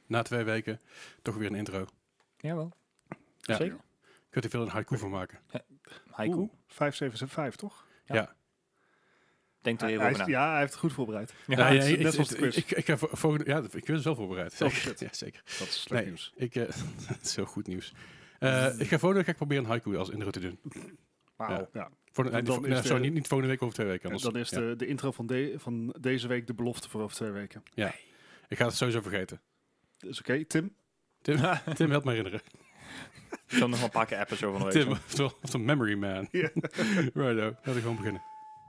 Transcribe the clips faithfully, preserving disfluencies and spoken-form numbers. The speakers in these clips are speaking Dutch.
na twee weken toch weer een intro. Jawel. Ja. Zeker. Ik kan er veel een haiku van maken. Haiku. Oeh, vijf zeven zeven vijf, toch? Ja. Ja. Denk er Hij, even hij over is- na. ja, hij heeft het goed voorbereid. Ja, Ja, ja, het is ik, net ik, zoals de ik, quiz. ik, ik, ga voor- volgende, ja, ik ben zelf voorbereid. Oh, Ik- shit. ja, zeker. Dat is slecht Nee, nieuws. ik, uh, het is heel goed nieuws. Uh, ik ga volgende week ga ik proberen een haiku als intro te doen. Wauw. Ja. Ja. Voor de, Dan nee, is nee, de- sorry, niet, niet volgende week, over twee weken. En Anders, dan is ja. de, de intro van, de, van deze week de belofte voor over twee weken. Ik ga het sowieso vergeten. Dus oké, Tim. Tim, Tim helpt me herinneren. Ik zal nog wel een paar keer appen zo van de week. Tim, oftewel oftewel memory man. Ja. Righto, laten we gewoon beginnen.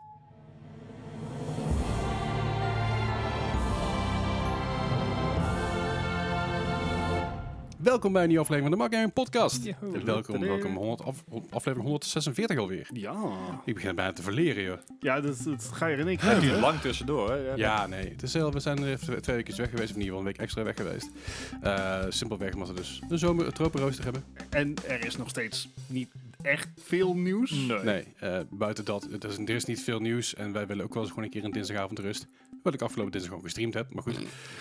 Welkom bij een nieuwe aflevering van de Mark Gaming Podcast. Joho. En welkom, welkom honderd af, aflevering honderdzesenveertig alweer. Ja. Ik begin bijna te verleren, joh. Ja, dat, dat ga je er in één keer Het uit, duurt hè? lang tussendoor. Hè? Ja, Ja, nee. Het is heel, we zijn er even twee weken weg geweest, of in ieder geval een week extra weg geweest. Uh, simpelweg omdat we dus een zomer een tropenrooster hebben. En er is nog steeds niet echt veel nieuws. Nee. Nee, uh, buiten dat, het is, er is niet veel nieuws en wij willen ook wel eens gewoon een keer een dinsdagavond rust. Wat ik afgelopen dinsdag gewoon gestreamd heb, maar goed.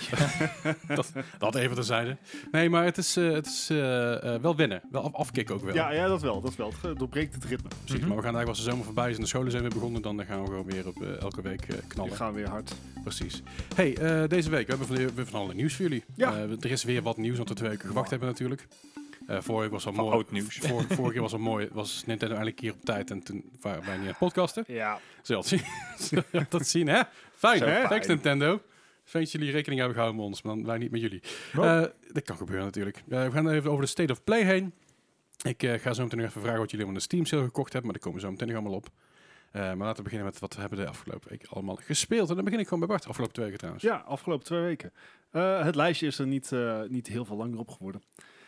dat, dat even terzijde. Nee, maar het is, uh, het is uh, uh, wel wennen. Wel af, afkicken ook wel. Ja, ja, dat wel. Dat wel. Het doorbreekt het ritme. Precies, Mhm. maar we gaan eigenlijk als de zomer voorbij is en de scholen zijn weer begonnen, dan gaan we gewoon weer op uh, elke week uh, knallen. We gaan weer hard. Precies. Hey, uh, deze week we hebben we hebben van alle nieuws voor jullie. Ja. Uh, er is weer wat nieuws, want we twee weken gewacht hebben natuurlijk. Uh, vorige week was al Van mooi. oud nieuws. Vor, vorige keer was al mooi. Was Nintendo eigenlijk hier op tijd en toen waren wij niet aan het podcasten. Ja. Zult zien. Zult dat zien, hè? Fijn, Zo hè? fijn. Thanks Nintendo. Fijn dat jullie rekening hebben gehouden met ons, maar dan wij niet met jullie. Oh. Uh, dat kan gebeuren natuurlijk. Uh, we gaan even over de State of Play heen. Ik uh, ga zo meteen nog even vragen wat jullie van de Steam sale gekocht hebben, maar daar komen we zo meteen nog allemaal op. Uh, maar laten we beginnen met wat we hebben de afgelopen week allemaal gespeeld. En dan begin ik gewoon bij Bart, afgelopen twee weken trouwens. Ja, afgelopen twee weken. Uh, het lijstje is er niet, uh, niet heel veel langer op geworden.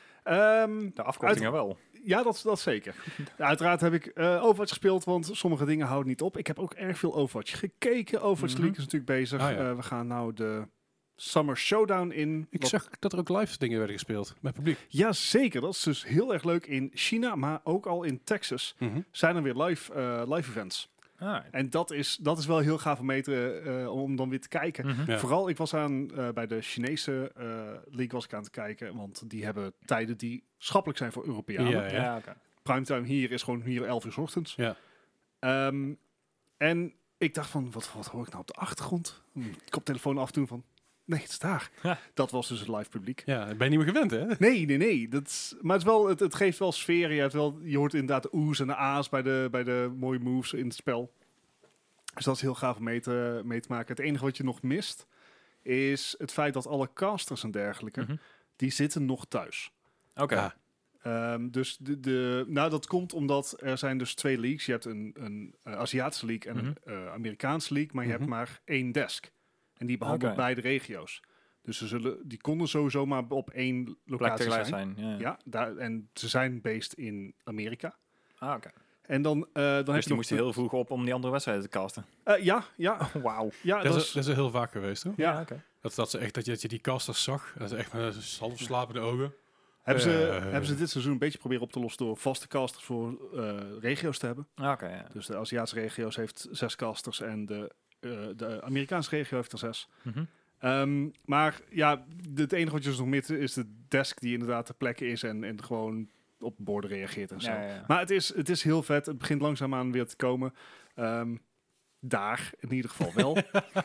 Um, De afkortingen wel. Ja, dat, dat zeker. Ja, uiteraard heb ik uh, Overwatch gespeeld, want sommige dingen houden niet op. Ik heb ook erg veel Overwatch gekeken. Overwatch Mhm. League is natuurlijk bezig. Ah, ja. uh, we gaan nou de Summer Showdown in. Ik Wat- zag dat er ook live dingen werden gespeeld met publiek. Jazeker, dat is dus heel erg leuk in China, maar ook al in Texas Mm-hmm. zijn er weer live, uh, live events. Ah, En dat is, dat is wel heel gaaf om, mee te, uh, om dan weer te kijken. mhm. Ja. Vooral, ik was aan uh, bij de Chinese uh, League was ik aan het kijken, want die hebben tijden die schappelijk zijn voor Europeanen. Ja, ja. Ja, oké. Primetime hier is gewoon hier elf uur 's ochtends. Ja. Um, en ik dacht van, wat, wat hoor ik nou op de achtergrond? Hm, koptelefoon afdoen van, nee, het is daar. Ja. Dat was dus het live publiek. Ja, ben je niet meer gewend, hè? Nee, nee, nee. Dat is, maar het, is wel, het, het geeft wel sfeer. Je, hebt wel, je hoort inderdaad de oe's en de a's bij de, bij de mooie moves in het spel. Dus dat is heel gaaf om mee te, mee te maken. Het enige wat je nog mist, is het feit dat alle casters en dergelijke, Mhm. die zitten nog thuis. Oké. Ah. Um, dus de, de, nou, dat komt omdat er zijn dus twee leagues. Je hebt een, een uh, Aziatische league en een uh, Amerikaanse league, maar je Mhm. hebt maar één desk. En die behandelt Oké. beide regio's. Dus ze zullen, die konden sowieso maar op één Plek locatie tegelijk zijn. zijn. Ja. Ja, daar, en ze zijn based in Amerika. Ah, oké. En dan, uh, dan heb Dus je die nog moesten de- heel vroeg op om die andere wedstrijden te casten. Uh, ja, ja, Wauw. ja. Dat, Dat is, is, dat is heel vaak geweest, hoor. ja. oké. Dat, dat, ze echt, dat, je, dat je die casters zag. Dat ze echt met half slapende ogen. Hebben, ze, Eh. hebben ze dit seizoen een beetje proberen op te lossen door vaste casters voor uh, regio's te hebben. Ah, oké, ja. Dus de Aziatische regio's heeft zes casters en de, uh, de Amerikaanse regio heeft er zes. Mhm. Um, maar ja, de- het enige wat je dus nog mist is de desk die inderdaad ter plekke is en, en gewoon op borden reageert en zo. Ja, ja, ja. Maar het is, het is heel vet. Het begint langzaamaan weer te komen. Um, daar in ieder geval wel.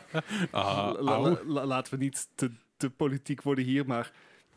Ah, La- la- au. la- laten we niet te, te politiek worden hier, maar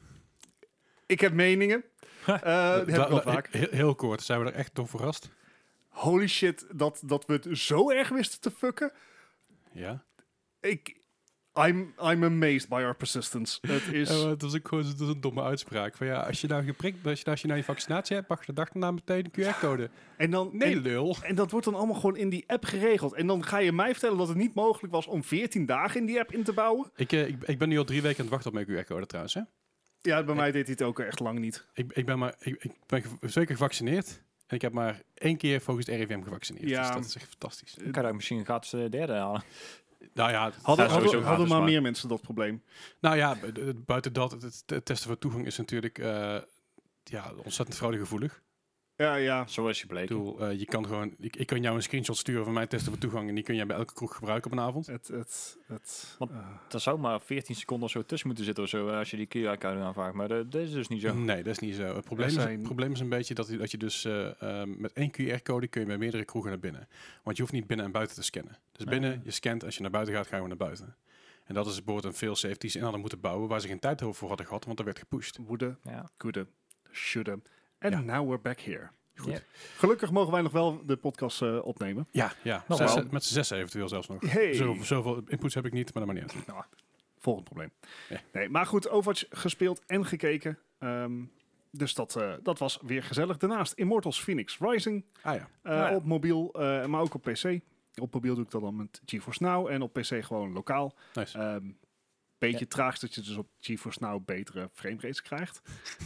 ik heb meningen. Uh, die heb ik wel La- la- vaak. Heel, heel kort, zijn we er echt door verrast? Holy shit, dat, dat we het zo erg wisten te fucken. Ja. Ik, I'm, I'm amazed by our persistence. Het is... Uh, dat was ook gewoon dat is een domme uitspraak. Van ja, als je nou geprikt als je, als je nou je vaccinatie hebt, mag je de dag daarna meteen een Q R-code. en dan, Nee, en, lul. en dat wordt dan allemaal gewoon in die app geregeld. En dan ga je mij vertellen dat het niet mogelijk was om veertien dagen in die app in te bouwen. Ik, uh, ik, ik ben nu al drie weken aan het wachten op mijn Q R-code trouwens. Hè? Ja, bij mij deed hij het ook echt lang niet. Ik, ik ben maar ik, ik ben ge- twee keer gevaccineerd. En ik heb maar één keer volgens het R I V M gevaccineerd. Ja. Dus dat is echt fantastisch. Ik kan ook misschien een gratis eh, derde halen. Nou ja, Hadden, Ja, hadden, sowieso hadden gratis, maar, maar- meer mensen dat probleem. nou ja, bu- bu- buiten dat, het, het testen van toegang is natuurlijk uh, ja, ontzettend fraudegevoelig. Ja, ja. Zo is je Ik bleken. bedoel, eh, je kan gewoon, ik, ik kan jou een screenshot sturen van mijn testen voor toegang en die kun jij bij elke kroeg gebruiken op een avond. Het, het, het, Want- eh, Er zou maar veertien seconden of zo tussen moeten zitten of zo, eh, als je die Q R-code aanvraagt. Maar dat dat is dus niet zo. Nee, dat is niet zo. Het probleem, Er is, zijn- het probleem is een beetje dat, je- dat je dus eh, eh, met één Q R-code kun je bij meerdere kroegen naar binnen. Want je hoeft niet binnen en buiten te scannen. Dus Nee. binnen, je scant, als je naar buiten gaat, ga je gewoon naar buiten. En dat is bijvoorbeeld een fail safe die ze in hadden moeten bouwen, waar ze geen tijd voor hadden gehad, want er werd gepusht. woede, Ja. goede, shoulda. En Ja. now we're back here. Goed. Ja. Gelukkig mogen wij nog wel de podcast eh, opnemen. Ja, ja. Nog Zes- wel. met z'n zes eventueel zelfs nog. Hey. Zo, zoveel inputs heb ik niet, maar dat maakt niet uit. Volgend probleem. Ja. Nee, maar goed, Overwatch gespeeld en gekeken. Ehm, dus dat, eh, dat was weer gezellig. Daarnaast Immortals Phoenix Rising. Ah ja. eh, Ah, ja. Op mobiel, eh, maar ook op P C. Op mobiel doe ik dat dan met GeForce Now. En op P C gewoon lokaal. Nice. Ehm beetje traag dat je dus op GeForce Now betere framerates krijgt.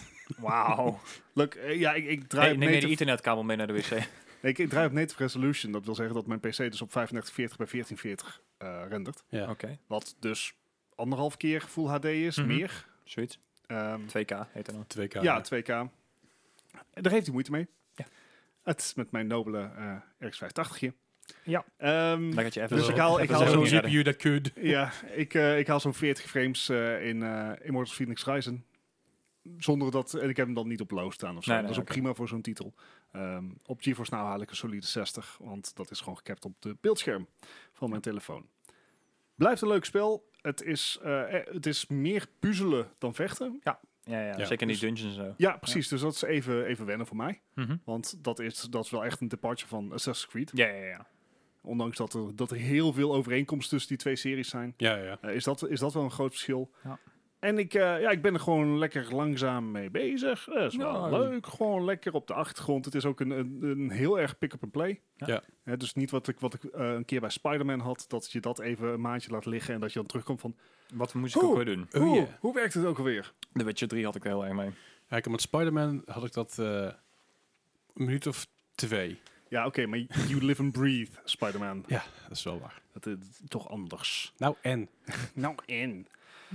Wauw. Leuk, eh, ja, ik, ik draai Hey, op neem je de native, ethernetkabel mee naar de wc? nee, ik, ik draai op native resolution. Dat wil zeggen dat mijn P C dus op vijfendertig veertig bij veertien veertig eh rendert. Ja. Oké, Wat dus anderhalf keer Full H D is, Mhm. meer. zoiets. Ehm, twee K heet dat dan. twee K. ja, twee K. Daar heeft hij moeite mee. Ja. Het is met mijn nobele eh R X vijfentachtig hier. Ja. Ehm, Dan gaat je even Dus zo- ik haal- ik even haal zo zo'n niet Zo'n redden. G P U dat could. ja, ik, eh, ik haal zo'n veertig frames eh, in eh Immortals Phoenix Rising. Zonder dat, en ik heb hem dan niet op low staan of zo. Nee, nee, dat is ook oké. prima voor zo'n titel. Ehm, op GeForce Now haal ik een solide zestig, want dat is gewoon gecapt op de beeldscherm van mijn telefoon. Blijft een leuk spel. Het is, eh, eh, het is meer puzzelen dan vechten. Ja, ja, Ja, zeker in die dus- dungeons en zo. Ja, precies. Dus dat is even, even wennen voor mij. Mhm. Want dat is, dat is wel echt een departure van Assassin's Creed. Ja, ja, ja. Ondanks dat er, dat er heel veel overeenkomsten tussen die twee series zijn, Ja, ja. eh, is, dat, is dat wel een groot verschil. Ja. En ik, eh, ja, ik ben er gewoon lekker langzaam mee bezig. Dat is wel Ja. leuk. Gewoon lekker op de achtergrond. Het is ook een, een, een heel erg pick-up-and-play. Ja. Ja. Hè, dus niet wat ik, wat ik eh, een keer bij Spider-Man had, dat je dat even een maandje laat liggen en dat je dan terugkomt van, Wat moest ik Oeh. ook weer doen? Oh, hoe, yeah. hoe werkt het ook alweer? The Witcher drie had ik er heel erg mee. Ja, ik, met Spider-Man had ik dat eh, een minuut of twee. Ja, oké, maar you live and breathe, Spider-Man. Ja, dat is wel waar. Dat is toch anders. Nou, en? Nou, in.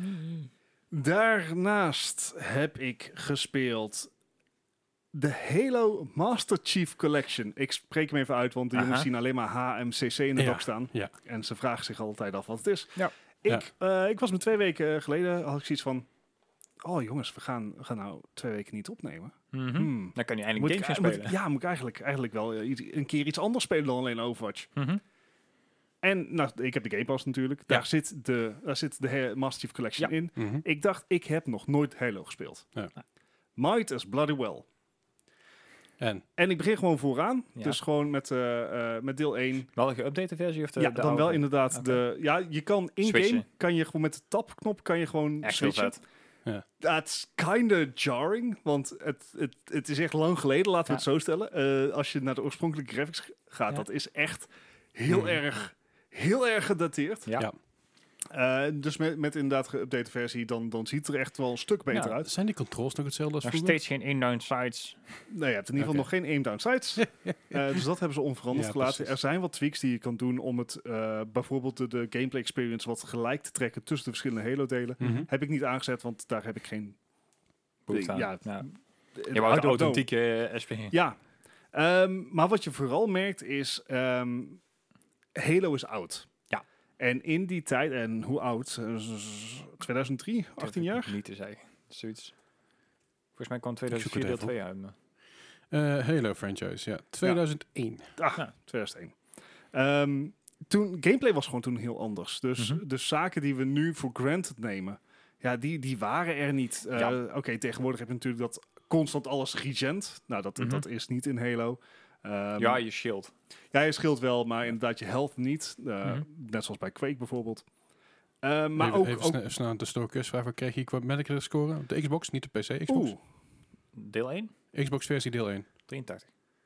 Daarnaast heb ik gespeeld de Halo Master Chief Collection. Ik spreek hem even uit, want de Aha. jongens zien alleen maar H M C C in de Ja, dock staan. ja. En ze vragen zich altijd af wat het is. Ja. Ik, eh, ik was me twee weken geleden, had ik zoiets van, oh jongens, we gaan, we gaan nou twee weken niet opnemen. Mhm. Hmm. Dan kan je eindelijk Moet games ik, gaan moet spelen. ik- ja, moet ik eigenlijk, eigenlijk wel eh, iets- een keer iets anders spelen dan alleen Overwatch. Mhm. En nou, ik heb de Game Pass natuurlijk. Daar zit de, daar zit de He- Master Chief Collection Ja. in. Mhm. Ik dacht, ik heb nog nooit Halo gespeeld. Ja. Might as bloody well. En? En ik begin gewoon vooraan. Ja. Dus gewoon met, eh, eh, met deel één. Wel een geüpdate versie of de, ja, de dan oude? wel inderdaad Oké. de... Ja, je kan in-game, Switchen. kan je gewoon met de tabknop, kan je gewoon Echt heel switchen. vet. That's kinda jarring, want het, het, het is echt lang geleden, laten we Ja. het zo stellen. Eh, als je naar de oorspronkelijke graphics g- gaat, Ja. dat is echt heel Hmm. erg, heel erg gedateerd. Ja. Ja. Eh, dus met, met inderdaad geüpdate versie, dan, dan ziet het er echt wel een stuk beter Ja. uit. Zijn die controls nog hetzelfde als Nog vroeger? steeds geen aim-down sights. Nou, je hebt in ieder geval nog geen aim down sights. Eh, dus dat hebben ze onveranderd Ja, gelaten. precies. Er zijn wat tweaks die je kan doen om het eh, bijvoorbeeld de, de gameplay experience wat gelijk te trekken tussen de verschillende Halo-delen. Mhm. Heb ik niet aangezet, want daar heb ik geen... Behoefte aan. Ja, Ja. I Je wou don't het know. authentieke eh, S P G. Ja, Ehm, maar wat je vooral merkt is, ehm, Halo is oud. Ja. En in die tijd, en hoe oud? Eh, z- z- tweeduizend drie, achttien jaar? Niet te zeggen. Zoiets. Volgens mij kwam tweeduizend vier Ik deel zoek het twee uit. maar- Eh, Halo franchise, ja. tweeduizend één. Ah, Ja. tweeduizend één. Ehm, toen, gameplay was gewoon toen heel anders. Dus, Mhm. dus zaken die we nu voor granted nemen, ja, die, die waren er niet. Eh, Ja. Oké, tegenwoordig heb je natuurlijk dat constant alles regent. Nou, dat, Mhm. dat is niet in Halo. Ehm, Ja, je shield. ja, je scheelt wel, maar inderdaad je health niet. Eh, Mhm. Net zoals bij Quake bijvoorbeeld. Eh, maar even, ook... even, ook snel, even snel aan de stoorkus. Waarvoor kreeg je qua medical score? Op de Xbox, niet de P C. Xbox. oeh, Deel één? Xbox versie deel één. drieëntachtig.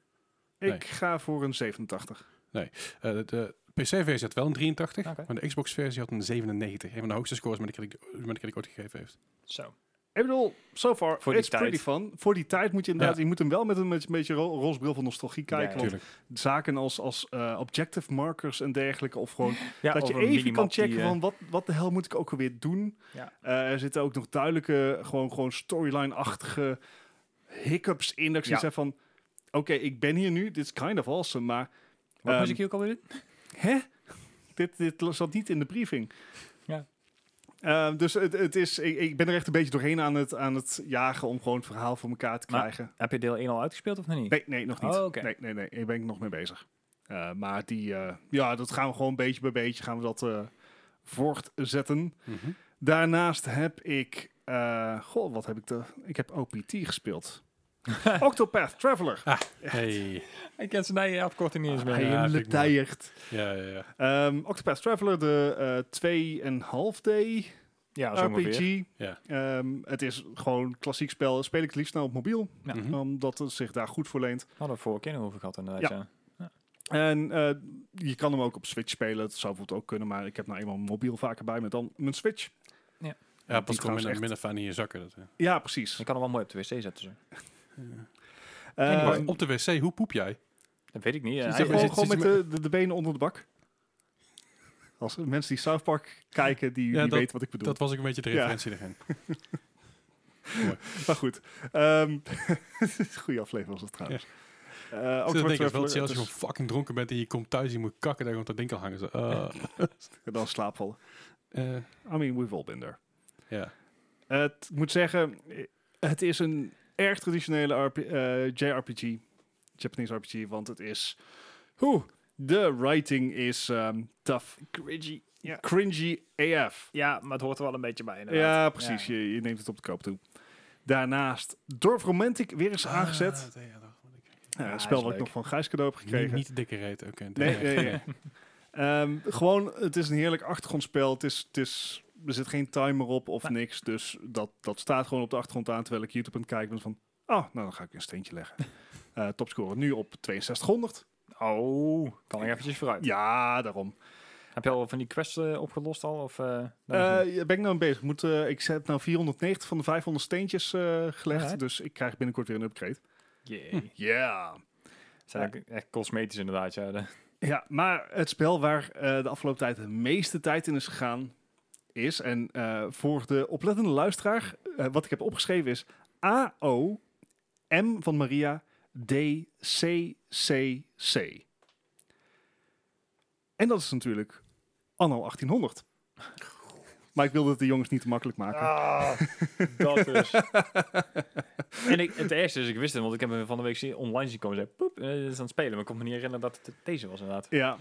ik Nee. ga voor een zevenentachtig. Eh, de P C-versie had wel een drieëntachtig, Oké. maar de Xbox-versie had een zevenennegentig. Een van de hoogste scores met die ik, die ik ooit gegeven heeft. Zo. Ik bedoel, so far, Voor die it's pretty tijd. fun. Voor die tijd moet je inderdaad, Ja. je moet hem wel met een, met een beetje ro roze bril van nostalgie kijken. Ja, want Tuurlijk. zaken als, als eh, objective markers en dergelijke, of gewoon Ja, dat of je een even minimap kan checken die, eh, van wat, wat de hel moet ik ook alweer doen. Ja. Eh, er zitten ook nog duidelijke, gewoon, gewoon storyline-achtige hiccups in. Dat ik zoiets Ja. heb van, oké, ik ben hier nu, dit is kind of awesome, maar... Wat ehm, moest ik hier ook alweer doen? Hè? dit, dit zat niet in de briefing. Ja. Ehm, dus het, het is, ik, ik ben er echt een beetje doorheen aan het, aan het jagen om gewoon het verhaal voor elkaar te Maar- krijgen. Heb je deel één al uitgespeeld of nog niet? Nee, nee, nog niet. Oh, oké. Nee, nee, nee, daar ben ik nog mee bezig. Uh, maar die, uh, ja, dat gaan we gewoon beetje bij beetje gaan we dat uh, voortzetten. Mm-hmm. Daarnaast heb ik, uh, goh, wat heb ik de? Ik heb O P T gespeeld. Octopath Traveler. Ah, hey. Ik ken zijn eigen afkorting niet eens meer. Hij Ja, in vind de ik mooi. tijert. Ja, ja, ja. Um, Octopath Traveler, de uh, twee en half day Ja, zo R P G. ongeveer. Ja. Um, het is gewoon een klassiek spel. Speel ik het liefst nou op mobiel, Ja. Mhm. omdat het zich daar goed voor leent. Hadden we vorige keer nog over gehad inderdaad, ja. En uh, je kan hem ook op Switch spelen. Dat zou bijvoorbeeld ook kunnen, maar ik heb nou eenmaal mijn mobiel vaker bij me dan mijn Switch. Ja, die pas gewoon trouwens minder, echt- minder fijn in je zakken. Dat, hè. Ja, precies. Je kan hem wel mooi op de wc zetten. Zo. Uh, Anyway, Maar op de wc, hoe poep jij? Dat weet ik niet. zit Ja, je hij- gewoon, zit- gewoon zit met je de, de, de benen onder de bak. Als mensen die South Park kijken, die, Ja, die dat- weten wat ik bedoel. Dat was ook een beetje de Ja. referentie erin. Maar goed. Um, goede aflevering was het trouwens. Uh, Ik zit te Octopath denken, het is wel Traveler, chill als het je is- gewoon fucking dronken bent en je komt thuis en je moet kakken, dan gewoon dat ding kan hangen. Zo, uh, dan slaapvallen. eh, I mean, we've all been there. ja. Het moet zeggen, het is een erg traditionele R P, uh, J R P G. Japanese R P G, want het is... Oeh, de writing is um, tough. Cringy. Ja. Cringy A F. Ja, maar het hoort er wel een beetje bij inderdaad. Ja, precies. Ja. Je, je neemt het op de koop toe. Daarnaast Dorf Romantic weer eens aangezet. Ah, ja, dat- Ja, Ja, een spel is wat ik leuk. nog van Gijs cadeau heb Niet, gekregen. niet de dikke reet, oké. Nee, nee, nee. Ehm, gewoon, het is een heerlijk achtergrondspel. Het is, het is, er zit geen timer op of Nee. niks. Dus dat, dat staat gewoon op de achtergrond aan terwijl ik YouTube aan het kijken ben van... Oh, nou dan ga ik een steentje leggen. uh, topscore nu op tweeënzestighonderd. Oh, kan ik eventjes vooruit. Ja, daarom. Heb je al van die quests uh, opgelost al? Of, uh, Uh, dan nog niet? ben ik nou mee bezig. Moet, uh, ik heb nou vierhonderdnegentig van de vijfhonderd steentjes uh, gelegd. Alright. Dus ik krijg binnenkort weer een upgrade. Jee. Ja. Het zijn ook echt cosmetisch inderdaad, ja. De- Ja, maar het spel waar uh, de afgelopen tijd de meeste tijd in is gegaan is... En uh, voor de oplettende luisteraar, uh, wat ik heb opgeschreven is... A O M van Maria D C C C. En dat is natuurlijk anno achttienhonderd. Maar ik wilde het de jongens niet te makkelijk maken. Ah, dat dus. En ik, het eerste is, ik wist het, want ik heb hem van de week zien, online zien komen en zei, poep, uh, is aan het spelen. Maar ik kon me niet herinneren dat het deze was inderdaad. Ja,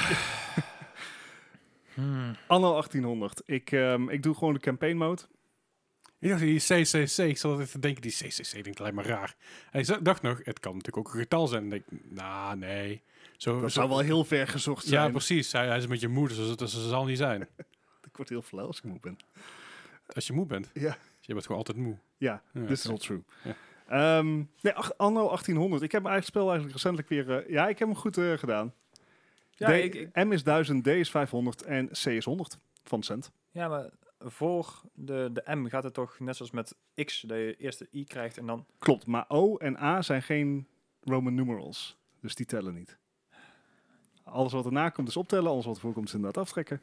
Hmm. anno achttienhonderd. Ik, um, ik doe gewoon de campaign mode. Ik dacht, die C C C, ik zat altijd te denken, die C C C klinkt alleen maar raar. En ik za- dacht nog, het kan natuurlijk ook een getal zijn. En ik denk, nou, nee. Zo, Dat zo- zou wel heel ver gezocht zijn. Ja, precies. Hij, hij is met je moeder, dus dat dus dat zal niet zijn. Ik word heel flauw als ik moe ben. Als je moe bent. Ja. Je bent gewoon altijd moe. Ja, Ja, this is oké. all true. Ja. Um, nee, ach, anno achttienhonderd. Ik heb mijn eigen spel eigenlijk recentelijk weer... Uh, ja, ik heb hem goed uh, gedaan. Ja, D- ik, ik- M is duizend, D is vijfhonderd en C is honderd van cent. ja, maar voor de, de M gaat het toch net zoals met X, dat je eerst de I krijgt en dan... Klopt, maar O en A zijn geen Roman numerals. Dus die tellen niet. Alles wat erna komt is optellen, alles wat ervoor komt is inderdaad aftrekken.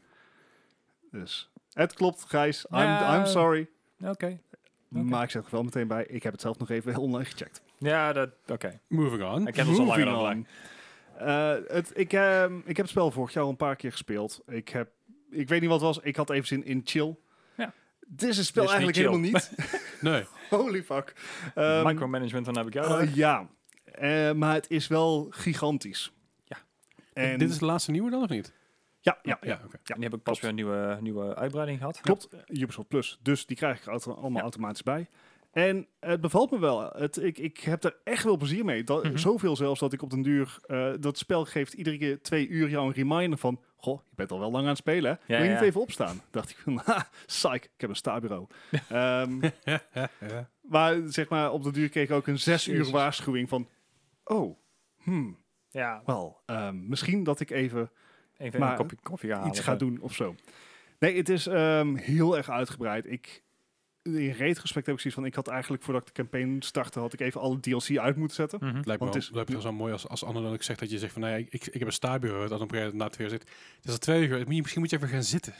Dus het klopt, Gijs. I'm, Ja. I'm sorry. Oké. Oké. Maar ik zeg er wel meteen bij, ik heb het zelf nog even online gecheckt. Ja, dat... Oké. Moving on. Ik heb het al langer Moving dan on. Uh, het, ik, uh, ik heb het spel vorig jaar al een paar keer gespeeld. Ik, heb, ik weet niet wat het was. Ik had even zin in chill. Ja. Dit is het spel Dit is niet eigenlijk helemaal niet. Nee. Holy fuck. Um, Micromanagement, dan heb ik jou. uh, ja, uh, maar het is wel gigantisch. Ja. En Dit is de laatste nieuwe dan of niet? ja, ja, ja, Ja, oké. ja, En die heb ik pas klopt. weer een nieuwe, nieuwe uitbreiding gehad. Klopt, Ubisoft Plus. Dus die krijg ik auto- allemaal Ja. automatisch bij. En het bevalt me wel. Het, ik, ik heb er echt wel plezier mee. Dat, Mhm. Zoveel zelfs dat ik op den duur... Uh, dat spel geeft iedere keer twee uur jou een reminder van... Goh, je bent al wel lang aan het spelen, hè? Ja, Wil je ja. niet even opstaan? Dacht ik van, ha, psych, ik heb een staarbureau. um, Ja, ja, ja. maar zeg maar, op de duur kreeg ik ook een zes uur Jezus. waarschuwing van... Oh, hmm, Ja, wel, um, misschien dat ik even even Maar een kopje koffie gaan halen. iets ga doen of zo. Nee, het is um, heel erg uitgebreid. Ik, in retrospect heb ik zoiets van... Ik had eigenlijk, voordat ik de campaign startte... had ik even alle D L C uit moeten zetten. Mhm. Het lijkt me Want wel, het is- lijkt me zo mooi als, als Anne dan ook zegt dat je zegt van, nee, ik, ik heb een staarbureau, dat op een gegeven moment na het weer zit. Het is al twee uur, moet je- misschien moet je even gaan zitten.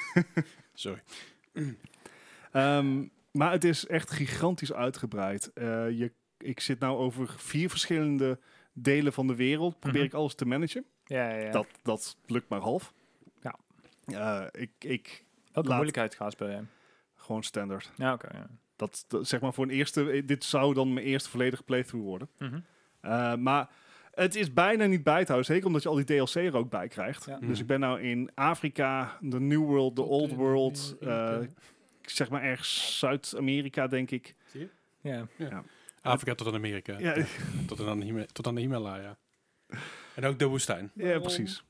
Sorry. Um, maar het is echt gigantisch uitgebreid. Uh, je ik zit nou over vier verschillende delen van de wereld. Probeer Mhm. ik alles te managen. Ja, ja, ja. Dat, dat lukt maar half. Ja. Eh, ik, ik Welke laat- moeilijkheid gaat speel jij? gewoon standaard. Ja, oké. ja. Dat, dat, zeg maar voor een eerste, eh, dit zou dan mijn eerste volledige playthrough worden. Mhm. Uh, maar het is bijna niet bij te houden. Zeker omdat je al die D L C er ook bij krijgt. Ja. Dus Mhm. ik ben nou in Afrika, de New World, de Old World. Uh, zeg maar ergens Zuid-Amerika, denk ik. Ja. Afrika tot aan Amerika. Ja, Ja. Tot aan de Hima- tot aan de Himalaya. En ook de woestijn. ja precies.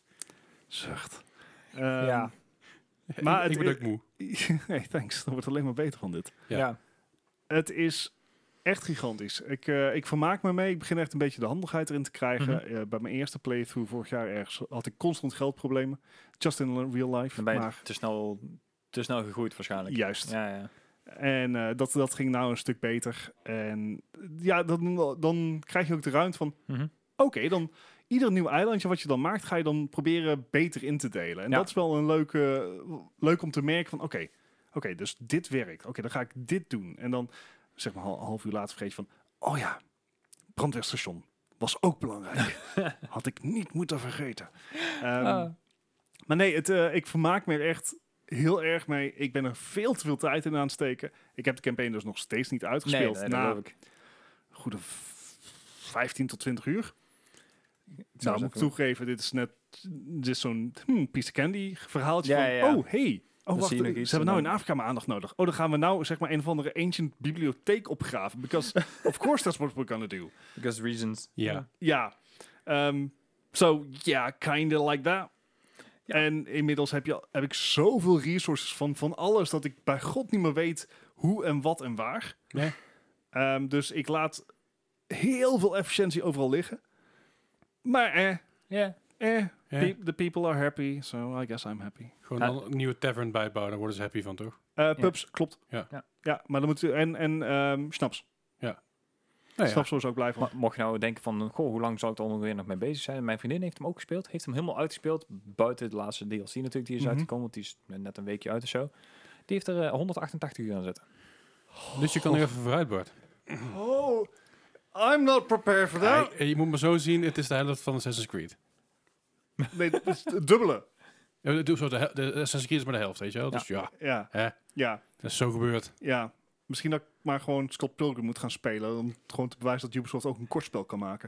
Zucht. Um, Ja. Maar ik het- ben ook moe. hey, thanks. Dat wordt alleen maar beter van dit. Ja. Ja. Het is echt gigantisch. Ik, uh, ik vermaak me mee. Ik begin echt een beetje de handigheid erin te krijgen. Mhm. Uh, bij mijn eerste playthrough vorig jaar ergens had ik constant geldproblemen. Just in real life. Dan ben je Maar te snel, te snel gegroeid waarschijnlijk. juist. Ja, ja. En uh, dat, dat ging nou een stuk beter. En ja, dan, dan krijg je ook de ruimte van... Mhm. Oké, okay, dan ieder nieuw eilandje wat je dan maakt... ga je dan proberen beter in te delen. En Ja. dat is wel een leuke, leuk om te merken van... Oké, okay, okay, dus dit werkt. Oké, okay, dan ga ik dit doen. En dan, zeg maar, een half uur later vergeet je van... Oh ja, brandweerstation was ook belangrijk. Had ik niet moeten vergeten. Um, Ah. Maar nee, het, uh, ik vermaak me er echt... heel erg mee. Ik ben er veel te veel tijd in aan het steken. Ik heb de campaign dus nog steeds niet uitgespeeld. Nee, nee, dat na geloof ik. goede v- vijftien tot twintig uur. zou Nou, moet ik zeggen- toegeven, dit is net dit is zo'n hmm, piece of candy verhaaltje Ja, van, ja, ja. oh, hey. Oh, wacht, zie je nog ze iets hebben en nou dan- in Afrika maar aandacht nodig. Oh, dan gaan we nou, zeg maar, een of andere ancient bibliotheek opgraven. Because, of course, that's what we're gonna do. Because reasons. Ja. Ja. Um, so, yeah, kinda like that. Ja. En inmiddels heb, je, heb ik zoveel resources van, van alles... dat ik bij god niet meer weet hoe en wat en waar. Nee. Um, dus ik laat heel veel efficiëntie overal liggen. Maar eh, Ja. eh, Ja. pe- the people are happy, so I guess I'm happy. Gewoon Ja. al een nieuwe tavern bijbouwen, daar worden ze happy van, toch? Uh, pubs, klopt. Ja. Ja. Ja, maar dan moet je... En, en um, snaps. Nou ja. Snaps was ook blij van. Maar mocht je nou denken van, goh, hoe lang zou ik er ongeveer nog mee bezig zijn? Mijn vriendin heeft hem ook gespeeld. Heeft hem helemaal uitgespeeld. Buiten de laatste D L C natuurlijk, die is Mhm. uitgekomen. Want die is net een weekje uit of zo. Die heeft er uh, honderdachtentachtig uur aan zitten. Dus je kan nog even vooruit, Bart. Oh, I'm not prepared for Ja, that. je, je moet maar zo zien, het is de helft van Assassin's Creed. Nee, dat is het dubbele. Ja, doe zo, de, hel- de Assassin's Creed is maar de helft, weet je wel? Dus ja, Ja, hè, ja, dat is zo gebeurd. ja. Misschien dat ik maar gewoon Scott Pilgrim moet gaan spelen. Om gewoon te bewijzen dat Ubisoft ook een kortspel kan maken.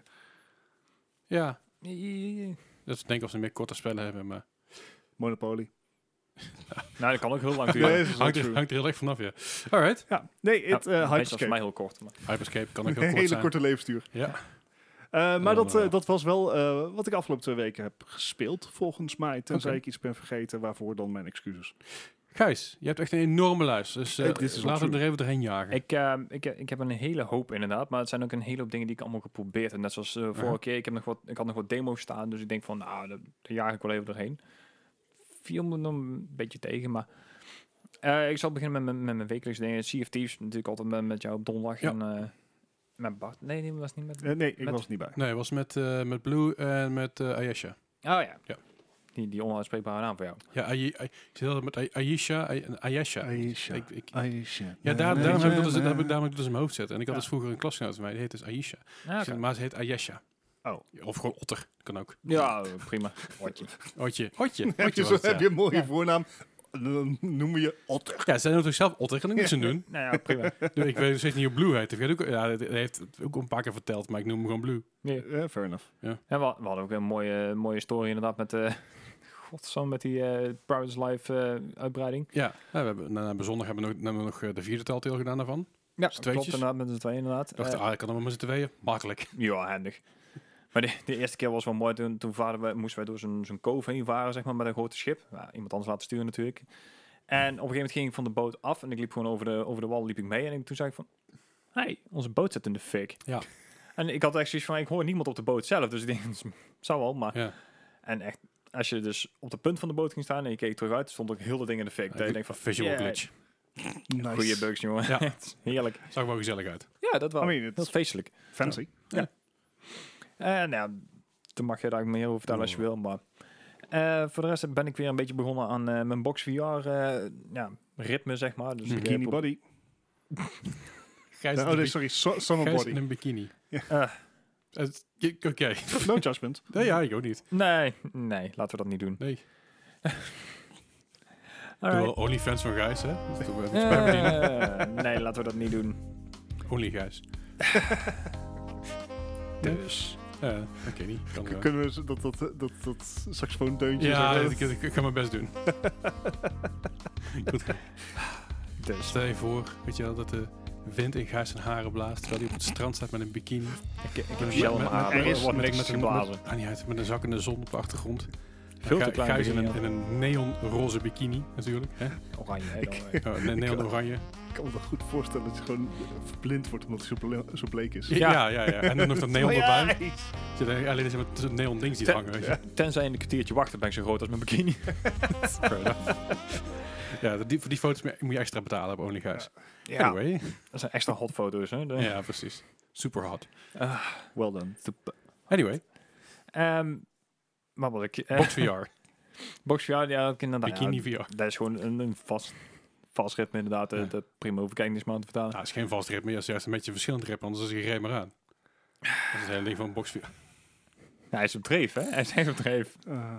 Ja, dat is denk ik of ze meer korte spellen hebben, maar... Monopoly. Nou, dat kan ook heel lang Nee, duren. dat is Hangt ook er, true. hangt er heel erg vanaf, ja. Alright. Ja, nee, het Ja, uh, meestal is voor Hyperscape. mij heel kort. Maar. Hyperscape kan ook Een heel kort hele zijn. korte levensduur. Ja. Uh, maar dan, dat, uh, uh, dat was wel uh, wat ik afgelopen twee weken heb gespeeld, volgens mij. Tenzij Oké. ik iets ben vergeten, waarvoor dan mijn excuses. Gijs, je hebt echt een enorme lijst, dus uh, Eh, dit is wel laten we true. er even doorheen jagen. Ik, uh, ik, ik heb een hele hoop inderdaad, maar het zijn ook een hele hoop dingen die ik allemaal geprobeerd heb. Net zoals uh, vorige Uh-huh. keer, ik, heb nog wat, ik had nog wat demo's staan, dus ik denk van, nou, daar, daar jaag ik wel even doorheen. Viel me nog een beetje tegen, maar uh, ik zal beginnen met, met, met mijn wekelijkse dingen. Sea of Thieves, natuurlijk altijd met, met jou op donderdag. Ja. En, uh, met Bart. Nee, die was niet met... Uh, nee, ik Met- was er niet bij. Nee, het was met, uh, met Blue en met uh, Ayesha. Oh ja. Ja. Die, die onuitspreekbare naam voor jou. Ja, Ay- Ay- ik zit altijd met Ay- Ayesha, Ay- Ayesha. Aisha. Ik, ik, Aisha. ja, daar, daarom heb ik dat dus, daar heb ik, daarom heb ik dus in mijn hoofd zitten. En ik had Ja. dus vroeger een klasgenoot van mij, die heet dus Ayesha. Ah, oké. Maar ze heet Ayesha. Oh. Of gewoon Otter, kan ook. Ja, prima. Otje. Otje, Otje. Heb Otje je, was zo, het, heb ja. je een mooie Ja. voornaam? Dan noemen je Otter. Ja, ze zijn natuurlijk zelf Otter, en dan moet ze hem doen. Nou ja, prima. Dus ik weet nog steeds niet hoe Blue heet. Ik weet ook, ja, hij heeft het ook een paar keer verteld, maar ik noem hem gewoon Blue. Nee. Ja, fair enough. En we, we hadden ook een mooie, mooie story inderdaad met, uh, godsam, met die uh, Private Life uh, uitbreiding. Ja, nou, we hebben, na, na bijzonder hebben we nog, hebben we nog uh, de vierde telltale gedaan daarvan. Ja, z'n klopt tweetjes. inderdaad, met z'n tweeën inderdaad. Ik dacht, Eh, ah, ik kan er maar met z'n tweeën. Makkelijk. ja, handig. Maar de, de eerste keer was wel mooi, toen, toen varen we, moesten wij door zo'n zo'n koof heen varen, zeg maar, met een groot schip. Ja, iemand anders laten sturen natuurlijk. En op een gegeven moment ging ik van de boot af en ik liep gewoon over de, over de wal liep ik mee. En ik, toen zei ik van, hey, onze boot zit in de fik. Ja. En ik had echt zoiets van, ik hoor niemand op de boot zelf, dus ik denk, het zou wel, maar... Ja. En echt, als je dus op de punt van de boot ging staan en je keek terug uit, stond ook heel de dingen in de fik. Dat je denkt van, Visual yeah, glitch. Nice. goeie bugs, jongen. Ja. Heerlijk. Zag er wel gezellig uit. Ja, dat wel. I mean, Heel it's feestelijk. fancy. En nou, daar mag je daar meer over vertellen als je wil, maar... eh, voor de rest ben ik weer een beetje begonnen aan uh, mijn box V R uh, ja, ritme, zeg maar. Dus ik, Bikini uh, pro- body. Gijs Oh in een nee, sorry, so Summer Gijs in Body. een bikini. Eh, Het- je- Oké. No judgment. Nee, ja, ik ook niet. nee, nee, laten we dat niet doen. Nee. Doe Alright. wel OnlyFans van Gijs, hè? Dat doen we niks bij verdienen. Eh, nee, laten we dat niet doen. Only Gijs. Dus. Ja, oké, niet. Kan zo. Kunnen we z- dat, dat, dat, dat saxofoondeuntje Ja, zeggen? ik, ik, ik ga mijn best doen. Goed. Dus. Stel je voor, weet je wel, dat de wind in Gijs zijn haren blaast, terwijl hij op het strand staat met een bikini. Ik, ik heb Met- gel in met- mijn met- haar. er Er is- wordt met- niks met een- geblazen. Met, ah, niet uit, met een zakkende zon op de achtergrond. Veel te Gij- klein Gijs in bikini, een, in een neonroze bikini, natuurlijk. Hè? Oranje, hè, dan, eh. Oh, een neon oranje. Ik kan me wel goed voorstellen dat je gewoon verblind wordt omdat hij zo, ble- zo bleek is. Ja, ja, ja. En dan nog dat neon Oh, erbij. ja. Zit er alleen maar tussen neon dings die Ten- hangen. Weet je. Ja. Tenzij je een kwartiertje wachten, ben ik zo groot als mijn bikini. Fair enough. Ja, die, voor die foto's moet je extra betalen op OnlyGuys. Ja, Anyway. dat zijn extra hot foto's. Hè? De- Ja, precies. Super hot. Ah, Well done. Anyway, ehm, maar wat ik... eh, Box V R. Box V R, ja, ik inderdaad. Bikini ja, V R. dat is gewoon een, een vast, vast ritme inderdaad. Ja. Ja. De prima overkijkingsmaat te vertalen. Nou, het is geen vast ritme, het is juist een beetje verschillend ritme, anders is er geen maar aan. Dat is het hele ding van Box V R. Ja, hij is op dreef, hè? Hij is echt op dreef. Uh,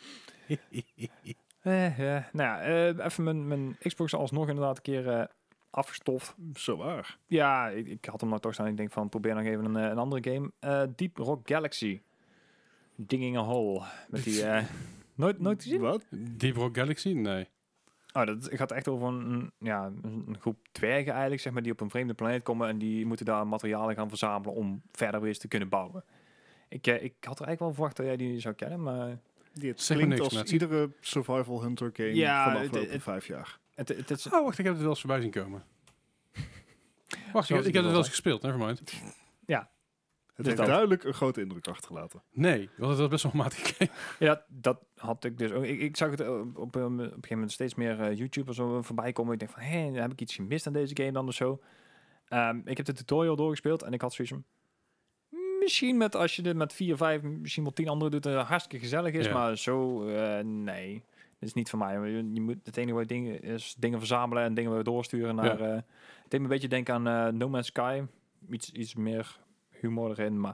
Eh, ja. Nou ja, eh, even mijn, mijn Xbox alsnog inderdaad een keer eh, afgestoft. zo waar. Ja, ik, ik had hem nou toch staan. Ik denk van, probeer nog even een, eh, een andere game. Eh, Deep Rock Galaxy. Digging a Hole. Met die... eh, nooit, nooit gezien? Wat? Deep Rock Galaxy? Nee. Oh, dat gaat echt over een, een- ja, een een groep dwergen eigenlijk, zeg maar, die op een vreemde planeet komen en die moeten daar materialen gaan verzamelen om verder weer eens te kunnen bouwen. Ik, eh, ik had er eigenlijk wel verwacht dat jij die zou kennen, maar Die het Zeg me klinkt niks, als Mats. iedere survival hunter game Ja, van de het- afgelopen het- vijf jaar. het, het is... Oh, wacht, ik heb het wel eens voorbij zien komen. Wacht, ik, Zoals ik die heb het wel wel eens gespeeld, nevermind. Het Dus heeft dat. duidelijk een grote indruk achtergelaten. Nee, want het was best wel matig gekeken. Ja, dat had ik dus ook. Ik, ik zag het eh, op, op, een- op een gegeven moment steeds meer eh, YouTubers zo voorbij komen. Ik denk van, hé, heb ik iets gemist aan deze game dan of zo? Ehm, ik heb de tutorial doorgespeeld en ik had zoiets van... Misschien met, als je dit met vier, vijf, misschien wel tien anderen doet, het hartstikke gezellig is. Ja. Maar zo, eh, nee. Dat is niet voor mij. Je, je moet, het enige wat je dingen is dingen verzamelen en dingen weer doorsturen naar... Ja. eh, het deed me een beetje denken aan eh, No Man's Sky. Iets, iets meer humor erin, maar...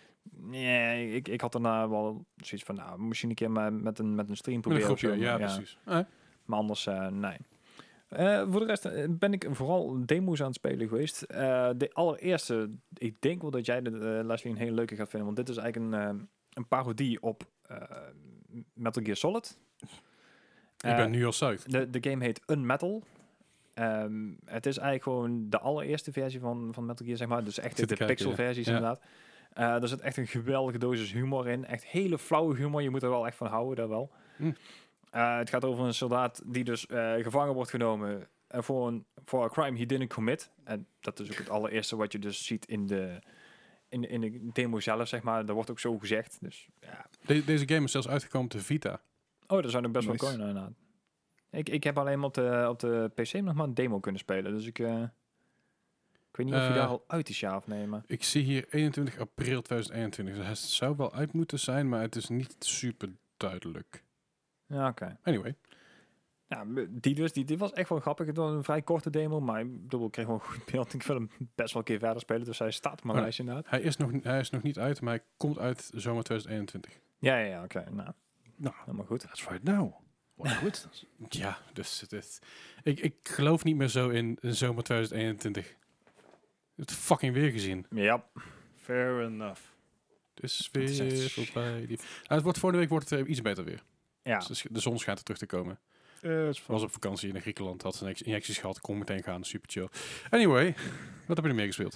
Nee, ik, ik had daarna wel zoiets van, nou, misschien een keer met, met, een, met een stream Met een proberen. of groepje, zo, ja, maar precies. Eh, Maar anders, eh, nee. Eh, voor de rest eh, ben ik vooral demo's aan het spelen geweest. Eh, de allereerste, ik denk wel dat jij de eh, Leslie een hele leuke gaat vinden, want dit is eigenlijk een, eh, een parodie op eh, Metal Gear Solid. ik Eh, ben nu al zuid. de, de game heet Unmetal. Ehm het is eigenlijk gewoon de allereerste versie van, van Metal Gear, zeg maar. Dus echt Zit de te kijken, pixel-versies ja. inderdaad. Eh er zit echt een geweldige dosis humor in. Echt hele flauwe humor. Je moet er wel echt van houden, daar wel. Hm. Eh, het gaat over een soldaat die dus eh, gevangen wordt genomen eh, voor een voor a crime he didn't commit. En dat is ook het allereerste wat je dus ziet in de, in, in de demo zelf, zeg maar. Dat wordt ook zo gezegd. Dus ja. De- deze game is zelfs uitgekomen op de Vita. Oh, daar zou ik best Nice. wel kunnen inderdaad. Ik, ik heb alleen maar op de, op de P C nog maar een demo kunnen spelen. Dus ik, eh, ik weet niet of je Eh, daar al uit is, ja of nee. Maar Ik zie hier eenentwintig april tweeduizend eenentwintig. Dus het zou wel uit moeten zijn, maar het is niet super duidelijk. ja, oké. Anyway. Ja, m- die dus, die, die was echt wel grappig. Het was een vrij korte demo, maar ik bedoel, ik kreeg wel een goed beeld. Ik wil hem best wel een keer verder spelen, dus hij staat op mijn Oh, lijstje inderdaad. Hij is, nog, hij is nog niet uit, maar hij komt uit zomer tweeduizend eenentwintig. Ja, ja, ja, oké. Nou, Nou, helemaal goed. that's right now. What a coincidence. Ja, dus het is... Ik, ik geloof niet meer zo in, in zomer tweeduizend eenentwintig. Het fucking weer gezien. Ja, Fair enough. Het is Het is weer echt voorbij. Die... Nou, het wordt, volgende week wordt het eh, iets beter weer. ja. Dus de sch- de zon schijnt er terug te komen. Uh, Ik was op vakantie in Griekenland, had zijn injecties gehad, kon meteen gaan, super chill. Anyway, wat heb je er meer gespeeld?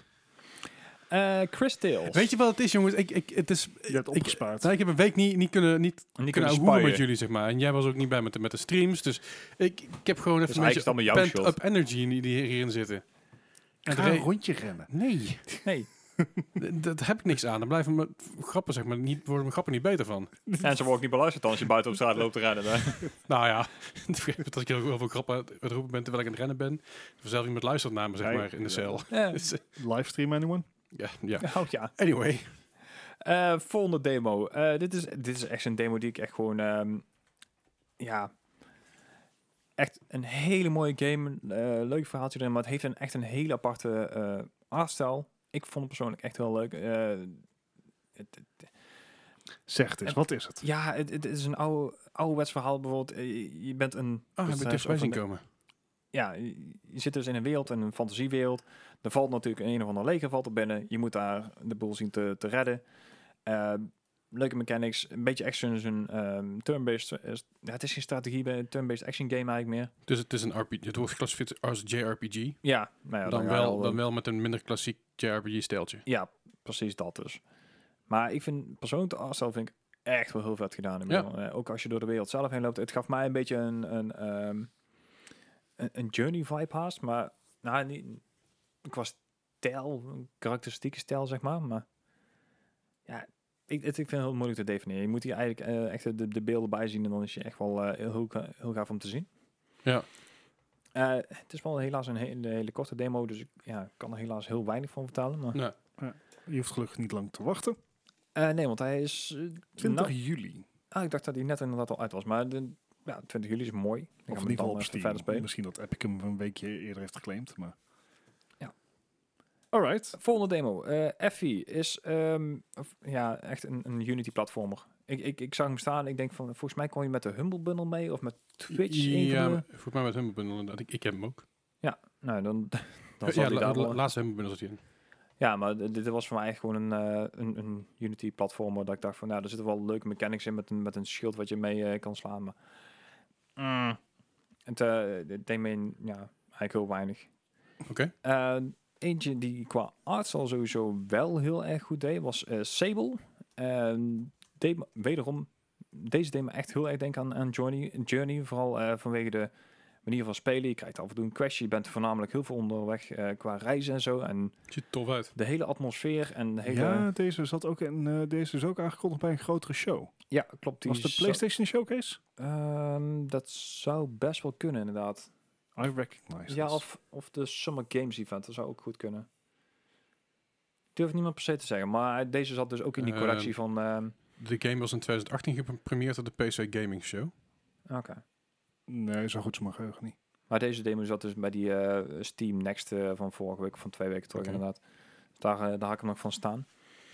Eh, Chris Tales. Weet je wat het is, jongens? Ik, ik, het is, je hebt ik, opgespaard. nou, ik heb een week niet, niet kunnen, niet Niet kunnen kunnen ouwehoeren met spuien. jullie, zeg maar. En jij was ook niet bij met de, met de streams, dus ik, ik heb gewoon even Dus een eigenlijk beetje is het allemaal jouw pent-up energy die, die hierin zitten. En Ga de een re- rondje rennen. Nee, Nee. d- dat heb ik niks aan. Dan blijven mijn grappen, zeg maar, niet, worden mijn grappen niet beter van. En ze worden ook niet beluisterd als je buiten op straat loopt te rennen. Hè? Nou ja, als ik heel veel grappen aan het roepen ben terwijl ik aan het rennen ben, zelf iemand luistert naar me, zeg Hey, maar, in de cel. Ja. Dus, eh, Livestream anyone? ja, ja. Oh ja. Anyway. Eh, volgende demo. Eh, dit, is, dit is echt een demo die ik echt gewoon... ehm, ja... echt een hele mooie game. Uh, leuk verhaaltje erin, maar het heeft een, echt een hele aparte uh, artstijl. Ik vond het persoonlijk echt heel leuk. Uh, het, het, zeg het eens, wat is het? Ja, het, het is een oude, ouderwets verhaal. Bijvoorbeeld, je, je bent een... Ah, heb ik dichtbij zien komen. Ja, je, je zit dus in een wereld, in een fantasiewereld. Er valt natuurlijk een of ander leger valt er binnen. Je moet daar de boel zien te, te redden. Uh, leuke mechanics, een beetje action, een um, turn-based. Uh, ja, het is geen strategie bij een turn-based action game eigenlijk meer. Dus het is een R P G. Het wordt geclassificeerd als J R P G. Ja, nou ja dan, dan, wel, al, dan wel met een minder klassiek J R P G-stijltje. Ja, precies dat dus. Maar ik vind persoonlijk de artstyle vind ik echt wel heel vet gedaan. Ja. Uh, ook als je door de wereld zelf heen loopt. Het gaf mij een beetje een een, um, een, een journey vibe haast, maar nou niet qua stijl, een karakteristieke stijl zeg maar. Maar ja. Ik, het, ik vind het heel moeilijk te definiëren. Je moet hier eigenlijk uh, echt de, de beelden bij zien en dan is je echt wel uh, heel, heel, heel gaaf om te zien. Ja. Uh, het is wel helaas een, he een hele korte demo, dus ik ja, kan er helaas heel weinig van vertellen. Maar... Nee. Ja, je hoeft gelukkig niet lang te wachten. Uh, nee, want hij is... Uh, twintig nou, juli. Ah, ik dacht dat hij net inderdaad al uit was, maar de, ja, twintig juli is mooi. Dan of in ieder geval op Steam. Verder spelen. Misschien dat Epic hem een weekje eerder heeft geclaimd, maar... Alright. Volgende demo. Uh, Effie is um, of, ja, echt een, een Unity-platformer. Ik, ik, ik zag hem staan. Ik denk van, volgens mij kon je met de Humble Bundle mee of met Twitch. Ja, de... volgens mij met Humble Bundle. Ik, ik heb hem ook. Ja, nou dan. dan ja, la, la, laatste Humble Bundle zat hij in. Ja, maar dit, dit was voor mij echt gewoon een, uh, een, een Unity-platformer. Dat ik dacht van, nou, er zitten wel leuke mechanics in met een, met een schild wat je mee uh, kan slaan. Maar mm. het uh, deed me in, ja, eigenlijk heel weinig. Oké. Okay. Uh, Eentje die qua artstyle sowieso wel heel erg goed deed, was uh, Sable. Uh, deed me, wederom, deze deed me echt heel erg denken aan, aan Journey, Journey. Vooral uh, vanwege de manier van spelen. Je krijgt af en toe een quest. Je bent voornamelijk heel veel onderweg uh, qua reizen en zo. En ziet tof uit. De hele atmosfeer en de hele... Ja, deze zat ook in, uh, deze is ook aangekondigd bij een grotere show. Ja, klopt. Die was de PlayStation Showcase? Um, dat zou best wel kunnen, inderdaad. I recognize Ja, of, of de Summer Games Event. Dat zou ook goed kunnen. Ik durf het niet meer per se te zeggen. Maar deze zat dus ook in die collectie uh, van... Uh, de game was in twintig achttien gepremieerd op de P C Gaming Show. Oké. Okay. Nee, zo goed is mijn geheugen niet. Maar deze demo zat dus bij die uh, Steam Next uh, van vorige week, van twee weken terug okay. inderdaad. Daar, uh, daar had ik hem nog van staan.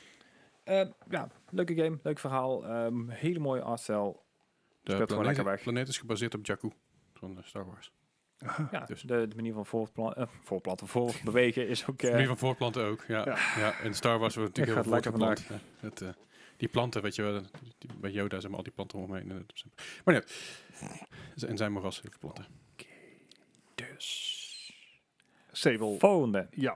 Uh, ja, leuke game, leuk verhaal. Um, hele mooie artstyle. De Speelt gewoon lekker weg. planeet is gebaseerd op Jakku van Star Wars. Ja, dus de, de manier van voortplanten, uh, voortplanten, voortbewegen is ook... Uh, de manier van voortplanten ook, ja. ja. ja in Star Wars wordt natuurlijk heel veel voortgeplant. Ja, het, uh, die planten, weet je wel, die, bij Yoda zijn al die planten omheen. Maar ja, en zijn maar vast heel veel planten. Okay. Dus... Sable. Volgende. Ja.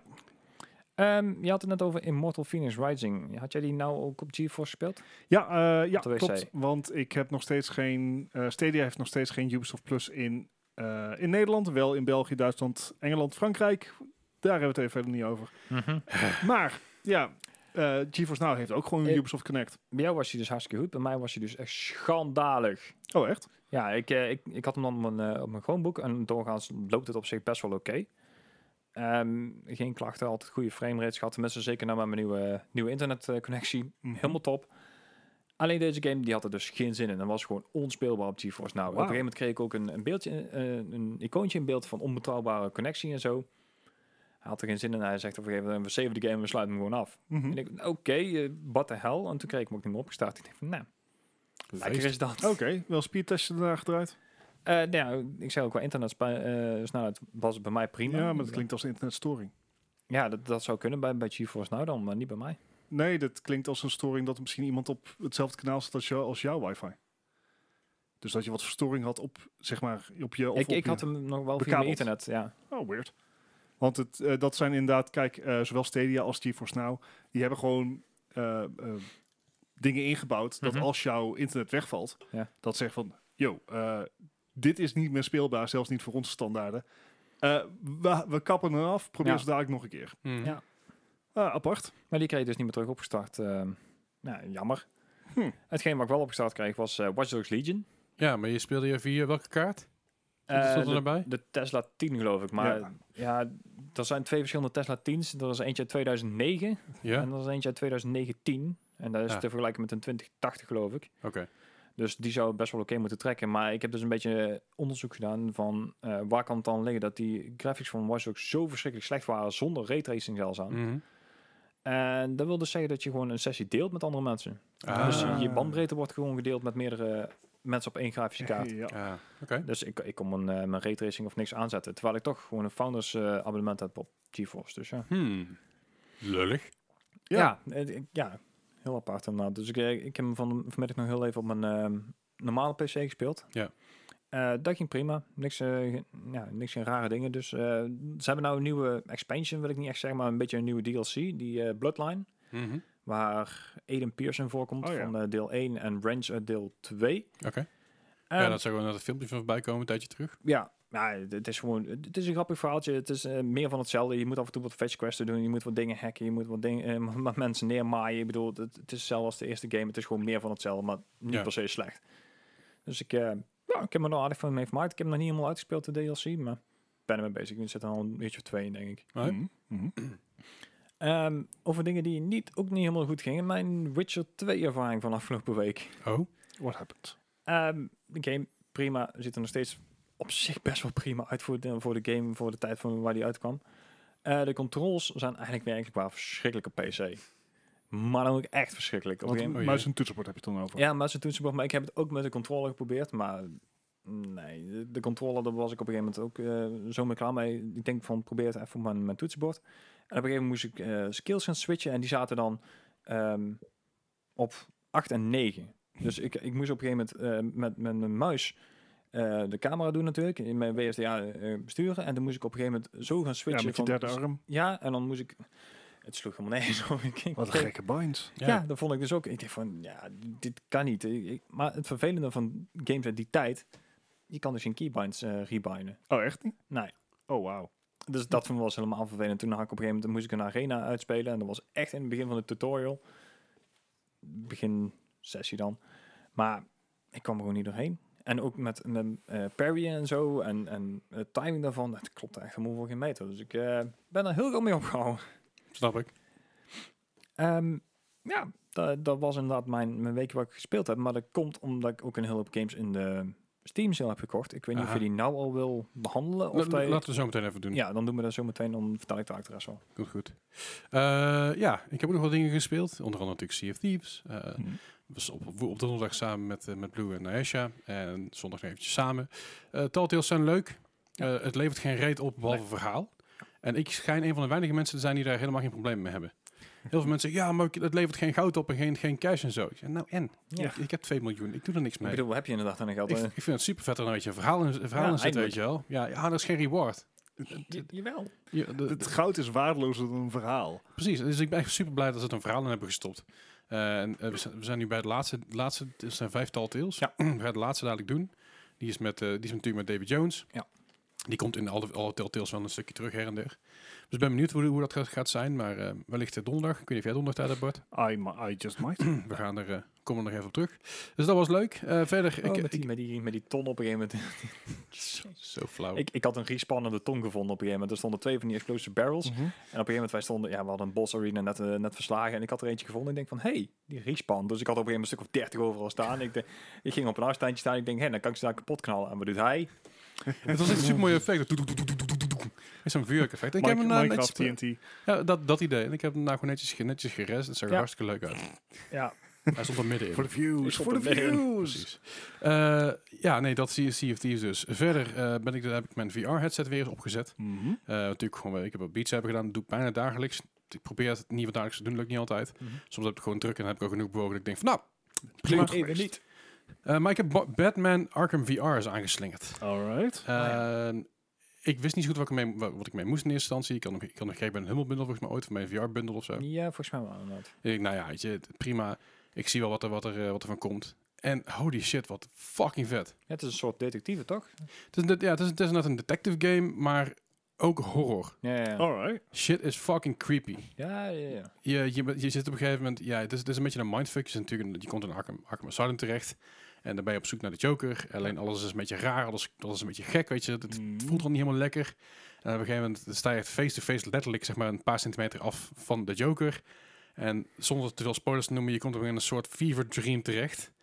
Um, je had het net over Immortal Phoenix Rising. Had jij die nou ook op GeForce gespeeld? Ja, uh, ja klopt. Want ik heb nog steeds geen... Uh, Stadia heeft nog steeds geen Ubisoft Plus in... Uh, in Nederland, wel in België, Duitsland, Engeland, Frankrijk. Daar hebben we het even verder niet over. Mm-hmm. Maar, ja, uh, GeForce Now heeft ook gewoon een uh, Ubisoft Connect. Bij jou was hij dus hartstikke goed. Bij mij was hij dus echt schandalig. Oh, echt? Ja, ik, uh, ik, ik had hem dan op mijn, uh, op mijn Chromebook. En doorgaans loopt het op zich best wel oké. Okay. Um, geen klachten, altijd goede framerates gehad. Tenminste, zeker na mijn nieuwe, nieuwe internetconnectie. Uh, mm-hmm. Helemaal top. Alleen deze game die had er dus geen zin in. En was gewoon onspeelbaar op GeForce Now. Wow. Op een gegeven moment kreeg ik ook een, een beeldje, uh, een icoontje in beeld van onbetrouwbare connectie en zo. Hij had er geen zin in. Hij zegt op een gegeven moment, we saven de game en we sluiten hem gewoon af. Mm-hmm. En ik oké, okay, uh, what the hell? En toen kreeg ik hem ook niet meer opgestart. Ik dacht van, nou, lekker is dat. Oké, okay, wel speedtestje daarna gedraaid? Uh, nou, ik zei ook, qua internet uh, snelheid was het bij mij prima. Ja, maar het klinkt als internetstoring. Ja, dat, dat zou kunnen bij, bij GeForce Now dan, maar niet bij mij. Nee, dat klinkt als een storing dat er misschien iemand op hetzelfde kanaal zat als, jou, als jouw wifi. Dus dat je wat verstoring had op, zeg maar, op je... Of ik op ik je had hem nog wel bekabeld. via mijn internet, ja. Oh, weird. Want het, uh, dat zijn inderdaad, kijk, uh, zowel Stadia als GeForce Now, die hebben gewoon uh, uh, dingen ingebouwd mm-hmm. dat als jouw internet wegvalt, ja. dat zegt van, yo, uh, dit is niet meer speelbaar, zelfs niet voor onze standaarden. Uh, we, we kappen er af, probeer ja. ze dadelijk nog een keer. Mm. Ja. Uh, apart. Maar die kreeg je dus niet meer terug opgestart. Uh, nou, jammer. Hm. Hetgeen wat ik wel opgestart kreeg was uh, Watch Dogs Legion. Ja, maar je speelde je via welke kaart? Uh, stond er de, erbij? de Tesla tien geloof ik. Maar ja. ja, er zijn twee verschillende Tesla tien's. Er is eentje uit tweeduizend negen ja? en er is eentje uit tweeduizend negentien. En dat is ah. te vergelijken met een twintig tachtig geloof ik. Oké. Okay. Dus die zou best wel oké moeten trekken. Maar ik heb dus een beetje onderzoek gedaan van uh, waar kan het dan liggen dat die graphics van Watch Dogs zo verschrikkelijk slecht waren zonder raytracing zelfs aan. Mhm. En dat wil dus zeggen dat je gewoon een sessie deelt met andere mensen. Ah. Dus je, je bandbreedte wordt gewoon gedeeld met meerdere mensen op één grafische kaart. Ja. Ah, oké. Dus ik, ik kon mijn, uh, mijn raytracing of niks aanzetten. Terwijl ik toch gewoon een founders uh, abonnement heb op GeForce. Dus ja. Hmm. Lullig. Ja, ja, uh, ja heel apart inderdaad. Dus ik, ik heb hem van, vanmiddag nog heel even op mijn uh, normale P C gespeeld. Ja. Uh, dat ging prima. Niks, uh, ja, niks geen rare dingen. Dus uh, ze hebben nou een nieuwe expansion, wil ik niet echt zeggen, maar een beetje een nieuwe D L C, die uh, Bloodline. Mm-hmm. Waar Aiden Pearson voorkomt Oh, ja. van uh, deel één en Wrench uit deel twee. Oké. Okay. Um, ja, dat zou gewoon dat filmpje van voorbij komen een tijdje terug. Ja, nou, het is gewoon, het is een grappig verhaaltje. Het is uh, meer van hetzelfde. Je moet af en toe wat fetch quests doen. Je moet wat dingen hacken. Je moet wat dingen, uh, met mensen neermaaien. Ik bedoel, het, het is hetzelfde als de eerste game. Het is gewoon meer van hetzelfde, maar niet ja. per se slecht. Dus ik, uh, ja, ik heb me er aardig van mee vermaakt. Ik heb hem nog niet helemaal uitgespeeld, de D L C, maar ik ben er mee bezig. Ik zit er al een uurtje of twee in, denk ik. Okay. Mm-hmm. Mm-hmm. Um, over dingen die niet, ook niet helemaal goed gingen. Mijn Witcher twee ervaring van afgelopen week. Oh? What happened? Um, de game, prima. Ziet er nog steeds op zich best wel prima uit voor de, voor de game, voor de tijd van waar die uitkwam. Uh, de controls zijn eigenlijk werkelijk waar verschrikkelijk op P C. Maar dan ook echt verschrikkelijk. Op Want game, oh, muis en toetsenbord heb je het dan over? Ja, muis en toetsenbord. Maar ik heb het ook met de controller geprobeerd. Maar nee, de, de controller, daar was ik op een gegeven moment ook uh, zo mee klaar mee. Ik denk van, probeer het even op mijn, mijn toetsenbord. En op een gegeven moment moest ik uh, skills gaan switchen. En die zaten dan um, op acht en negen. Dus ik, ik moest op een gegeven moment uh, met, met mijn muis uh, de camera doen natuurlijk. In mijn W S D A uh, besturen. En dan moest ik op een gegeven moment zo gaan switchen. Ja, met je van, derde arm. Ja, en dan moest ik... Het sloeg helemaal nergens op. Wat een gekke binds. Ja. ja, dat vond ik dus ook. Ik dacht van, ja, dit kan niet. Ik, ik, maar het vervelende van games uit die tijd... Je kan dus geen keybinds uh, rebinden. Oh, echt niet? Nee. Oh, wauw. Dus dat vond ik was helemaal vervelend. Toen had ik op een gegeven moment moest ik een arena uitspelen. En dat was echt in het begin van de tutorial. Begin sessie dan. Maar ik kwam er gewoon niet doorheen. En ook met, met uh, parry en zo. En, en uh, timing daarvan. Dat klopt echt helemaal voor geen meter. Dus ik uh, ben er heel goed mee opgehouden. Snap ik. Um, ja, dat, dat was inderdaad mijn, mijn week waar ik gespeeld heb. Maar dat komt omdat ik ook een hele hoop games in de Steam sale heb gekocht. Ik weet niet Aha. of je die nou al wil behandelen. Of La, je... Laten we zo meteen even doen. Ja, dan doen we dat zo meteen. Dan vertel ik daar de rest wel. Goed, goed. Uh, ja, ik heb ook nog wat dingen gespeeld. Onder andere natuurlijk Sea of Thieves. Uh, hmm. was op, op de donderdag samen met, uh, met Blue en Naesha. En zondag nog eventjes samen. Uh, Telltales zijn leuk. Uh, het levert geen reet op, behalve nee. verhaal. En ik schijn een van de weinige mensen te zijn die daar helemaal geen probleem mee hebben. Heel veel mensen zeggen, ja, maar het levert geen goud op en geen, geen cash en zo. Ik zeg, nou en? Ja. Ik, ik heb twee miljoen, ik doe er niks mee. Ik bedoel, wat heb je inderdaad aan de geld? Ik, ik vind het super vet dat er een beetje een verhaal in, een verhaal ja, in zit, weet je wel. Ja, ja, dat is geen reward. Je, jawel. Ja, de, het goud is waardelozer dan een verhaal. Precies, dus ik ben echt super blij dat ze er een verhaal in hebben gestopt. Uh, en, uh, we, zijn, we zijn nu bij het laatste, laatste het zijn vijf Telltales. Ja. We gaan de laatste dadelijk doen. Die is, met, uh, die is natuurlijk met David Jones. Ja. Die komt in alle, alle Telltales wel een stukje terug her en der. Dus ik ben benieuwd hoe, hoe dat gaat zijn, maar uh, wellicht donderdag. Ik weet niet of jij donderdag tijd hebt, Bart. I, I just might. We gaan er, uh, komen er nog even op terug. Dus dat was leuk. Uh, verder... Oh, ik, met, die, ik, met, die, met die ton op een gegeven moment. zo, zo flauw. Ik, ik had een respannende ton gevonden op een gegeven moment. Er stonden twee van die explosive barrels. Mm-hmm. En op een gegeven moment, wij stonden, ja, we hadden een boss arena net, uh, net verslagen. En ik had er eentje gevonden. En ik denk van, hé, hey, die respawn. Dus ik had op een gegeven moment een stuk of dertig overal staan. Ik, de, ik ging op een afstandje staan. Ik denk, hé, hey, dan kan ik ze daar kapot knallen. En wat doet hij? Het was echt een super mooi effect. Is zo'n vuurwerkeffect. Ik heb hem uh, Minecraft T N T. Ja, dat, dat idee. En ik heb hem nou gewoon netjes, netjes gerest. Het zag er ja. hartstikke leuk uit. Ja. Hij stond er middenin. Voor de views. Voor de views. Uh, ja, nee, dat zie je dus. dus. Verder uh, ben ik, heb ik mijn V R-headset weer eens opgezet. Mm-hmm. Uh, natuurlijk gewoon, ik heb wat Beats hebben gedaan. Dat doe ik bijna dagelijks. Ik probeer het niet wat dagelijks te doen. lukt niet altijd. Mm-hmm. Soms heb ik gewoon druk en dan heb ik ook genoeg bewogen. Dat ik denk van, nou, prima. Even niet. Uh, maar ik heb ba- Batman Arkham V R eens aangeslingerd. Alright. Uh, oh, ja. Ik wist niet zo goed wat ik, mee, wat ik mee moest in eerste instantie. Ik had nog, ik had nog gekeken bij een Humble Bundle, volgens mij ooit, van mijn V R-bundle of zo. Ja, volgens mij wel inderdaad. Ik, nou ja, weet je, prima. Ik zie wel wat er, wat er, wat er van komt. En holy shit, wat fucking vet. Ja, het is een soort detectieve, toch? Het is, een, ja, het is, het is net een detective game, maar ook horror. Ja, ja. Alright. Shit is fucking creepy. Ja, ja, ja. Je, je, je zit op een gegeven moment, ja, het is, het is een beetje een mindfuck. Je, natuurlijk, je komt in Arkham, Arkham Asylum terecht. En dan ben je op zoek naar de Joker. Alleen alles is een beetje raar, alles, alles is een beetje gek, weet je. Het, het Mm. voelt er niet helemaal lekker. En op een gegeven moment sta je echt face-to-face, letterlijk zeg maar een paar centimeter af van de Joker. En zonder te veel spoilers te noemen, je komt er in een soort fever dream terecht.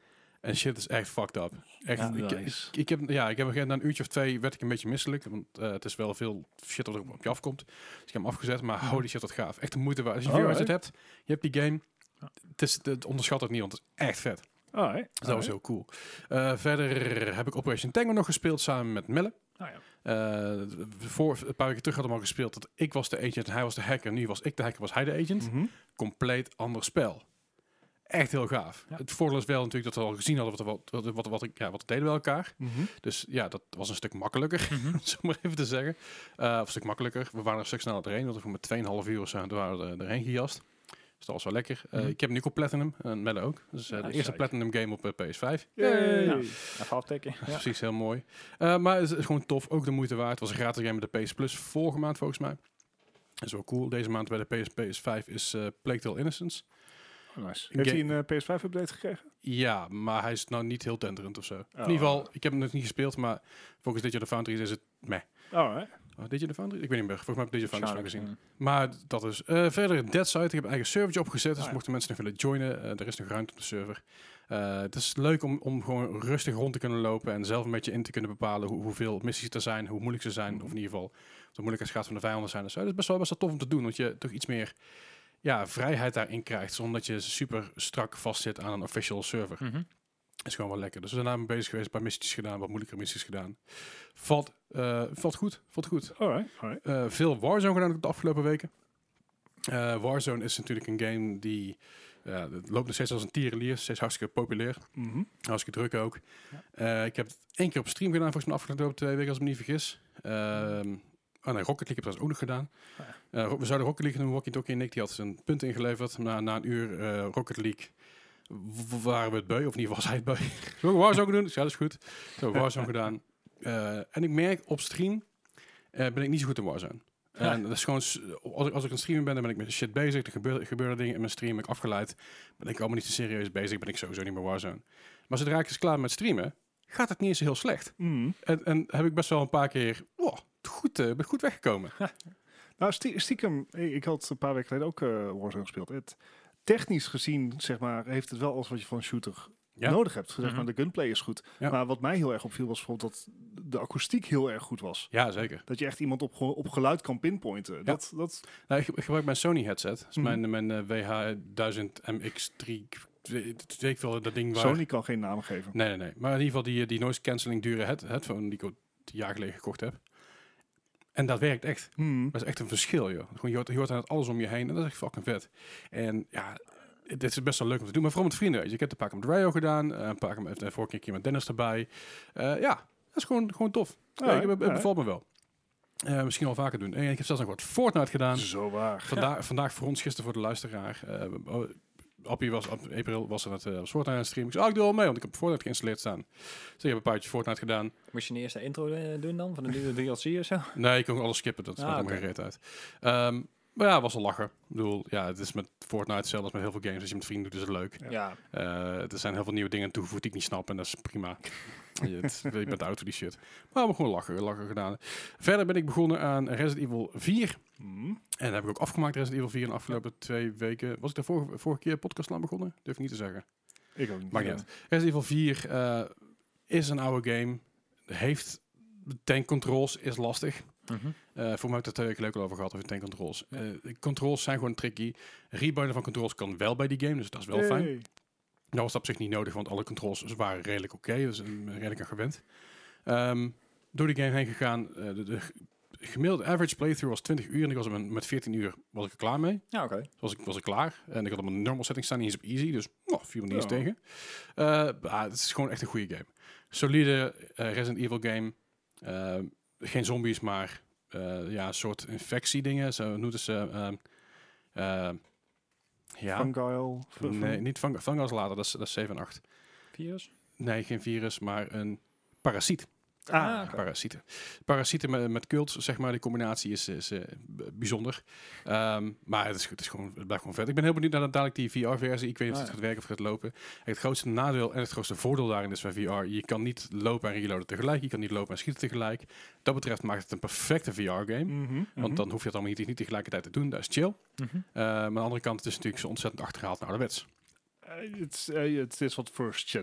En shit is echt fucked up. Echt, Ja, ik, nice. ik, ik heb, ja, ik heb na een uurtje of twee werd ik een beetje misselijk. Want uh, het is wel veel shit wat er op je afkomt. Dus ik heb hem afgezet. Maar holy shit, wat gaaf. Echt de moeite waard. Als je Alright. V R zit hebt, je hebt die game. Het, is, het onderschat het niet, want het is echt vet. Alright. Dus dat was heel cool. Uh, verder heb ik Operation Tango nog gespeeld samen met Melle. Oh, ja. Uh, voor een paar weken terug hadden we al gespeeld dat ik was de agent en hij was de hacker. Nu was ik de hacker, was hij de agent. Mhm. Compleet ander spel. Echt heel gaaf. Ja. Het voordeel is wel natuurlijk dat we al gezien hadden wat, wat, wat, wat, wat, ja, wat deden we elkaar. Mhm. Dus ja, dat was een stuk makkelijker, Mhm. zo maar even te zeggen. Uh, of een stuk makkelijker. We waren er een stuk sneller doorheen, want we met twee komma vijf uur of zo waren we er, erheen gejast. Dus dat was wel lekker. Uh, Mhm. Ik heb nu ook Platinum, en Melle ook. Dus uh, Ja, de eerste zeker. Platinum game op uh, P S vijf. Yay. Ja. Even aftikken. Ja. Precies, heel mooi. Uh, maar het is gewoon tof, ook de moeite waard. Het was een gratis game met de P S Plus vorige maand volgens mij. Dat is wel cool. Deze maand bij de P S, P S vijf is uh, Plague Tale Innocence. Oh, nice. Een Heeft hij ga- een uh, P S vijf update gekregen? Ja, maar hij is nou niet heel tenderend of zo. In Oh. ieder geval, ik heb hem nog niet gespeeld, maar volgens Digital Foundry is het meh. Alright. Oh, Digital Foundry? Ik weet niet meer. Volgens mij heb ik Digital Foundry Waarschijnlijk, gezien. Maar dat is uh, verder Deadside. Ik heb een eigen servertje opgezet, dus Ah, ja. mochten mensen nog willen joinen, uh, er is nog ruimte op de server. Uh, het is leuk om, om gewoon rustig rond te kunnen lopen en zelf een beetje in te kunnen bepalen hoe, hoeveel missies er zijn, hoe moeilijk ze zijn, Mhm. of in ieder geval de moeilijkheidsgraad van de vijanden zijn. Dus dat is best wel, best wel tof om te doen, want je toch iets meer ja, vrijheid daarin krijgt, zonder dat je super strak vastzit aan een official server. Mhm. Is gewoon wel lekker. Dus we zijn daarmee bezig geweest, een paar missies gedaan, wat moeilijke missies gedaan. Valt, uh, valt goed, valt goed. Alright. Alright. Uh, veel Warzone gedaan de afgelopen weken. Uh, Warzone is natuurlijk een game die ja, het loopt nog steeds als een tierenlier, steeds hartstikke populair, Mhm. hartstikke druk ook. Uh, ik heb het één keer op stream gedaan, volgens mij de afgelopen twee weken als ik me niet vergis. Uh, Oh nee, Rocket League heb ik dat ook nog gedaan. Uh, we zouden Rocket League doen, Walkie Talkie en Nick die had zijn punt ingeleverd. Na, na een uur uh, Rocket League w- waren we het beu, of in ieder geval was hij het beu. Zullen we Warzone doen? Dus ja, dat is goed. Zo, Warzone gedaan. Uh, en ik merk op stream uh, ben ik niet zo goed in Warzone. Ja. En dat is gewoon, s- als ik, als ik aan het streamen ben, dan ben ik met shit bezig. Er gebeuren, gebeuren dingen in mijn stream, ben ik afgeleid. Ben ik allemaal niet te serieus bezig, ben ik sowieso niet meer Warzone. Maar zodra ik eens klaar ben met streamen, gaat het niet eens heel slecht. Mhm. En, en heb ik best wel een paar keer oh, goed, uh, ben goed weggekomen. Nou, stie- stiekem, ik ik had een paar weken geleden ook uh, Warzone gespeeld. Het, technisch gezien, zeg maar, heeft het wel alles wat je van een shooter Ja. nodig hebt. Zeg Mhm. maar, de gunplay is goed. Ja. Maar wat mij heel erg opviel was bijvoorbeeld dat de akoestiek heel erg goed was. Ja, zeker. Dat je echt iemand op, ge- op geluid kan pinpointen. Dat, dat, Nou, ik, ik gebruik mijn Sony headset. Dat is Mhm. mijn, mijn uh, W H duizend M X drie. Weet ik veel, dat ding waar... Sony kan geen naam geven. Nee, nee, nee. Maar in ieder geval die, die noise cancelling dure head, headphone die ik ook een jaar geleden gekocht heb. En dat werkt echt. Mhm. Dat is echt een verschil, joh. Gewoon, je hoort, je hoort aan het alles om je heen en dat is echt fucking vet. En ja, dit is best wel leuk om te doen. Maar vooral met vrienden, weet je. Ik heb een paar keer met Ryo gedaan. Uh, een paar keer met, de vorige keer met Dennis erbij. Uh, ja, dat is gewoon, gewoon tof. Ja, Alright, ik, het alright. bevalt me wel. Uh, misschien al vaker doen. En ik heb zelfs nog wat Fortnite gedaan. Zo waar. Vanda- Vandaag voor ons, gisteren voor de luisteraar. Uh, oh, Appie was, April was er het uh, Fortnite aan het streamen. Ik zei, ah, ik doe al mee, want ik heb Fortnite geïnstalleerd staan. Dus ik heb een paardje Fortnite gedaan. Moest je een eerste intro uh, doen dan, van de nieuwe D L C of zo? Nee, ik kon alles skippen, dat Ah, maakt helemaal oké. geen reet uit. Um, maar ja, het was een lachen. Ik bedoel, ja, het is met Fortnite hetzelfde als met heel veel games. Als je met vrienden doet, is het leuk. Ja. Uh, er zijn heel veel nieuwe dingen toegevoegd die ik niet snap en dat is prima. je, het, je bent oud voor die shit. Maar we hebben gewoon lachen, lachen gedaan. Verder ben ik begonnen aan Resident Evil vier. Mhm. En dat heb ik ook afgemaakt, Resident Evil vier, in de afgelopen twee weken. Was ik daar vorige, vorige keer podcast aan begonnen? Durf ik niet te zeggen. Ik ook niet. Maakt niet uit. Resident Evil vier uh, is een oude game. Heeft tank controls, is lastig. Mhm. Uh, voor mij heb ik het twee weken leuk al over gehad, over tank controls. Uh, de controls zijn gewoon tricky. Rebounden van controls kan wel bij die game, dus dat is wel Hey. fijn. Dat was op zich niet nodig, want alle controls waren redelijk oké. Okay, dus ik ben redelijk aan gewend. Um, door die game heen gegaan. Uh, de, de gemiddelde average playthrough was twintig uur. En ik was er met veertien uur was ik er klaar mee. Ja, oké. Okay. Was ik, was ik klaar. En ik had op een normal setting staan, niet eens op easy. Dus oh, viel me niet eens Ja. tegen. Uh, ah, het is gewoon echt een goede game. Solide uh, Resident Evil game. Uh, geen zombies, maar uh, ja, een soort infectie dingen. Zo noemen ze... Uh, uh, ja. Fungal. Nee, niet fung fungus later. Dat is, dat is zeven en acht. Virus? Nee, geen virus, maar een parasiet. Ah, oké. Parasieten. Parasieten met, met cults, zeg maar. Die combinatie is, is uh, bijzonder. Um, maar het, is, het, is gewoon, het blijft gewoon vet. Ik ben heel benieuwd naar dadelijk die V R-versie. Ik weet niet of Ah, het ja. gaat werken of gaat lopen. Het grootste nadeel en het grootste voordeel daarin is bij V R. Je kan niet lopen en reloaden tegelijk. Je kan niet lopen en schieten tegelijk. Dat betreft maakt het een perfecte V R-game. Mhm. Want dan hoef je het allemaal niet, niet tegelijkertijd te doen. Dat is chill. Mhm. Uh, maar aan de andere kant het is het natuurlijk zo ontzettend achterhaald naar ouderwets. Uh, Het is- uh, het is wat first gen.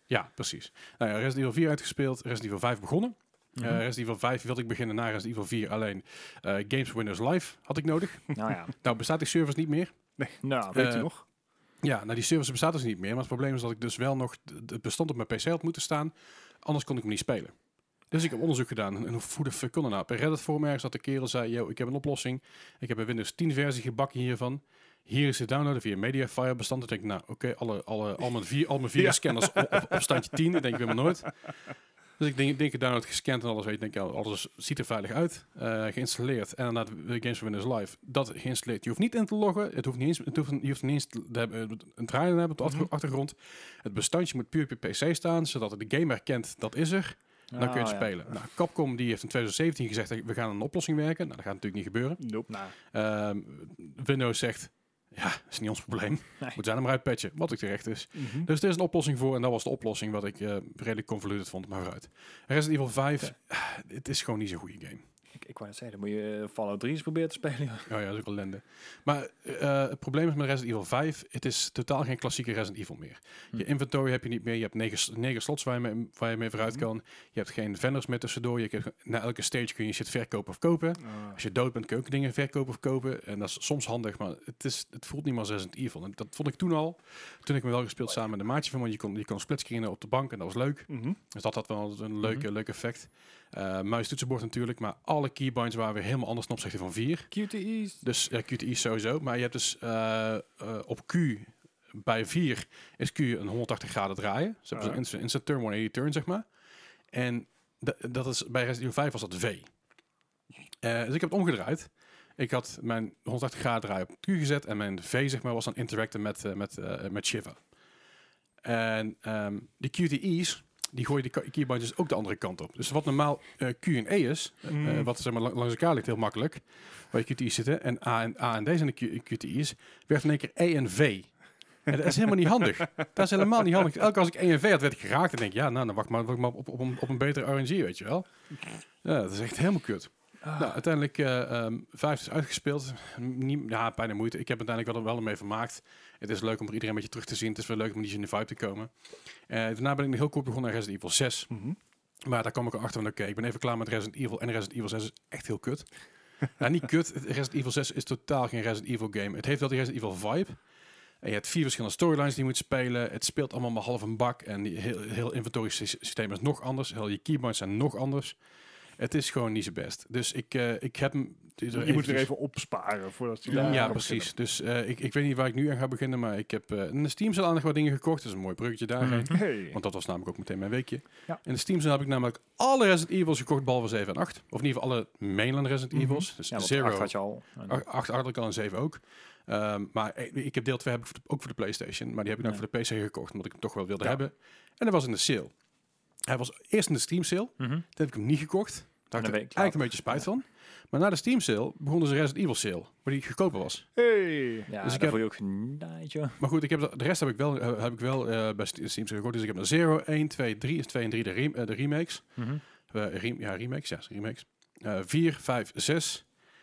Ja, precies. Nou ja, Resident Evil vier uitgespeeld, Resident Evil vijf begonnen. Mhm. Uh, Resident Evil vijf wilde ik beginnen na Resident Evil vier, alleen uh, Games for Windows Live had ik nodig. Nou ja. Nou bestaat die service niet meer. Nou, Weet Eh, je nog? Ja, nou die service bestaat dus niet meer. Maar het probleem is dat ik dus wel nog d- het bestand op mijn P C had moeten staan. Anders kon ik hem niet spelen. Dus ik heb onderzoek gedaan. En hoe hoe de fuck kon dat nou? Op een Reddit forum ergens dat de kerel zei, yo, ik heb een oplossing. Ik heb een Windows tien versie gebakken hiervan. Hier is het downloaden via Mediafire bestand. Dan denk ik, nou oké, alle, alle, al mijn vier, al mijn vier Ja. scanners op, op, op standje tien. Dat denk ik weer maar nooit. Dus ik denk, denk ik download gescand en alles. Weet, ik denk, ja, alles ziet er veilig uit. Uh, geïnstalleerd. En inderdaad, de Games for Windows Live. Dat geïnstalleerd. Je hoeft niet in te loggen. Het hoeft niet eens, het hoeft, je hoeft niet eens te hebben, een draaien te hebben op de achter- Mhm. achtergrond. Het bestandje moet puur op je P C staan. Zodat de game herkent, dat is er. Dan kun je het Ah, ja. spelen. Nou, Capcom die heeft in twintig zeventien gezegd, we gaan aan een oplossing werken. Nou, dat gaat natuurlijk niet gebeuren. Nope. Nou, Um, Windows zegt, ja, dat is niet ons probleem. Nee. Moet zijn er maar uitpatchen, wat ook terecht is. Mhm. Dus er is een oplossing voor en dat was de oplossing wat ik uh, redelijk convoluted vond, maar vooruit. Resident Evil vijf, Oké. ah, het is gewoon niet zo'n goede game. ik, ik wou net zeggen, dan moet je uh, Fallout drie eens proberen te spelen. Oh ja, dat is ook ellende. Maar uh, het probleem is met Resident Evil vijf, het is totaal geen klassieke Resident Evil meer. Hm. Je inventory heb je niet meer, je hebt negen, s- negen slots waar je, mee, waar je mee vooruit Hm. kan. Je hebt geen vendors meer tussendoor. Je hebt, na elke stage kun je shit verkopen of kopen. Ah. Als je dood bent kun je ook dingen verkopen of kopen. En dat is soms handig, maar het, is, het voelt niet meer als Resident Evil. En dat vond ik toen al. Toen ik me wel gespeeld samen met een maatje van me. Je kon, je kon splitscreenen op de bank en dat was leuk. Mhm. Dus dat had wel een leuke, Mhm. leuk effect. Uh, muis toetsenbord natuurlijk, maar alle keybinds waren weer helemaal anders ten opzichte van vier. Q T E's. Dus uh, Q T E sowieso. Maar je hebt dus uh, uh, op Q bij vier is Q een honderdtachtig graden draaien. Ze hebben Ah. zo'n instant, instant turn, honderdtachtig turn zeg maar. En d- dat is bij Resident Evil vijf was dat V. Uh, dus ik heb het omgedraaid. Ik had mijn honderdtachtig graden draaien op Q gezet en mijn V zeg maar was dan interacten met, uh, met, uh, met Shiva. En um, die Q T E's die gooien die keybinds dus ook de andere kant op. Dus wat normaal uh, Q en E is, uh, Mm. wat zeg maar lang- langs elkaar ligt heel makkelijk, waar je Q T E's zitten, en A en, A en D zijn de Q, Q T E's, werd in één keer E en V. En dat is helemaal niet handig. Dat is helemaal niet handig. Elke keer als ik E en V had, werd ik geraakt en denk ik, ja, nou, dan wacht maar, wacht maar op, op, een, op een betere R N G, weet je wel. Ja, dat is echt helemaal kut. Ah. Nou, uiteindelijk uh, um, vijf is uitgespeeld. Nie, ja, bijna moeite. Ik heb uiteindelijk wel, wel ermee vermaakt. Het is leuk om er iedereen een beetje terug te zien. Het is wel leuk om niet in de vibe te komen. Uh, daarna ben ik nog heel kort begonnen aan Resident Evil zes. Mhm. Maar daar kwam ik erachter van, oké, okay, ik ben even klaar met Resident Evil. En Resident Evil zes is echt heel kut. Nou, niet kut. Resident Evil zes is totaal geen Resident Evil game. Het heeft wel die Resident Evil vibe. En je hebt vier verschillende storylines die je moet spelen. Het speelt allemaal maar half een bak. En die heel, heel inventory systeem is nog anders. Heel je keybinds zijn nog anders. Het is gewoon niet zo best. Dus ik, uh, ik heb hem... Je moet weer even opsparen voordat je Ja, daar ja kan precies. Dus uh, ik, ik weet niet waar ik nu aan ga beginnen. Maar ik heb uh, in de Steam Sale nog wat dingen gekocht. Dat is een mooi bruggetje daarheen. Mhm. Hey. Want dat was namelijk ook meteen mijn weekje. Ja. In de Steam Sale heb ik namelijk alle Resident Evils gekocht, behalve zeven en acht. Of in ieder geval alle mainland Resident Mhm. Evils. Dus Ja, want zero, acht had je al. En- acht had ik al en zeven ook. Um, maar ik, ik heb deel twee heb ik voor de, ook voor de PlayStation. Maar die heb ik nou Ja. voor de P C gekocht, omdat ik hem toch wel wilde Ja. hebben. En dat was in de sale. Hij was eerst in de Steam Sale. Mhm. Toen heb ik hem niet gekocht. Daar En had een ik week eigenlijk een later. beetje spijt Ja. van. Maar na de Steam Sale begonnen ze Resident Evil Sale. Waar die goedkoper was. Hey. Ja, Dus dus ik ik heb- voel je ook genaaid, joh. Maar goed, ik heb de, de rest heb ik wel, uh, heb ik wel uh, bij Steam Sale gekocht. Dus ik heb naar zero, één, twee, drie. Is twee en drie de, rem, uh, de remakes. Mhm. Uh, rem, ja, remakes. Ja, remakes. Uh, vier, vijf, zes.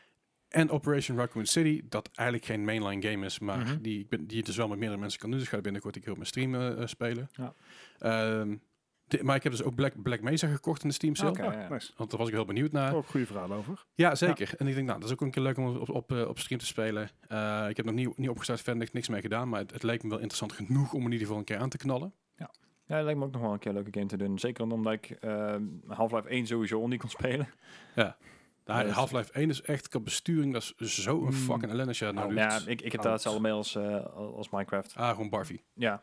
En Operation Raccoon City. Dat eigenlijk geen mainline game is. Maar Mhm. die, ik ben, die je dus wel met meerdere mensen kan doen. Dus ik ga binnenkort een keer op mijn stream uh, uh, spelen. Ja. Um, de, maar ik heb dus ook Black, Black Mesa gekocht in de Steam Sale. Oké. Ah, ja. nice. Want daar was ik heel benieuwd naar. Ook goede verhaal over. Ja, zeker. En ik denk, nou, dat is ook een keer leuk om op, op, uh, op stream te spelen. Uh, ik heb nog niet, niet opgestart, verder niks mee gedaan. Maar het, het leek me wel interessant genoeg om in ieder geval een keer aan te knallen. Ja, dat lijkt me ook nog wel een keer een leuke game te doen. Zeker omdat ik uh, Half-Life één sowieso niet kon spelen. Nou, Ja, dat- Half-Life één is echt, qua besturing, dat is zo een Mm. fucking ellende als je dat nou doet. ja, ik, ik heb daar hetzelfde mee als, uh, als Minecraft. Ah, gewoon Barfy. Ja,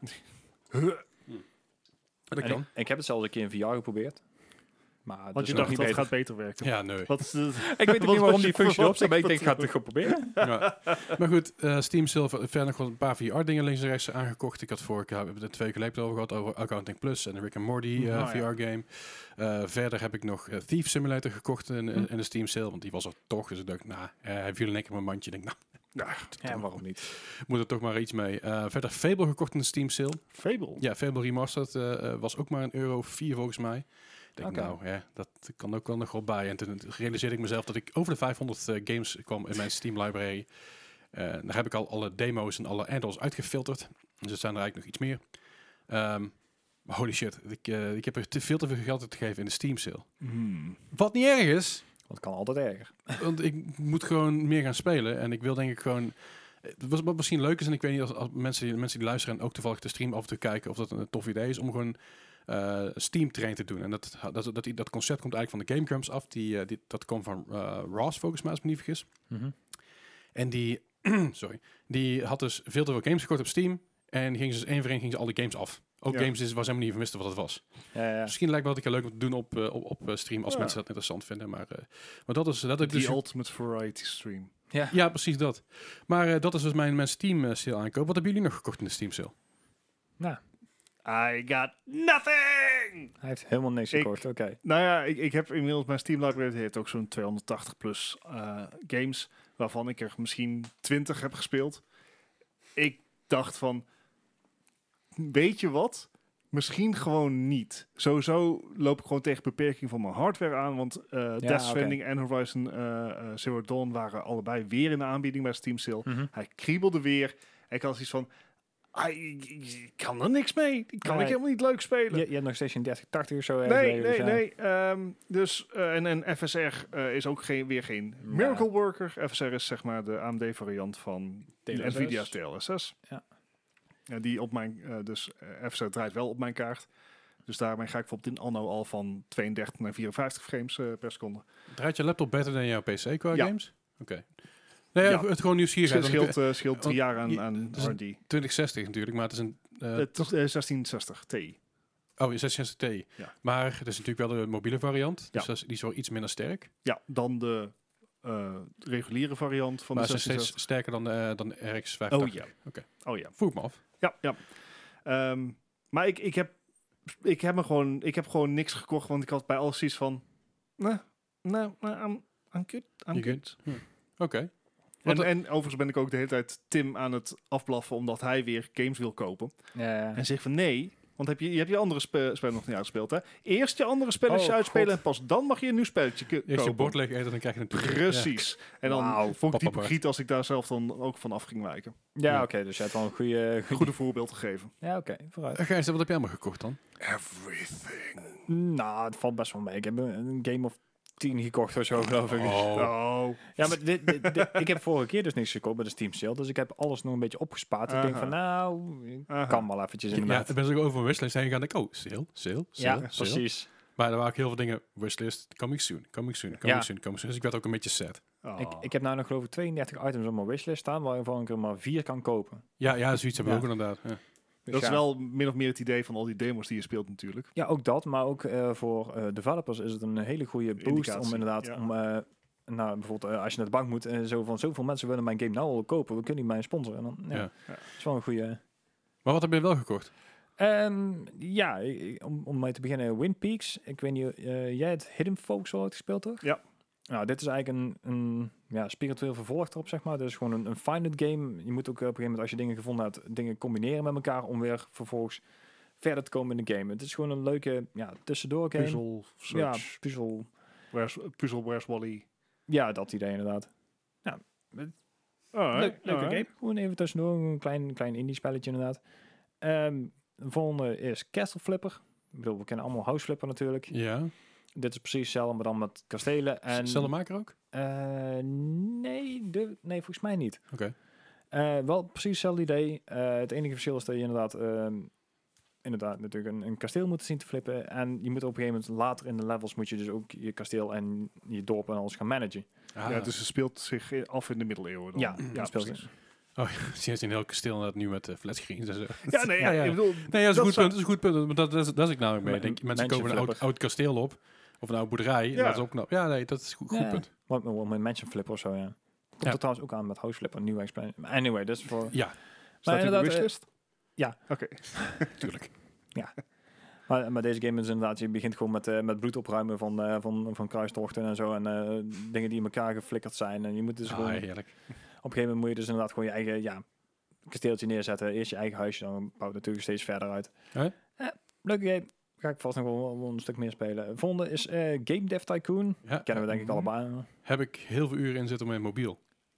Dat en kan. ik, ik heb het zelfs een keer in V R geprobeerd. Maar dat Want is je nog dacht niet dat beter. gaat beter werken. Ja, nee. Wat is het? Ik weet ook Wat niet waarom was die je functie erop staat, maar ik denk, verwachting? ik ga het toch gewoon proberen. Ja. Maar goed, uh, Steam Silver, verder nog wel een paar V R-dingen links en rechts aangekocht. Ik had vorige keer, we hebben het twee weken geleden over gehad, over Accounting Plus en de Rick and Morty uh, Oh, V ja. R-game. Uh, verder heb ik nog uh, Thief Simulator gekocht in, in, in de Steam Sale, want die was er toch. Dus ik dacht, nou, uh, hij viel in één keer mijn mandje. Ik denk, nou, ja, Ja, waarom niet? moet er toch maar iets mee. Uh, verder Fable gekocht in de Steam Sale. Fable. Ja, Fable Remastered uh, was ook maar een euro vier volgens mij. Ik denk, Oké. nou, ja, dat kan ook wel nog wel bij. En toen realiseerde ik mezelf dat ik over de vijfhonderd uh, games kwam in mijn Steam library. Uh, daar heb ik al alle demo's en alle add-ons uitgefilterd. Dus er zijn er eigenlijk nog iets meer. Um, Maar holy shit, ik, uh, ik heb er te veel te veel geld te geven in de Steam sale. Hmm. Wat niet erg is, Dat kan altijd erger. want ik moet gewoon meer gaan spelen. En ik wil denk ik gewoon... Wat, wat misschien leuk is, en ik weet niet als, als mensen, die, mensen die luisteren en ook toevallig de stream af en toe kijken of dat een tof idee is, om gewoon uh, Steam train te doen. En dat, dat, dat, dat concept komt eigenlijk van de Game Grumps af. Die, uh, die, dat komt van uh, Ross, volgens mij, als ik me niet vergis. Mm-hmm. En die, sorry, die had dus veel te veel games gekocht op Steam. En ging ze dus één voor één gingen ze al die games af. Ook Ja. games die ze waar ze helemaal niet van wisten wat het was. Ja, ja. Misschien lijkt me dat ik leuk om te doen op, uh, op, op uh, stream als Ja. mensen dat interessant vinden. Maar, uh, maar dat is dat heb ik The dus. Ultimate Variety Stream. Ja. Ja, precies dat. Maar uh, dat is dus mijn, mijn Steam uh, sale aankoop. Wat hebben jullie nog gekocht in de Steam sale? Nou, I got nothing! hij heeft helemaal niks Ik- gekocht. Oké. Nou ja, ik, ik heb inmiddels mijn Steam library heeft ook zo'n tweehonderdtachtig plus uh, games, waarvan ik er misschien twintig heb gespeeld. Ik dacht van, weet je wat? Misschien gewoon niet. Sowieso loop ik gewoon tegen beperking van mijn hardware aan, want uh, Death Stranding en Horizon uh, uh, Zero Dawn waren allebei weer in de aanbieding bij Steam Sale. Mhm. Hij kriebelde weer. En ik had zoiets van, ah, ik, ik- ik kan er niks mee. Die kan Nee. ik helemaal niet leuk spelen. Je, je hebt nog steeds een dertig tachtig of zo. Nee, ergens nee, liggen, dus nee. Ehm, dus, uh, en, en F S R uh, is ook geen, weer geen Ja. Miracle Worker. F S R is zeg maar de A M D variant van T L S S. Nvidia's T L S S. Ja. Ja, die op mijn, uh, dus uh, F S R draait wel op mijn kaart. Dus daarmee ga ik bijvoorbeeld in Anno al van tweeëndertig naar vierenvijftig frames uh, per seconde. Draait je laptop beter dan jouw P C qua Ja. games? Oké. Okay. Nee, Ja. het gewoon nieuwsgierigheid. Het want scheelt, uh, scheelt drie want jaar aan, je- aan dus een- R D. twintig zestig natuurlijk, maar het is een... Uh, Het is uh, zestien zestig Ti. oh, zeshonderdzestig Ti. Ja. Maar het is natuurlijk wel de mobiele variant, dus Ja. dat is, die is wel iets minder sterk. Ja, dan de uh, reguliere variant van maar de het is zestien steeds zestig. sterker dan de, uh, dan de R X vijfhonderdtachtig. Oh ja. Oké. Oh ja. Voel ik me af. Ja, ja. Ehm, maar ik, ik, heb, ik, heb me gewoon, ik heb gewoon niks gekocht, want ik had bij alles iets van... Nee, nee, nee, I'm, I'm good, I'm You good. Oké. Okay. En, Wat- en overigens ben ik ook de hele tijd Tim aan het afblaffen, omdat hij weer games wil kopen. Ja, ja. En zegt van nee, want heb je, je hebt je andere spe spellen nog niet uitgespeeld, hè? Eerst je andere spelletje Oh, uitspelen God. en pas dan mag je een nieuw spelletje ko- Eerst je kopen. bord leeg eten, dan krijg je een toekomst. Precies. En dan Wauw, vond ik papa het Bart. hypocriet als ik daar zelf dan ook van af ging wijken. Ja, Ja. oké. Dus je hebt wel een goede... goede... Goede voorbeeld gegeven. Ja, oké. vooruit. Uh, Gijs, wat heb jij allemaal gekocht dan? Everything. Nou, het valt best wel mee. Ik heb een, een game of tien gekocht of zo, geloof ik. Oh. Oh. Ja, maar dit, dit, dit- ik heb vorige keer dus niks gekocht bij de Steam sale. Dus ik heb alles nog een beetje opgespaard. Ik denk Aha. van, nou, ik Aha. kan wel eventjes Ja, inderdaad. ik ben zo over een wishlist heen gegaan. Ik, oh, sale, sale, Ja, sale, sale. precies. Maar er waren ook heel veel dingen. Wishlist, coming soon, coming soon, coming Ja. soon, coming soon. Dus ik werd ook een beetje sad. Oh. Ik, ik heb nou nog geloof ik tweeëndertig items op mijn wishlist staan, waarvan ik er maar vier kan kopen. Ja, ja, zoiets hebben we Ja. ook inderdaad. Ja. Dus dat ja. is wel min of meer het idee van al die demos die je speelt natuurlijk. Ja, ook dat. Maar ook eh, voor eh, developers is het een hele goede boost Indicatie, om inderdaad, ja. om, eh, nou bijvoorbeeld eh, als je naar de bank moet en zo van zoveel mensen willen mijn game nou al kopen, we kunnen die mij sponsoren. En dan, ja, Ja. Ja. is wel een goede. Maar wat heb je wel gekocht? Ehm, ja, ik- om, om mee te beginnen, Wind Peaks. Ik weet niet, eh, jij hebt Hidden Folks al gespeeld, toch? Ja. Nou, dit is eigenlijk een, een ja, spiritueel vervolg erop, zeg maar. Dus gewoon een, een find it game. Je moet ook op een gegeven moment, als je dingen gevonden hebt, dingen combineren met elkaar om weer vervolgens verder te komen in de game. Het is gewoon een leuke, ja, tussendoor game. Puzzel, Ja, search, puzzel. where's, puzzel, where's Wally? Ja, dat idee inderdaad. Alright, Leuk, leuke alright. game. Gewoon even tussendoor. Een klein, klein indie spelletje inderdaad. Ehm, de volgende is Castle Flipper. Ik bedoel, we kennen allemaal House Flipper natuurlijk. Ja. Dit is precies hetzelfde, maar dan met kastelen. En, Zelfde maker ook? eh, nee, de, nee, volgens mij niet. Oké. Eh, wel precies hetzelfde idee. Eh, het enige verschil is dat je inderdaad, ehm, inderdaad natuurlijk een, een kasteel moet zien te flippen. En je moet op een gegeven moment later in de levels moet je dus ook je kasteel en je dorp en alles gaan managen. Ah, Ja, dus het speelt zich i- af in de middeleeuwen. Dan. Ja, ja dat speelt precies. Zie je in heel kasteel inderdaad nu met uh, flatscreens en zo. Ja, nee, ja, Ja, ja. ik bedoel... Nee, dat is een goed zou- punt. Dat is een goed punt. Want dat, dat, is, dat is ik namelijk mee. Ma- Denk, mensen Mansion kopen een oud, Flipper. oud kasteel op. Of een oude boerderij. Ja. Ja. Dat is ook knap. Ja, nee, dat is een goed, goed Ja. punt. Wat met Mansion Flipper of zo, ja. Komt Ja. er trouwens ook aan met House Flipper, nieuwe expansion. Maar Anyway, dat is voor... Ja, Staat die op de inderdaad, eh, wishlist? ja. Oké. tuurlijk. Maar, maar deze game is inderdaad, je begint gewoon met, eh, met bloed opruimen van, eh, van, van kruistochten en zo. En eh, dingen die in elkaar geflikkerd zijn. En je moet dus Ah, gewoon... heerlijk. Op een gegeven moment moet je dus inderdaad gewoon je eigen ja, kasteeltje neerzetten. Eerst je eigen huisje, dan bouwt het natuurlijk steeds verder uit. Huh? Ja, leuke game. Ga ik vast nog wel, wel een stuk meer spelen. Volgende is eh, Game Dev Tycoon. Ja, Kennen we denk ik Mhm. allebei. heb ik heel veel uren in zitten op mijn mobiel.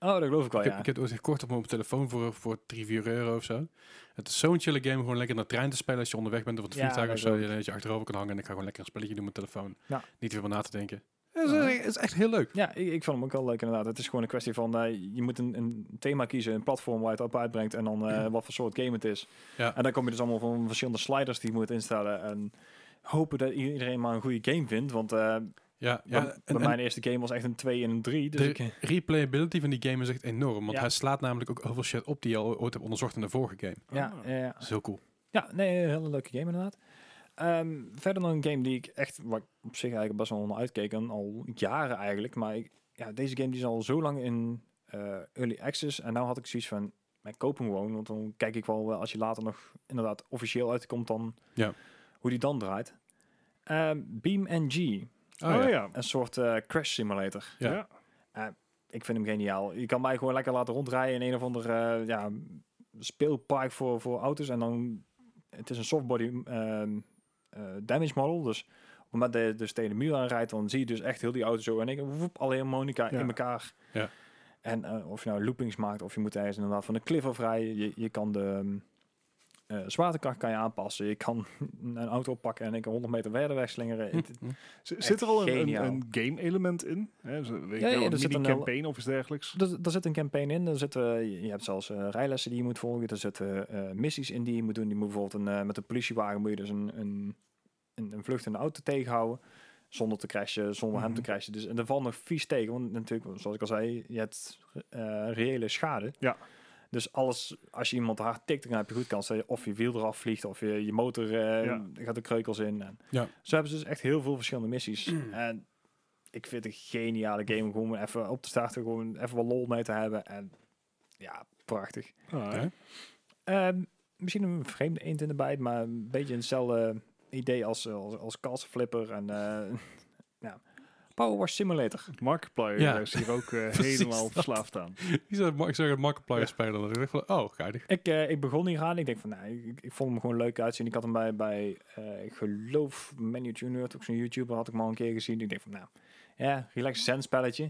Oh, dat geloof ik wel, ik, heb, ja. ik heb het ooit gekocht op mijn telefoon voor, voor drie, vier euro of zo. Het is zo'n chille game, gewoon lekker naar de trein te spelen als je onderweg bent of het Ja, vliegtuig dat of zo. ook. Dat je achterover kan hangen en ik ga gewoon lekker een spelletje doen met mijn telefoon. Ja. Niet veel na te denken. Het is, Ja. het is echt heel leuk. Ja, ik, ik vond hem ook wel leuk inderdaad. Het is gewoon een kwestie van, eh, je moet een, een thema kiezen, een platform waar je het op uitbrengt en dan eh, wat voor soort game het is. Ja. En dan kom je dus allemaal van verschillende sliders die je moet instellen en hopen dat iedereen maar een goede game vindt, want uh, Ja, bij, ja, bij en, en mijn eerste game was echt een twee en een drie. Dus de ik, replayability van die game is echt enorm. Want Ja. hij slaat namelijk ook heel veel shit op die je al ooit hebt onderzocht in de vorige game. ja, Ah. ja, ja. Dat is heel cool. Ja, nee, een hele leuke game inderdaad. Ehm, verder nog een game die ik echt, waar ik op zich eigenlijk best wel naar uitkeek, en al jaren eigenlijk, maar ik, ja, deze game die is al zo lang in eh, early access en nou had ik zoiets van, ik koop hem gewoon, want dan kijk ik wel, eh, als je later nog inderdaad officieel uitkomt, dan Ja. hoe die dan draait. Ehm Beam N G, Oh, Oh ja. ja. een soort eh, crash simulator. Ja. Ja. Ik vind hem geniaal. Je kan mij gewoon lekker laten rondrijden in een of ander eh, ja, speelpark voor, voor auto's. En dan, het is een softbody ehm, eh, damage model. Dus op het moment dat je dus tegen de muur aanrijdt, dan zie je dus echt heel die auto zo in één keer, woep, alle harmonica Ja. in elkaar. Ja. En eh, of je nou loopings maakt, of je moet ergens inderdaad van de cliff afrijden. Je, je kan de um, uh, zwaartekracht kan je aanpassen. Je kan een auto oppakken en ik kan honderd meter verder wegslingeren. Hm, Het- hm. Z- Zit er al een, een, geniaal. een game-element in? Hè, zo, weet Ja, je wel, ja, er een zit een mini-campaign of iets dergelijks? Er, er zit een campaign in. Er zitten, je hebt zelfs uh, rijlessen die je moet volgen. Er zitten uh, missies in die je moet doen. Die moet bijvoorbeeld een, uh, met een politiewagen moet je dus een, een, een, een vluchtende auto tegenhouden. Zonder te crashen, zonder Mhm. hem te crashen. Dus, en er valt nog vies tegen. Want natuurlijk, zoals ik al zei, je hebt uh, reële schade. Ja. Dus alles, als je iemand hard tikt, dan heb je goed kans dat je of je wiel eraf vliegt, of je, je motor uh, Ja. gaat de kreukels in. En Ja. zo hebben ze dus echt heel veel verschillende missies. En ik vind het een geniale game om gewoon even op te starten, gewoon even wat lol mee te hebben. En ja, prachtig. Ah, Ja. Ehm, misschien een vreemde eend in de bijt, maar een beetje hetzelfde idee als, als, als Castle Flipper en uh, ja, Power Wash Simulator. Markiplier Ja. is hier ook uh, Precies helemaal dat. verslaafd aan. Ik zou ik zou het Markiplier Ja. spelen. Dan dacht ik van, oh, geinig. Ik, uh, ik begon hier aan. Ik denk van, nou, ik, ik vond hem gewoon leuk uitzien. Ik had hem bij, bij uh, ik geloof, Menu Junior, ook zo'n YouTuber, had ik hem al een keer gezien. Ik denk van, nou, ja, relax zen spelletje.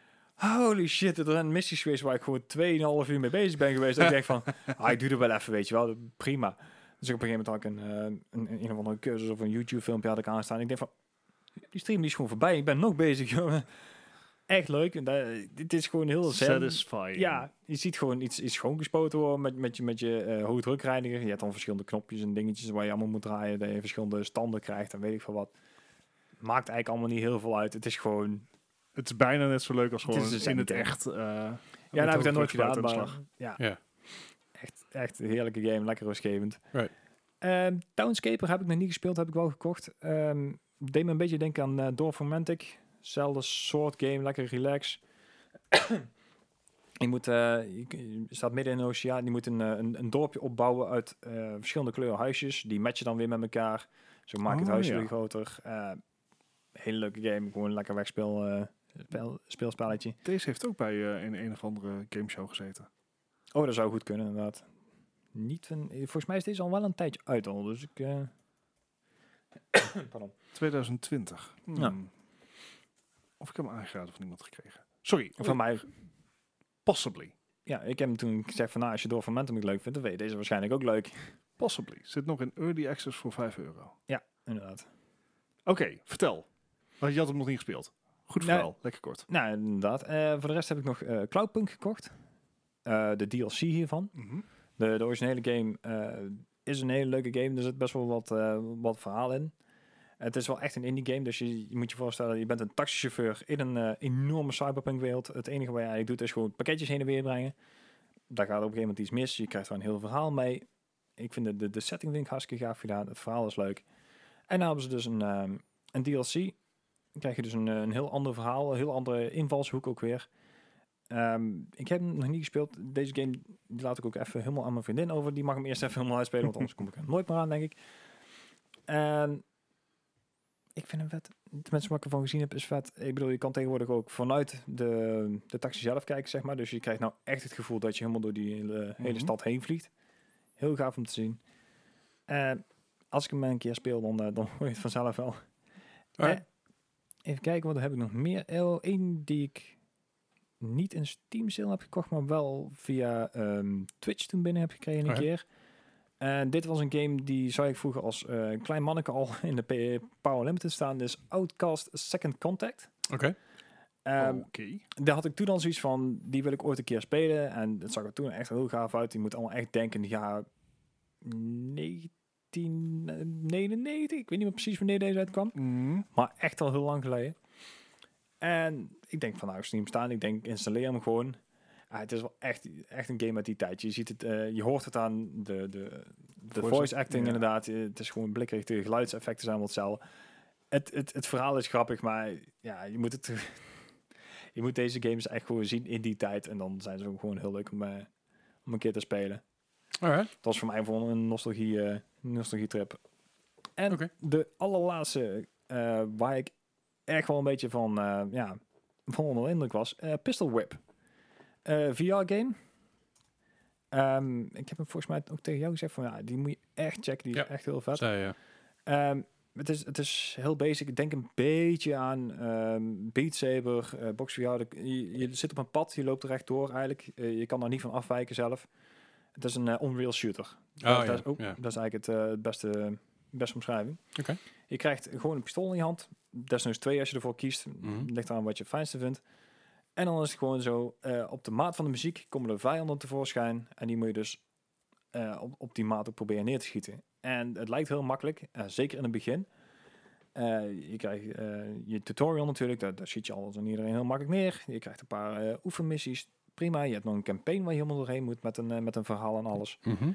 Holy shit, er zijn missies geweest waar ik gewoon tweeënhalf uur mee bezig ben geweest. En ik denk van, ah, ik doe er wel even, weet je wel, prima. Dus op een gegeven moment had ik een, uh, een, een, een of andere cursus of een YouTube filmpje had ik aanstaan. Ik denk van, die stream die is gewoon voorbij. Ik ben nog bezig, jongen. Echt leuk. En dat, dit is gewoon heel zen. Satisfying. Ja, je ziet gewoon iets, iets schoongespoten worden met, met je, met je uh, hoge drukreiniger. Je hebt dan verschillende knopjes en dingetjes waar je allemaal moet draaien. Dat je verschillende standen krijgt en weet ik veel wat. Maakt eigenlijk allemaal niet heel veel uit. Het is gewoon... Het is bijna net zo leuk als Het gewoon is een in het game. echt. Uh, Ja, dat heb ik dat nooit gedaan, maar slag. ja, Ja. echt, echt een heerlijke game. Lekker rustgevend. Right. Um, Townscaper heb ik nog niet gespeeld, heb ik wel gekocht. Um, deed me een beetje denken aan uh, Dorf Romantic. Zelfde soort game, lekker relax. je, moet, uh, je, je staat midden in de oceaan. Je moet een, een, een dorpje opbouwen uit uh, verschillende kleuren huisjes. Die matchen dan weer met elkaar. Zo maak je het Oh, huisje ja. weer groter. Uh, hele leuke game. Gewoon een lekker wegspeel uh, speel, speelspelletje. Deze heeft ook bij uh, een, een of andere gameshow gezeten. Oh, dat zou goed kunnen, inderdaad. Niet van, volgens mij is deze al wel een tijdje uit al. Dus ik... Uh... Pardon. twintig twintig. Hmm. Ja. Of ik heb hem aangeraden van iemand gekregen. Sorry. Van mij... Possibly. Ja, ik heb hem toen gezegd van, nou, als je Dorf Momentum leuk vindt, dan weet je deze waarschijnlijk ook leuk. Possibly. Zit nog in early access voor vijf euro. Ja, inderdaad. Oké, okay, vertel. Want je had hem nog niet gespeeld. Goed Nee. verhaal. Lekker kort. Nou, inderdaad. Uh, voor de rest heb ik nog uh, Cloudpunk gekocht. Uh, de D L C hiervan. Mm-hmm. De, de originele game uh, is een hele leuke game. Er zit best wel wat, uh, wat verhaal in. Het is wel echt een indie game, dus je, je moet je voorstellen, je bent een taxichauffeur in een uh, enorme cyberpunk wereld. Het enige wat je eigenlijk doet is gewoon pakketjes heen en weer brengen. Daar gaat op een gegeven moment iets mis. Je krijgt er een heel verhaal mee. Ik vind de, de, de setting vind ik hartstikke gaaf gedaan. Het verhaal is leuk. En dan hebben ze dus een, um, een D L C. Dan krijg je dus een, een heel ander verhaal, een heel andere invalshoek ook weer. Um, ik heb hem nog niet gespeeld. Deze game die laat ik ook even helemaal aan mijn vriendin over. Die mag hem eerst even helemaal uitspelen, want anders kom ik er nooit meer aan, denk ik. En ik vind hem vet. De mensen wat ik ervan gezien heb is vet. Ik bedoel, je kan tegenwoordig ook vanuit de, de taxi zelf kijken, zeg maar. Dus je krijgt nou echt het gevoel dat je helemaal door die hele, mm-hmm. hele stad heen vliegt. Heel gaaf om te zien. En als ik hem een keer speel, dan, uh, dan hoor je het vanzelf wel. Ja. Uh, even kijken, wat heb ik nog meer? Oh, één die ik niet in Steam sale heb gekocht, maar wel via ehm, Twitch toen binnen heb gekregen een Oh ja? keer. En dit was een game die zou ik vroeger als eh, klein manneke al in de P- Power Limited staan. Dus Outcast Second Contact. Oké. Ehm, Oké. Daar had ik toen dan zoiets van, die wil ik ooit een keer spelen. En het zag er toen echt heel gaaf uit. Die moet allemaal echt denken in de jaren negentien negenennegentig. Ik weet niet meer precies wanneer deze uitkwam. Mm. Maar echt al heel lang geleden. En ik denk van nou, Steam staan. Ik denk installeer hem gewoon. Ah, het is wel echt, echt een game uit die tijd. Je ziet het, eh, je hoort het aan de, de, de Voice voice, act- acting ja. inderdaad. Het is gewoon blikrichting. De geluidseffecten zijn wel hetzelfde. Het, het, het verhaal is grappig, maar ja, je moet het... je moet deze games echt gewoon zien in die tijd. En dan zijn ze ook gewoon heel leuk om, uh, om een keer te spelen. Alright. Dat was voor mij gewoon een nostalgie, uh, nostalgie trip. En Oké. de allerlaatste uh, waar ik echt wel een beetje van, uh, ja, van onder de indruk was. Uh, Pistol Whip. Uh, V R-game. Um, ik heb hem volgens mij ook tegen jou gezegd van ja, die moet je echt checken. Die Ja. is echt heel vet. Zei je. Um, het, is, het is heel basic. Ik denk een beetje aan um, Beat Saber, uh, Box V R. De, je, je zit op een pad, je loopt er rechtdoor eigenlijk. Uh, je kan daar niet van afwijken zelf. Het is een uh, on-rail shooter. Oh, dat, ja. dat, is, oh, ja. dat is eigenlijk het uh, beste, beste omschrijving. Oké. Je krijgt gewoon een pistool in je hand. Desnoods twee als je ervoor kiest. Mhm. Ligt aan wat je het fijnste vindt. En dan is het gewoon zo, uh, op de maat van de muziek komen er vijanden tevoorschijn. En die moet je dus uh, op, op die maat ook proberen neer te schieten. En het lijkt heel makkelijk, uh, zeker in het begin. Uh, je krijgt uh, je tutorial natuurlijk, daar, daar schiet je alles en iedereen heel makkelijk neer. Je krijgt een paar uh, oefenmissies, prima. Je hebt nog een campaign waar je helemaal doorheen moet met een, uh, met een verhaal en alles. Mhm.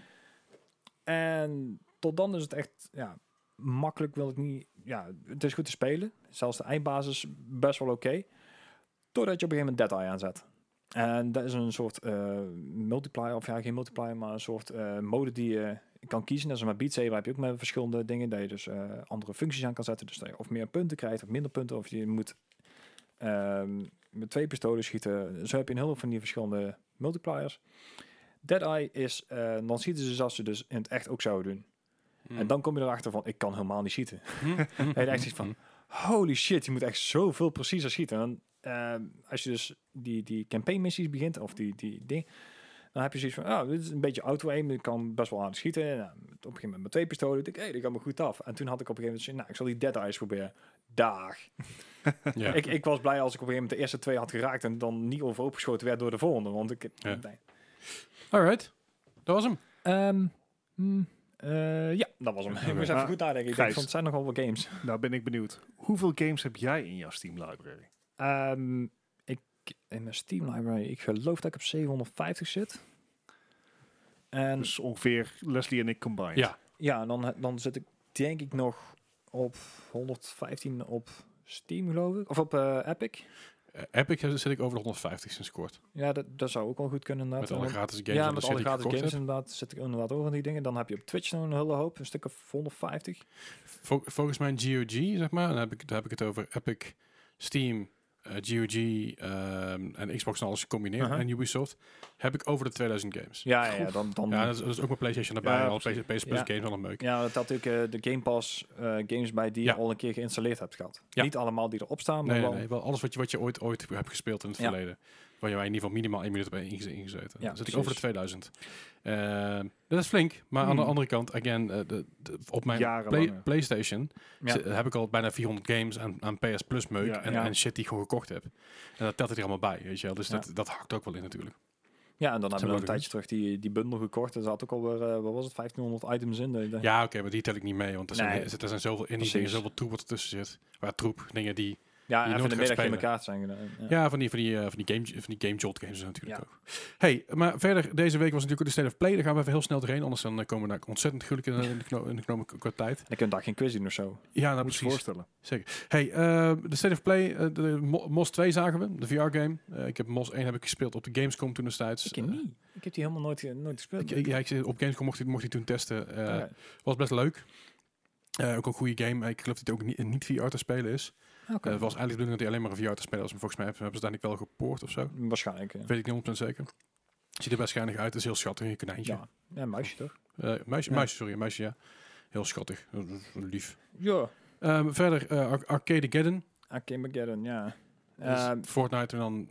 En tot dan is het echt, ja, makkelijk wil ik niet... Ja, het is goed te spelen. Zelfs de eindbasis best wel oké. Okay. Totdat je op een gegeven moment Dead Eye aanzet. En dat is een soort uh, multiplier, of ja, geen multiplier, maar een soort uh, mode die je kan kiezen. Dat is met Beat Saber heb je ook met verschillende dingen, dat je dus uh, andere functies aan kan zetten. Dus dat je of meer punten krijgt, of minder punten, of je moet um, met twee pistolen schieten. Zo heb je een hele van die verschillende multipliers. Dead Eye is, uh, dan schieten ze zoals ze dus in het echt ook zouden doen. Mhm. En dan kom je erachter van, ik kan helemaal niet schieten. Mhm. En je denkt zoiets van, holy shit, je moet echt zoveel preciezer schieten. En dan, Uh, als je dus die, die campaign missies begint, of die, die ding, dan heb je zoiets van, ah, dit is een beetje auto-aim, ik kan best wel aan schieten. En, nou, op een gegeven moment met twee pistolen, ik denk, hé, hey, dat gaat me goed af. En toen had ik op een gegeven moment, nou, ik zal die Dead Eyes proberen. Daag. Ja. ik, ik was blij als ik op een gegeven moment de eerste twee had geraakt en dan niet overopgeschoten werd door de volgende, want ik... Ja. Nee. Alright. Dat was hem. Um, mm, uh, ja, dat was hem. Okay. Ik moest even Ah, goed nadenken. Ik Gijs. denk van, het zijn nogal wat games. Nou ben ik benieuwd. Hoeveel games heb jij in jouw Steam library? Um, ik, in mijn Steam library, ik geloof dat ik op zevenhonderdvijftig zit. En Dus ongeveer Leslie en ik combined. Ja. ja, dan, dan zit ik denk ik nog op honderdvijftien op Steam, geloof ik. Of op uh, Epic. Uh, Epic zit ik over de honderdvijftig sinds kort. Ja, dat, dat zou ook wel goed kunnen. Met alle Want- gratis games. ja, en de met shit alle die ik gratis gekocht games heb. inderdaad zit ik inderdaad over die dingen. Dan heb je op Twitch nog een hele hoop, een stuk of honderdvijftig. Vol- volgens mijn G O G, zeg maar, dan heb ik, dan heb ik het over Epic, Steam, uh, G O G um, en Xbox en alles gecombineerd. Uh-huh. En Ubisoft heb ik over de tweeduizend games. Ja, ja, ja, dan... dan Ja, dat is, dat is ook mijn PlayStation erbij. Ja, en alle P precies. C Plus Ja. games al een meuk. Ja, dat had ik uh, de Game Pass uh, games bij die Ja. je al een keer geïnstalleerd hebt gehad. Ja. Niet allemaal die erop staan, maar Nee, nee, wel... nee. Wel alles wat je, wat je ooit, ooit hebt gespeeld in het Ja. verleden. Waar je in ieder geval minimaal één minuut bij ingezeten. ingezeten. Ja, Dan zit ik precies. over de tweeduizend. Uh, dat is flink. Maar aan de Hmm. andere kant, again, uh, de, de, op mijn Jarenlang, play, ja. PlayStation Ja. zi- heb ik al bijna vierhonderd games aan, aan P S Plus meuk. Ja, en, ja. en shit die ik gewoon gekocht heb. En dat telt het er allemaal bij, weet je wel. Dus Ja. dat, dat hakt ook wel in natuurlijk. Ja, en dan hebben we nog een nodig, tijdje terug die, die bundel gekocht. Er zat ook alweer, uh, wat was het, vijftienhonderd items in. De, de- Ja, oké, okay, maar die tel ik niet mee. Want er zijn, Nee. er zijn zoveel in die Precies. dingen, zoveel troep wat ertussen zit. Waar troep, dingen die... ja, die even nooit in de gaat middag in spelen. elkaar zijn gedaan. Ja, van die, van die, uh, van die, game, van die Game Jolt games natuurlijk Ja. ook. Hey, maar verder, deze week was natuurlijk ook de State of Play. Daar gaan we even heel snel doorheen. Anders dan uh, komen we daar ontzettend gruwelijk in, in de kno- in de knoop qua tijd. En dan kun je daar geen quiz doen of zo. Ja, nou Moet je precies. voorstellen. Zeker. Hey, uh, de State of Play, uh, de Mo- Mos twee zagen we, de V R-game. Uh, ik heb Mos één heb ik gespeeld op de Gamescom toen destijds. Ik ken Uh, niet. Ik heb die helemaal nooit, ge- nooit gespeeld. ik, ik- ja, ik, zei, op Gamescom mocht hij, mocht hij toen testen. Uh, Oké. Was best leuk. Uh, ook een goede game. Ik geloof dat hij ook niet, niet V R te spelen is. Oké. Uh, het was eigenlijk de bedoeling dat hij alleen maar een V R te spelen was. Maar volgens mij hebben, hebben ze daar niet wel gepoord of zo. Waarschijnlijk. Ja. Weet ik niet honderd procent zeker. Ziet er best schijnig uit. Het is heel schattig. Een konijntje. Ja. Ja, muisje toch? Uh, muisje, Ja. muisje, sorry. Muisje, ja. Heel schattig. Uh, Lief. Ja. Um, verder, uh, Ar- Arcadegeddon. Armageddon, ja. Dat is Ehm, Fortnite en dan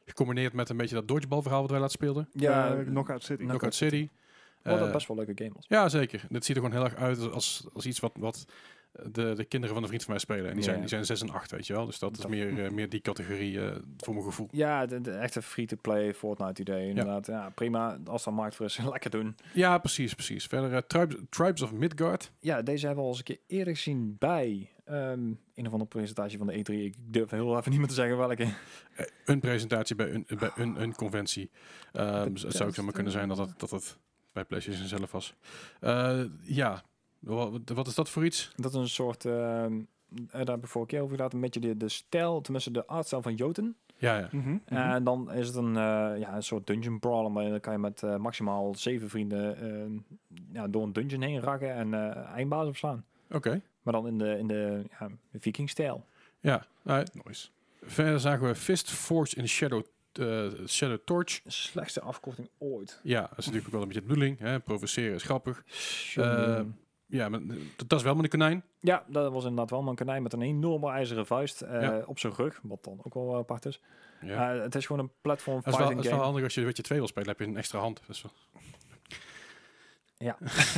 Gecombineerd met een beetje dat dodgeball verhaal wat wij laatst speelden. Ja, uh, Knockout City. Knockout City. Oh, dat Uh, best wel een leuke game was. Ja, zeker. Dit ziet er gewoon heel erg uit als, als iets wat, wat de, de kinderen van een vriend van mij spelen. En die, Ja. zijn, die zijn zes en acht, weet je wel. Dus dat is Dat- meer, uh, meer die categorie uh, voor mijn gevoel. Ja, de, de echte free-to-play Fortnite idee. Inderdaad, ja. prima. Als er markt voor is, lekker doen. Ja, precies, precies. Verder, uh, Tribes, Tribes of Midgard. Ja, deze hebben we al eens een keer eerder gezien bij um, een of andere presentatie van de E drie. Ik durf heel even niet meer te zeggen welke. Uh, een presentatie bij een, bij een, een conventie. Um, het zou ook zomaar kunnen zijn dat het, dat het bij PlayStation zelf was. Uh, ja, wat, wat is dat voor iets? Dat is een soort, uh, daar heb ik vorige keer over gedaan, een beetje de, de stijl, tenminste de artstijl van Jotun. Ja, ja. Mm-hmm. En dan is het een, uh, ja, een soort dungeon brawler, maar dan kan je met uh, maximaal zeven vrienden uh, ja, door een dungeon heen rakken en uh, eindbaas opslaan. Oké. Okay. Maar dan in de, in de ja, Viking-stijl. Ja, uh, nice. Verder zagen we Fist Forged in Shadow, uh, Shadow Torch. Slechtste afkorting ooit. Ja, dat is natuurlijk ook wel een beetje de bedoeling. Hè? Provoceren is grappig. Uh, ja, maar dat is wel met een konijn. Ja, dat was inderdaad wel een konijn met een enorme ijzeren vuist uh, ja. op zijn rug, wat dan ook wel apart is. Ja. Uh, het is gewoon een platform fighting game. Het is wel handig als je Witcher twee wil spelen, heb je een extra hand. Dat is wel... Ja.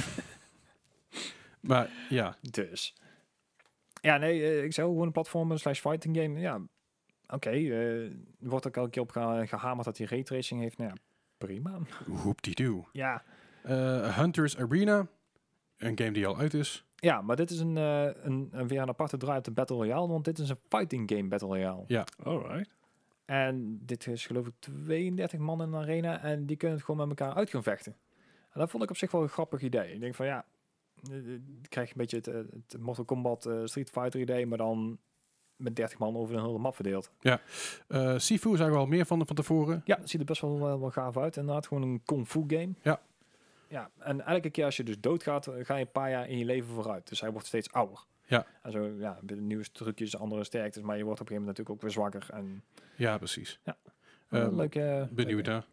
Maar ja. Dus. Ja, nee, uh, ik zou gewoon een platform slash fighting game. Ja, oké. Okay, uh, wordt ook elke keer op ge gehamerd dat hij raytracing heeft. Nou ja, prima. Hoep-die-doo. Ja. Uh, Hunter's Arena. Een game die al uit is. Ja, maar dit is een, uh, een, een weer een aparte draai op de Battle Royale. Want dit is een fighting game Battle Royale. Ja. Alright. En dit is geloof ik tweeëndertig man in een arena. En die kunnen het gewoon met elkaar uit gaan vechten. En dat vond ik op zich wel een grappig idee. Ik denk van ja, uh, krijg je een beetje het, het Mortal Kombat uh, Street Fighter idee. Maar dan met dertig man over een hele map verdeeld. Ja. Uh, Sifu zagen we al meer van, van tevoren. Ja, het ziet er best wel, wel, wel gaaf uit. Inderdaad, gewoon een kung fu game. Ja. Ja, en elke keer als je dus doodgaat, ga je een paar jaar in je leven vooruit. Dus hij wordt steeds ouder. Ja. En zo, ja, nieuwe trucjes, andere sterktes, maar je wordt op een gegeven moment natuurlijk ook weer zwakker. En ja, precies. Ja. Uh, leuk. Uh, benieuwd daar.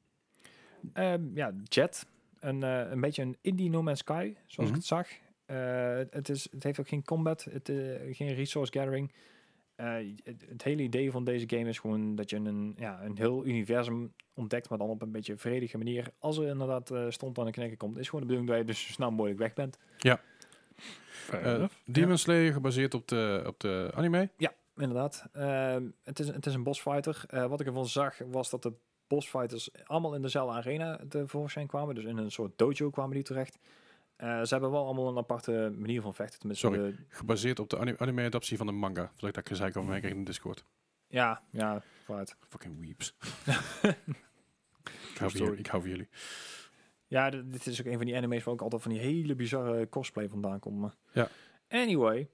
Um, ja, Jet. Een, uh, een beetje een indie No Man's Sky, zoals mm-hmm. ik het zag. Uh, het, is, het heeft ook geen combat, het, uh, geen resource gathering. Uh, het, het hele idee van deze game is gewoon dat je een, ja, een heel universum ontdekt, maar dan op een beetje vredige manier. Als er inderdaad uh, stond aan de knekken komt, is gewoon de bedoeling dat je dus zo snel mogelijk weg bent. Ja. Uh, Demon ja. Slayer gebaseerd op de, op de anime. Ja, inderdaad. Uh, het, is, het is een bossfighter. Uh, wat ik ervan zag, was dat de bossfighters allemaal in dezelfde arena tevoorschijn kwamen. Dus in een soort dojo kwamen die terecht. Uh, ze hebben wel allemaal een aparte manier van vechten. Tenminste, Sorry, de... gebaseerd op de anime-adaptie van de manga. Voordat ik dat gezeik over mij kreeg in de Discord. Ja, ja, vooruit. Fucking weeps. ik, hou jullie, ik hou van jullie. Ja, d- dit is ook een van die anime's waar ook altijd van die hele bizarre cosplay vandaan komen. Ja. Anyway.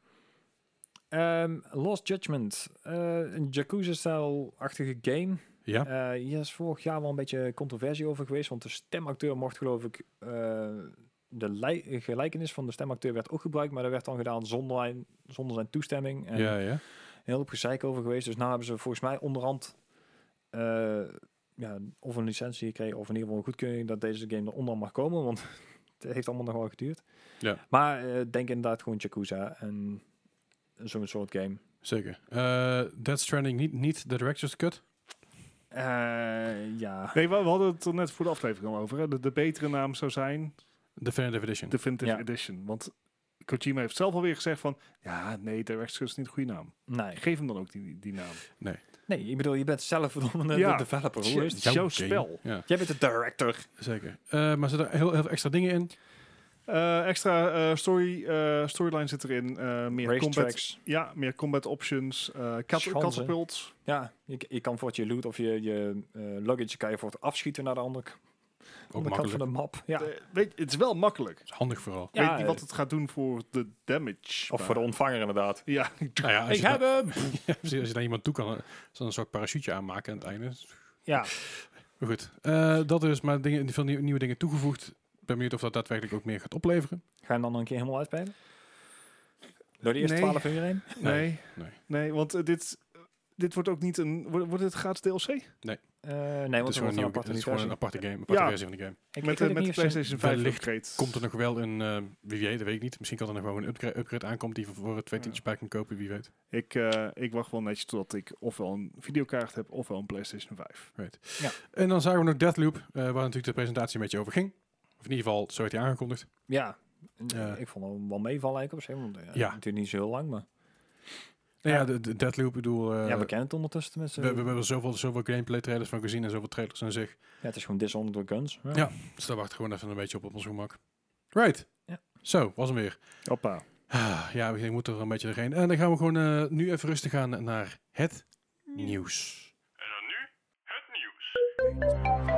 Um, Lost Judgment. Uh, een Yakuza-stijl-achtige game. Ja. Uh, hier is vorig jaar wel een beetje controversie over geweest. Want de stemacteur mocht geloof ik... Uh, de li- gelijkenis van de stemacteur werd ook gebruikt. Maar dat werd dan gedaan zonder, een, zonder zijn toestemming. En ja, ja. heel op gezeik over geweest. Dus nou hebben ze volgens mij onderhand... Uh, ja, of een licentie gekregen of in ieder geval een goedkeuring dat deze game eronder mag komen, want het heeft allemaal nog wel geduurd. Ja. Maar uh, denk inderdaad gewoon Yakuza en zo'n soort game. Zeker. Uh, Death Stranding niet, niet de director's cut? Uh, ja. Nee, we, we hadden het er net voor de aflevering al over. Hè? De, de betere naam zou zijn... Definitive Edition. Definitive ja. Edition. Want Kojima heeft zelf alweer gezegd van... Ja, nee, director's cut is niet een goede naam. Nee. Geef hem dan ook die, die naam. Nee. Nee, ik bedoel, je bent zelf de ja. developer. Hoe is het? Jouw, jouw spel. Ja. Jij bent de director. Zeker. Uh, maar zitten er heel, heel veel extra dingen in? Uh, extra uh, story, uh, storyline zit erin. Uh, meer Race combat. tracks. Ja, meer combat options. Uh, kat catapults. Ja, je, je kan voor het je loot of je, je uh, luggage kan je voor het afschieten naar de andere, andere kant van de map. Ja. Uh, weet, het is wel makkelijk. Het is handig vooral. Ja, weet niet wat het gaat doen voor de damage. Of maar. Voor de ontvanger inderdaad. Ja. Nou ja, ik heb hem! Ja, precies, als je naar iemand toe kan, dan is een soort parachute aanmaken aan het einde. Ja. Maar goed, uh, dat is maar dingen, veel nieuwe, nieuwe dingen toegevoegd. Ik ben benieuwd of dat daadwerkelijk ook meer gaat opleveren. Ga je hem dan nog een keer helemaal uitspelen? Door de eerste nee. twaalf uur heen? Nee. Nee. Nee, want uh, dit... dit wordt ook niet een... Wordt, wordt dit gratis D L C? Uh, nee, Het want is gewoon, een nieuwe, aparte het is gewoon een versie. aparte game, een aparte Ja. versie van de game. Ik, Met, ik de, weet met niet de of ze- PlayStation vijf wellicht upgrade. Komt er nog wel een, uh, wie weet, dat weet ik niet. Misschien kan er nog wel een upgrade, upgrade aankomt die voor het twee tientjes bij kan kopen, wie weet. Ik, uh, ik wacht wel netjes totdat ik ofwel een videokaart heb ofwel een PlayStation vijf. Right. Ja. En dan zagen we nog Deathloop, uh, waar natuurlijk de presentatie een beetje over ging. Of in ieder geval, zo werd hij aangekondigd. Ja, Ja. ik vond hem wel meevallen eigenlijk op zich. Want, uh, Ja. Het duurt niet zo heel lang, maar... Nou ja, Ja. de, de Deathloop, ik bedoel... Uh, ja, we kennen het ondertussen tenminste. we, we, we hebben zoveel, zoveel gameplay trailers van gezien en zoveel trailers aan zich. Ja, het is gewoon Dishonored door guns. Ja. Ja. Dus daar wachten we gewoon even een beetje op op ons gemak. Right. Ja. Zo, was hem weer. Hoppa. Ah, ja, we moeten er een beetje doorheen. En dan gaan we gewoon uh, nu even rustig gaan naar het nieuws. En dan nu het nieuws.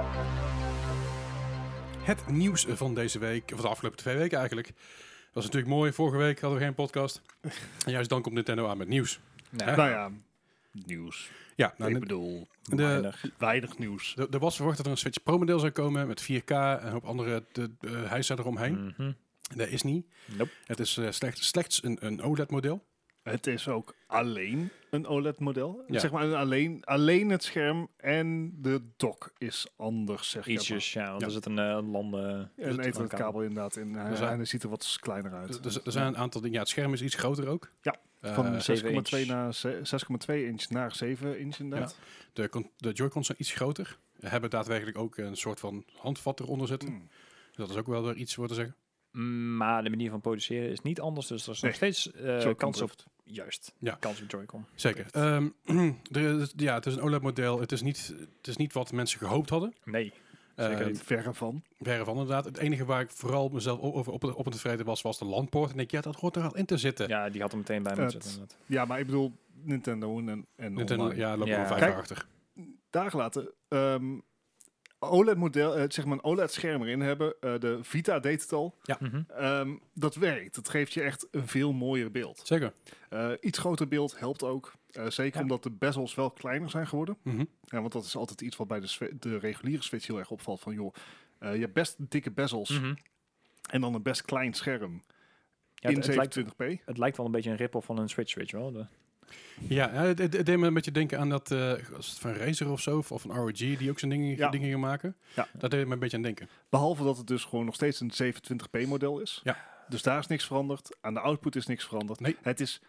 Het nieuws van deze week, of de afgelopen twee weken eigenlijk. Dat was natuurlijk mooi. Vorige week hadden we geen podcast. En juist dan komt Nintendo aan met nieuws. Nee. Hè? Nou ja, nieuws. Ja, nou, ik ne- bedoel, de, Weinig. weinig nieuws. er er was verwacht dat er een Switch Pro model zou komen met vier K en een hoop andere de, de, uh, hijsen eromheen. Mhm. Dat is niet. Nope. Het is uh, slechts, slechts een, een O L E D-model. Het is ook alleen een O L E D-model. Ja. Zeg maar een alleen, alleen het scherm en de dock is anders, zeg je Ietsjes, ja, want Ja. er zit een uh, landen... maar. Een ethernetkabel inderdaad in. Hij, Er zijn- en hij ziet er wat kleiner uit. Dus er zijn een aantal dingen. Ja, het scherm is iets groter ook. Ja, Uh, Van zes komma inch. twee naar ze- zes komma twee inch naar zeven inch inderdaad. de, con- de Joy-Cons zijn iets groter. We hebben daadwerkelijk ook een soort van handvat eronder zitten. Mm. Dus dat is ook wel weer iets voor te zeggen. Mm, Maar de manier van produceren is niet anders, dus er is Nee. nog steeds uh, Joy-Con kans op... drift. Juist, Ja. kans op Joy-Con. Zeker. Ehm, er is- ja, het is een O L E D-model. Het is niet, het is niet wat mensen gehoopt hadden. Nee. Ehm, Zeker niet. Verre van. Verre van inderdaad. Het enige waar ik vooral mezelf o- over op, op het tevreden was, was de landpoort. En ik denk, ja, dat hoort er al in te zitten. Ja, die had er meteen bij Het- moeten zitten. inderdaad. Ja, maar ik bedoel Nintendo en, en Nintendo, online. ja, lopen Ja. we vijf Kijk, jaar achter. Daar laten um, O L E D-model, uh, zeg maar een O L E D-scherm erin hebben. Uh, de Vita deed het al. Mhm. Um, dat werkt. Dat geeft je echt een veel mooier beeld. Zeker. Uh, iets groter beeld helpt ook. Uh, zeker Ja. omdat de bezels wel kleiner zijn geworden. Mhm. Ja, want dat is altijd iets wat bij de, swe- de reguliere Switch heel erg opvalt. Van joh, uh, je hebt best dikke bezels Mhm. en dan een best klein scherm Ja, in het, het, lijkt, zevenentwintig p. het lijkt wel een beetje een rip-off van een Switch, weet je wel. De, Ja, ja, het, het, het deed me een beetje denken aan dat, uh, was het van Razer of zo, of een R O G die ook zijn dingen, Ja. dingen gaan maken. Ja. Daar deed me een beetje aan denken. Behalve dat het dus gewoon nog steeds een zevenentwintig p model is. Ja. Dus daar is niks veranderd. Aan de output is niks veranderd. Nee. Het is,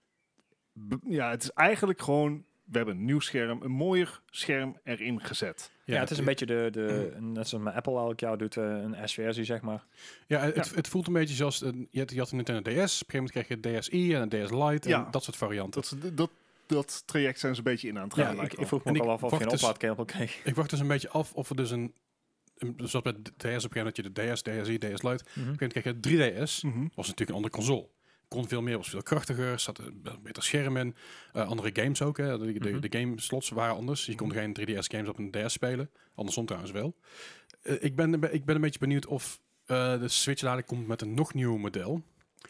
b- ja, het is eigenlijk gewoon, we hebben een nieuw scherm, een mooier scherm erin gezet. ja, het is een beetje de, de net zoals mijn Apple elk jaar doet, uh, een S-versie, zeg maar. Ja, het, het voelt een beetje zoals, een, je, had, je had een Nintendo D S, op een gegeven moment kreeg je een D S i en een D S Lite Ja. en dat soort varianten. Dat, dat, dat traject zijn ze een beetje in aan het Ja, gaan. ik, lijkt ik wel. vroeg me En ook ik al af of je een wacht dus- oplaadkabel kreeg. Ik wacht dus een beetje af of er dus een, een zoals bij de D S op een gegeven moment, dat je de D S, D S i, D S Lite, op een gegeven moment kreeg je drie D S, Mhm. was natuurlijk een andere console. Kon veel meer, was veel krachtiger, zat een beter scherm in. Uh, andere games ook, hè. De, de, Mhm. de game slots waren anders. Je kon geen drie D S games op een D S spelen. Andersom trouwens wel. Uh, ik, ben, ik ben een beetje benieuwd of uh, de Switch dadelijk komt met een nog nieuwer model.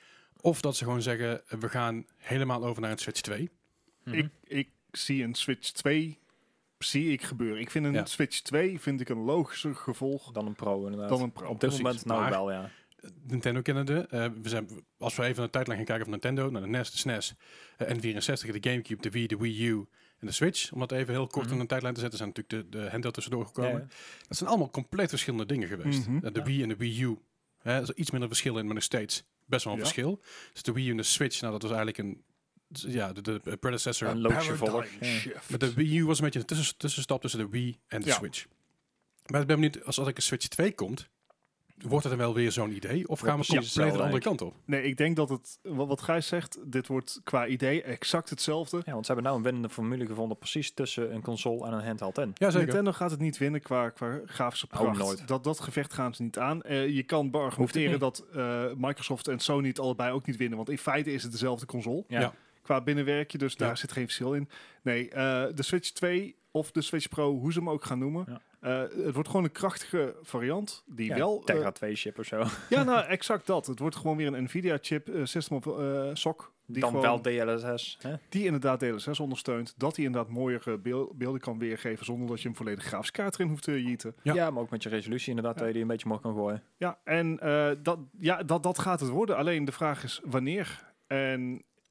Of dat ze gewoon zeggen, uh, we gaan helemaal over naar een Switch twee. Mhm. ik, ik zie een Switch twee zie ik gebeuren. Ik vind een Ja. Switch twee vind ik een logischer gevolg Dan een Pro, inderdaad. dan een Pro. Op dit Precies. moment nou Maar- wel, ja. Nintendo kennende. Uh, we zijn, als we even een tijdlijn gaan kijken van Nintendo, naar de N E S, de S N E S, uh, N vierenzestig, de Gamecube, de Wii, de Wii U en de Switch. Om dat even heel kort Mhm. in een tijdlijn te zetten, zijn natuurlijk de, de handheld tussendoor gekomen. Ja, ja. Dat zijn allemaal compleet verschillende dingen geweest. Mhm. Uh, de Ja. Wii en de Wii U, hè, er is iets minder verschil in, maar nog steeds best wel een Ja. verschil. Dus de Wii U en de Switch, nou dat was eigenlijk een, ja, de, de predecessor. Een logische volg. Paradigm Ja. shift. Maar de Wii U was een beetje een tussen, tussenstap tussen de Wii en de Ja. Switch. Maar ik ben benieuwd, als, als ik een Switch twee komt, wordt het dan wel weer zo'n idee? Of Ja, gaan we precies compleet de hetzelfde andere kant op? Nee, ik denk dat het, wat, wat Gijs zegt, dit wordt qua idee exact hetzelfde. Ja, want ze hebben nou een winnende formule gevonden precies tussen een console en een handheld in. Ja, zeker. Nintendo gaat het niet winnen qua, qua grafische Oh, pracht. nooit. Dat, dat gevecht gaan ze niet aan. Uh, je kan beargumenteren niet. dat uh, Microsoft en Sony het allebei ook niet winnen. Want in feite is het dezelfde console. Ja. Ja. Qua binnenwerkje, dus daar Ja. zit geen verschil in. Nee, uh, de Switch twee of de Switch Pro, hoe ze hem ook gaan noemen. Ja. Uh, het wordt gewoon een krachtige variant. Die Ja, wel... uh, Tegra twee chip of zo. ja, nou, exact dat. Het wordt gewoon weer een Nvidia-chip, uh, System of uh, S O C. Die Dan gewoon- wel D L S S. Hè? Die inderdaad D L S S ondersteunt. Dat hij inderdaad mooiere beel- beelden kan weergeven zonder dat je hem volledig grafische kaart erin hoeft te jieten. Ja. Ja. maar ook met je resolutie inderdaad, Ja. dat je die een beetje omhoog kan gooien. Ja, en uh, dat, ja, dat, dat gaat het worden. Alleen de vraag is wanneer. En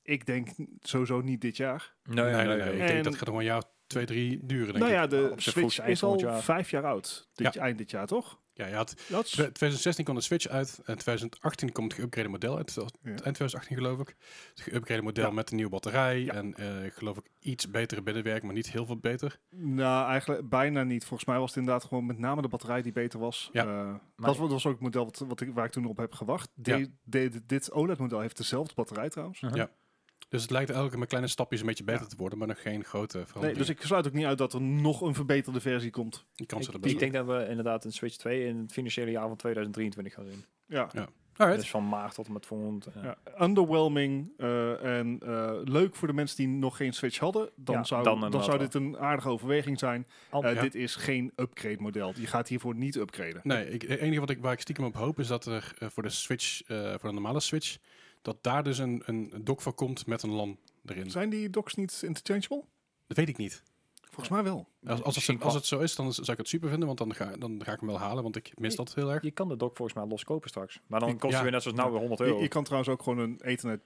ik denk sowieso niet dit jaar. Nee, nee, nee, nee. Ik En- denk dat gaat nog wel een jaar, twee, drie duren, denk nou ik. ja, de Op z'n vroegste Switch eind is al volgend jaar. vijf jaar oud. Dit Ja. eind dit jaar, toch? Ja, je had Dat is, twintig zestien kwam de Switch uit en twintig achttien komt het geüpgrade model uit. Eind twintig achttien geloof ik. Het geüpgrade model Ja. met een nieuwe batterij Ja. en eh, ik geloof ik iets betere binnenwerk, maar niet heel veel beter. nou, eigenlijk bijna niet. Volgens mij was het inderdaad gewoon met name de batterij die beter was. Ja. Eh, Maar- dat, was, dat was ook het model wat, wat ik, waar ik toen op heb gewacht. De, Ja. de- de- dit O L E D-model heeft dezelfde batterij trouwens. Uh-huh. Ja. Dus het lijkt elke met kleine stapjes een beetje beter Ja. te worden, maar nog geen grote Nee, verandering. dus ik sluit ook niet uit dat er nog een verbeterde versie komt. Die kans Ik, er best ik denk dat we inderdaad een Switch twee in het financiële jaar van tweeduizend drieëntwintig gaan zien. Ja. Alright. Dus van maart tot en met volgend. eh. Ja, underwhelming eh, en eh, leuk voor de mensen die nog geen Switch hadden. Dan, Ja, zou, dan dan, inderdaad zou wel. dit een aardige overweging zijn. Al- Eh, Ja. Dit is geen upgrade model. Je gaat hiervoor niet upgraden. Nee, ik, het enige wat ik, waar ik stiekem op hoop is dat er eh, voor de Switch, eh, voor de normale Switch, dat daar dus een, een dock voor komt met een LAN erin. Zijn die docks niet interchangeable? Dat weet ik niet. Volgens mij wel. Als, als, het, zo- als het zo is, dan zou ik het super vinden, want dan ga, dan ga ik hem wel halen, want ik mis dat heel erg. Je kan de dock volgens mij los kopen straks. Maar dan Ik- kost ja. het weer net zoals nou weer honderd Je, euro. je kan trouwens ook gewoon een Ethernet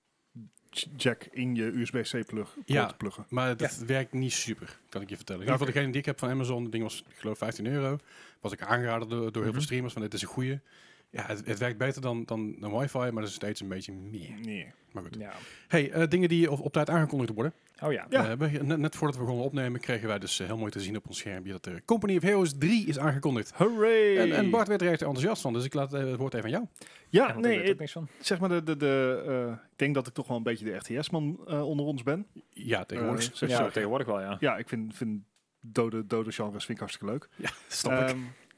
jack in je U S B-C plug Ja. poort pluggen. Maar dat werkt niet super, kan ik je vertellen. In Ja, ieder geval degene die ik heb van Amazon, het ding was, ik geloof, vijftien euro. Was ik aangeraden door, door heel Mhm. veel streamers, van dit is een goeie. Ja, het, het werkt beter dan, dan, dan wifi, maar dat is steeds een beetje meer. Nee. Maar goed. Ja. Hey, eh, dingen die op, op tijd aangekondigd worden. Oh ja. Ja. Eh, we- net, net voordat we begonnen opnemen, kregen wij dus eh, heel mooi te zien op ons schermpje dat de Company of Heroes drie is aangekondigd. Hooray! En, en Bart werd er echt enthousiast van, dus ik laat eh, het woord even aan jou. Ja, Ja, nee, nee, het- ook niks van. zeg maar, de, de, de, eh, ik denk dat ik toch wel een beetje de R T S-man eh, onder ons ben. Ja, tegenwoordig. Eh, zeg Ja, zo. tegenwoordig wel, ja. Ja, ik vind, vind dode, dode genres vind ik hartstikke leuk. Ja, snap ik. Ehm,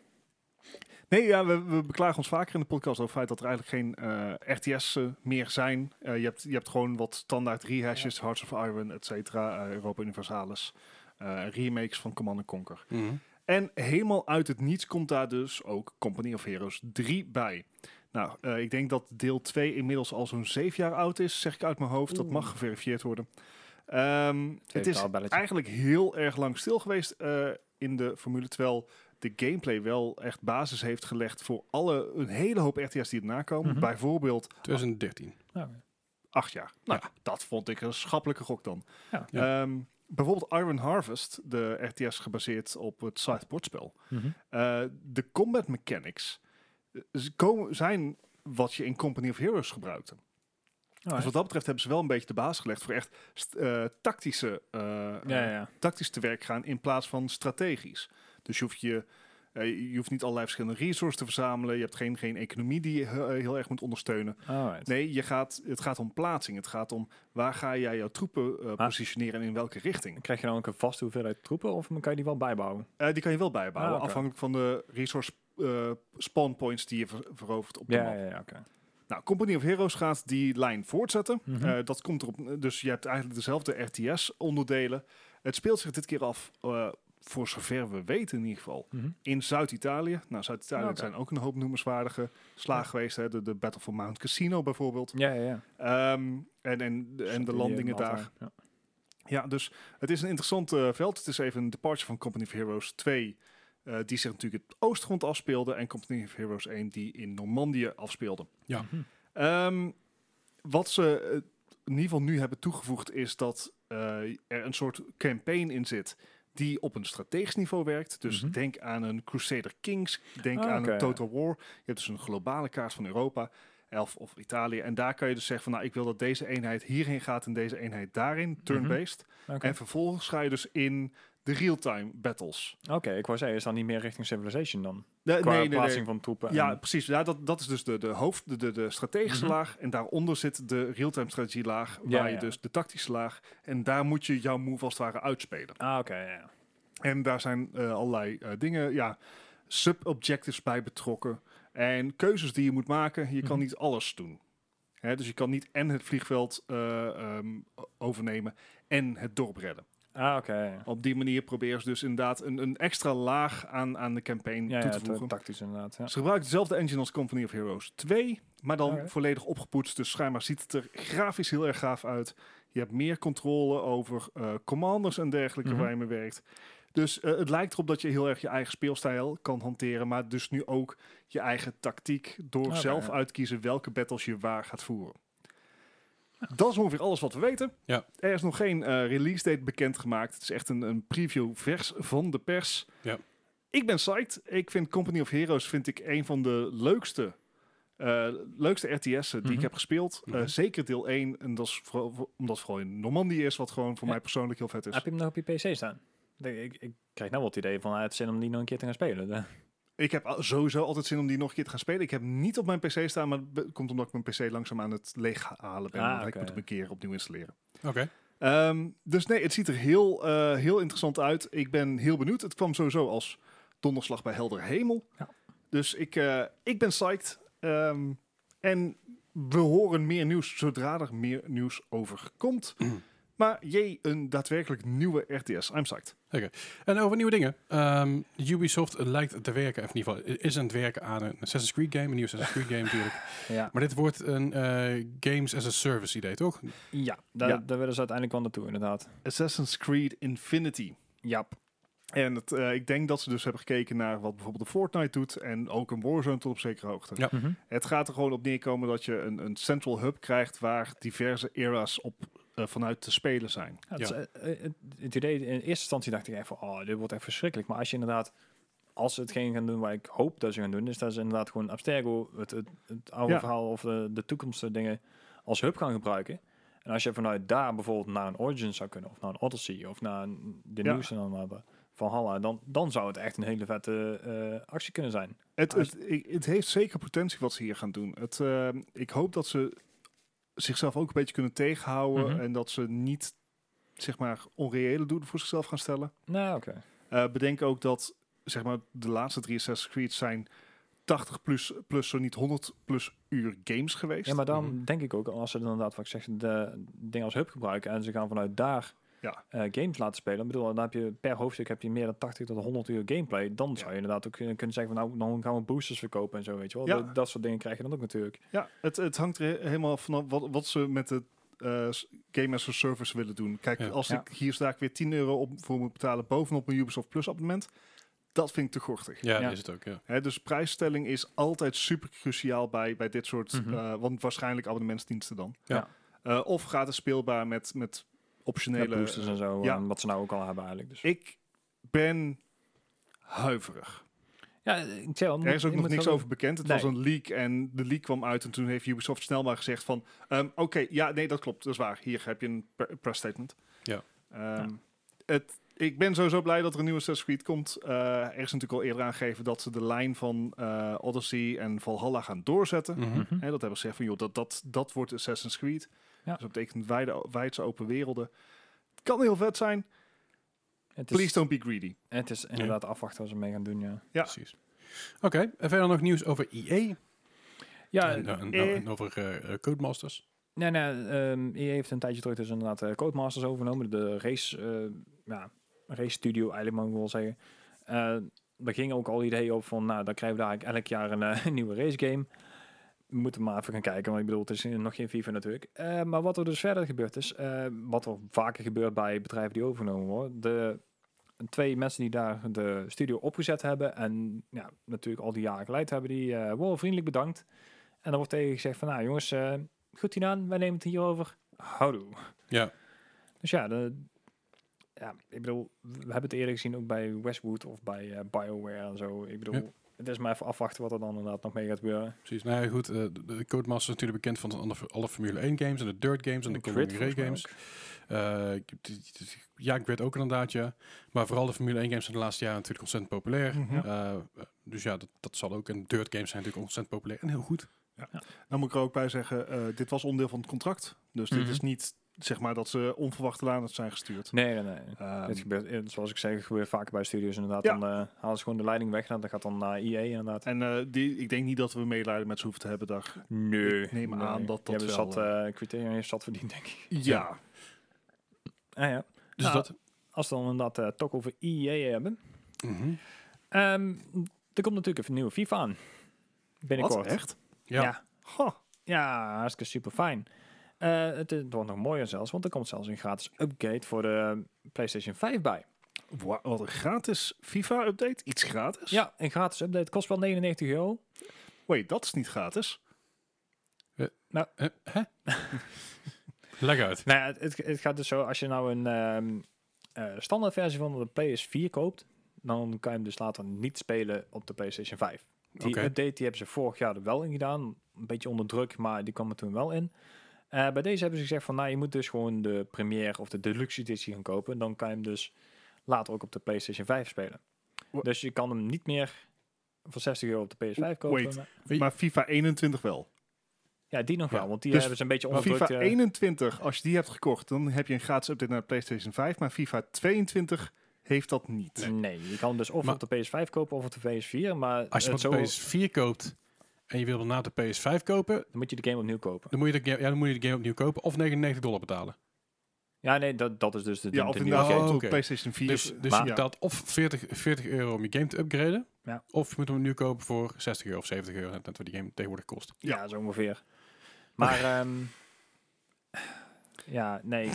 nee, ja, we, we beklagen ons vaker in de podcast over het feit dat er eigenlijk geen eh, R T S'en meer zijn. Eh, je, hebt, je hebt gewoon wat standaard rehashes, Hearts of Iron, et cetera, eh, Europa Universalis, eh, remakes van Command and Conquer. Mhm. En helemaal uit het niets komt daar dus ook Company of Heroes drie bij. Nou, eh, ik denk dat deel twee inmiddels al zo'n zeven jaar oud is, zeg ik uit mijn hoofd. Dat mag geverifieerd worden. Ehm, het is taalbelletje. eigenlijk heel erg lang stil geweest eh, in de formule, terwijl de gameplay wel echt basis heeft gelegd voor alle, een hele hoop R T S's die erna komen. Mhm. Bijvoorbeeld twintig dertien. Nou, acht jaar. Nou, dat vond ik een schappelijke gok dan. Ja. Ja. Ehm, bijvoorbeeld Iron Harvest, de R T S gebaseerd op het sideboardspel. mhm. Uh, de combat mechanics uh, ze komen, zijn wat je in Company of Heroes gebruikte. Oh, Dus wat dat betreft hebben ze wel een beetje de basis gelegd voor echt st- uh, tactische, uh, ja, ja, ja. tactisch te werk gaan in plaats van strategisch. Dus je hoeft, je, uh, je hoeft niet allerlei verschillende resources te verzamelen. Je hebt geen, geen economie die je uh, heel erg moet ondersteunen. Alright. Nee, je gaat, het gaat om plaatsing. Het gaat om waar ga jij jouw troepen uh, positioneren en in welke richting. Krijg je dan ook een vaste hoeveelheid troepen of kan je die wel bijbouwen? Uh, die kan je wel bijbouwen, Ah, oké. afhankelijk van de resource uh, spawn points die je ver- verovert op de Ja, map. ja, ja, oké. Nou, Company of Heroes gaat die lijn voortzetten. Mhm. Uh, dat komt erop. Dus je hebt eigenlijk dezelfde R T S-onderdelen. Het speelt zich dit keer af, uh, voor zover we weten in ieder geval, Mhm. in Zuid-Italië. Nou, Zuid-Italië Oké. zijn ook een hoop noemenswaardige slagen geweest. Hè? De, de Battle for Mount Casino bijvoorbeeld. Ja, ja, ja. Um, en, en, de- en de Die, landingen eh, daar. Malta, Ja. Ja, dus het is een interessant uh, veld. Het is even een departure van Company of Heroes twee... Uh, die zich natuurlijk in het oostgrond afspeelde. En Company of Heroes één die in Normandië afspeelde. Ja. Mhm. Um, wat ze uh, in ieder geval nu hebben toegevoegd is dat uh, er een soort campaign in zit die op een strategisch niveau werkt. Dus Mhm. denk aan een Crusader Kings, denk Ah, aan oké, een Total War. Je hebt dus een globale kaart van Europa, elf of Italië. En daar kan je dus zeggen van, nou, ik wil dat deze eenheid hierheen gaat en deze eenheid daarin, turn-based. Oké, En vervolgens ga je dus in de real-time battles. Oké, ik wou zeggen, is dan niet meer richting Civilization dan? Nee, Qua nee, nee, nee. plaatsing van troepen. Ja, en- precies. Ja, dat, dat is dus de, de hoofd, de, de, de strategische Mhm. laag. En daaronder zit de real-time strategielaag, Ja, waar je ja. dus de tactische laag. En daar moet je jouw move als het ware uitspelen. Ah, oké, ja. En daar zijn eh, allerlei eh, dingen, ja, sub-objectives bij betrokken. En keuzes die je moet maken. Je kan Mhm. niet alles doen. Hè, dus je kan niet en het vliegveld eh, ehm, o- overnemen en het dorp redden. Ah, oké. ja. Op die manier proberen ze dus inderdaad een, een extra laag aan, aan de campaign Ja, toe ja, te voegen. ta- tactisch inderdaad. Ja. Ze gebruiken dezelfde engine als Company of Heroes twee, maar dan Alright. volledig opgepoetst. Dus schijnbaar ziet het er grafisch heel erg gaaf uit. Je hebt meer controle over eh, commanders en dergelijke Mhm. waar je mee werkt. Dus eh, het lijkt erop dat je heel erg je eigen speelstijl kan hanteren, maar dus nu ook je eigen tactiek door Oké, zelf ja. uitkiezen welke battles je waar gaat voeren. Dat is ongeveer alles wat we weten. Ja. Er is nog geen uh, release date bekendgemaakt. Het is echt een, een preview vers van de pers. Ja. Ik ben psyched. Ik vind Company of Heroes vind ik een van de leukste, uh, leukste R T S'en die Mhm. ik heb gespeeld. Uh, Mhm. zeker deel één. En dat is vooral, voor- omdat het vooral in Normandië is, wat gewoon voor Ja. mij persoonlijk heel vet is. Heb je hem nog op je P C staan? Ik, ik, ik krijg nou wel het idee van ah, het is zin om die nog een keer te gaan spelen. De- Ik heb al- sowieso altijd zin om die nog een keer te gaan spelen. Ik heb hem niet op mijn P C staan, maar dat komt omdat ik mijn P C langzaam aan het leeghalen ben. Ah, want Ik oké. moet hem een keer opnieuw installeren. Oké. Ehm, dus nee, het ziet er heel, eh, heel interessant uit. Ik ben heel benieuwd. Het kwam sowieso als donderslag bij helder hemel. Ja. Dus ik, eh, ik ben psyched. Ehm, en we horen meer nieuws zodra er meer nieuws over komt. Maar jee, een daadwerkelijk nieuwe R T S. I'm psyched. En over nieuwe dingen. Ehm, Ubisoft lijkt te werken, of in ieder geval is aan het werken aan een Assassin's Creed game. Een nieuwe Assassin's Creed game natuurlijk. ja, Maar dit wordt een eh, Games as a Service idee, toch? ja, daar, Ja. daar willen ze uiteindelijk wel naartoe, inderdaad. Assassin's Creed Infinity. Ja. En het, eh, ik denk dat ze dus hebben gekeken naar wat bijvoorbeeld de Fortnite doet. En ook een Warzone tot op zekere hoogte. Ja. Mhm. Het gaat er gewoon op neerkomen dat je een, een central hub krijgt waar diverse era's op uh, vanuit te spelen zijn. Ja, het, is, Ja. eh, eh, het, het idee, in eerste instantie dacht ik even, oh, dit wordt echt verschrikkelijk. Maar als je inderdaad, als ze hetgeen gaan doen waar ik hoop dat ze gaan doen, is dat ze inderdaad gewoon Abstergo, het, het, het oude Ja. verhaal of de, de toekomstige dingen als hub gaan gebruiken. En als je vanuit daar bijvoorbeeld naar een Origins zou kunnen, of naar een Odyssey, of naar een, de Ja. nieuwste dan maar Valhalla, dan, dan zou het echt een hele vette eh, actie kunnen zijn. Het, Als- het, ik- het heeft zeker potentie wat ze hier gaan doen. Het, uh, ik hoop dat ze zichzelf ook een beetje kunnen tegenhouden Mhm. en dat ze niet zeg maar onreële doelen voor zichzelf gaan stellen. Nou, oké. Uh, bedenk ook dat zeg maar de laatste drie Assassin's Creed zijn tachtig plus, plus zo niet honderd plus uur games geweest. Ja, maar dan Mhm. denk ik ook, als ze dan inderdaad, wat ik zeg, de dingen als hub gebruiken en ze gaan vanuit daar Ja. eh, games laten spelen. Ik bedoel, dan heb je per hoofdstuk heb je meer dan tachtig tot honderd uur gameplay. Dan zou je inderdaad ook kunnen kunnen zeggen van, nou, dan gaan we boosters verkopen en zo, weet je wel. Ja. Dat, dat soort dingen krijg je dan ook natuurlijk. Ja, het, het hangt er he- helemaal vanaf wat, wat ze met de uh, Game as a Service willen doen. Kijk, Ja. als Ja. ik hier sta ik weer tien euro op voor moet betalen bovenop mijn Ubisoft Plus abonnement, dat vind ik te gortig. Ja, Ja. dat is het ook, ja. Hè, dus prijsstelling is altijd super cruciaal bij, bij dit soort, Mhm. uh, want waarschijnlijk abonnementsdiensten dan. Ja. Uh, of gratis speelbaar met, met optionele... Met boosters en zo, ja. en wat ze nou ook al hebben eigenlijk. Dus. Ik ben huiverig. Ja, ik zei al, Er is ook je nog moet niks wel- over bekend. Het Nee. was een leak en de leak kwam uit en toen heeft Ubisoft snel maar gezegd van... Um, Oké, ja, nee, dat klopt, dat is waar. Hier heb je een pre- press statement. Ja. Um, Ja. Het, ik ben sowieso blij dat er een nieuwe Assassin's Creed komt. Uh, er is natuurlijk al eerder aangegeven dat ze de lijn van uh, Odyssey en Valhalla gaan doorzetten. Mhm. Mhm. Hè, dat hebben ze gezegd van, joh, dat, dat, dat wordt Assassin's Creed. Ja. Dus dat betekent wijde, wijdse open werelden. Het kan heel vet zijn. Het is, Please don't be greedy. het is inderdaad afwachten wat ze mee gaan doen, ja. Ja. Precies. Oké, en verder nog nieuws over E A. Ja, en, en- eh. en over eh, eh, Codemasters. nee, nee, ehm, E A heeft een tijdje terug dus inderdaad uh, Codemasters overgenomen. De race, uh, ja, race studio eigenlijk mag ik wel zeggen. Uh, daar ging ook al ideeën op van, nou, dan krijgen we daar eigenlijk elk jaar een, uh, een nieuwe race game. We moeten maar even gaan kijken, want ik bedoel, het is nog geen FIFA natuurlijk. Uh, maar wat er dus verder gebeurd is, uh, wat er vaker gebeurt bij bedrijven die overgenomen worden, de twee mensen die daar de studio opgezet hebben en ja, natuurlijk al die jaren geleid hebben, die uh, worden vriendelijk bedankt. En dan wordt tegen gezegd van, nou jongens, uh, goed gedaan, wij nemen het hier over. Houdoe. Ja. Dus ja, de, ja, ik bedoel, we hebben het eerder gezien ook bij Westwood of bij uh, BioWare en zo. Ik bedoel, Ja. het is maar even afwachten wat er dan inderdaad nog mee gaat gebeuren. Precies. Nou ja, goed. eh, de, de Codemasters is natuurlijk bekend van alle, alle Formule één games en de Dirt games en de Grid, Colin Ray volgens mij games. Eh, ik- t- t- ja, Grid ook inderdaad, ja. Maar vooral de Formule één games zijn de laatste jaren natuurlijk ontzettend populair. Mhm. Eh, eh, dus ja, dat, dat zal ook. En Dirt games zijn natuurlijk ontzettend populair en heel goed. Dan moet ik er ook bij zeggen, uh, dit was onderdeel van het contract. Dus Mhm. dit is niet, zeg maar, dat ze onverwacht laan het zijn gestuurd. Nee, nee, nee. Um, Dit gebeurt, eh, zoals ik zeg, gebeurt vaker bij studios inderdaad. Ja. Dan uh, halen ze gewoon de leiding weg en dan gaat dan naar E A inderdaad. en uh, die, ik denk niet dat we medelijden met ze hoeven te hebben. Dag. Nee. Ik neem nee. aan dat dat Die hebben wel, zat, uh, Criterion heeft zat verdiend, denk ik. Ja. Ah, ja. Dus Nou, dat... Als we dan inderdaad uh, toch over E A hebben. Mhm. Um, er komt natuurlijk even een nieuwe FIFA aan. Binnenkort. Wat? Echt? Ja. Ja. Huh. Ja, hartstikke super fijn. Uh, het, het wordt nog mooier zelfs, want er komt zelfs een gratis upgrade voor de PlayStation vijf bij. Wa- Wat een gratis FIFA-update? Iets gratis? Ja, een gratis update kost wel negenennegentig euro. Wait, dat is niet gratis. Eh, hè? Leg uit. Nou ja, het, het, het gaat dus zo, als je nou een ehm uh, standaard versie van de P S vier koopt, dan kan je hem dus later niet spelen op de PlayStation vijf. Die Oké. update die hebben ze vorig jaar er wel in gedaan. Een beetje onder druk, maar die kwam er toen wel in. Uh, bij deze hebben ze gezegd van, nou, je moet dus gewoon de Premiere of de Deluxe editie gaan kopen. Dan kan je hem dus later ook op de PlayStation vijf spelen. Wa- Dus je kan hem niet meer voor zestig euro op de P S vijf kopen. Wait. Maar, Maar FIFA eenentwintig wel. ja, die nog Ja. wel, want die Dus hebben ze een beetje onder FIFA druk. uh, eenentwintig, als je die hebt gekocht, dan heb je een gratis update naar de PlayStation vijf. Maar FIFA tweeëntwintig heeft dat niet. Nee, je kan hem dus of Maar- op de P S vijf kopen of op de P S vier. Maar Als je het hem op de zo, P S vier koopt en je wil daarna op de P S vijf kopen, dan moet je de game opnieuw kopen. dan moet je de, ga- ja, dan moet je de game opnieuw kopen of negenennegentig dollar betalen. Ja, nee, dat, dat is dus de, de, Ja, of de inderdaad nieuwe Oh, game. op oké. PlayStation vier. Dus, dus Maar- je betaalt of veertig, veertig euro om je game te upgraden, Ja. of je moet hem nu kopen voor zestig euro of zeventig euro, net wat die game tegenwoordig kost. Ja, zo ongeveer. Maar, ehm, ja, nee.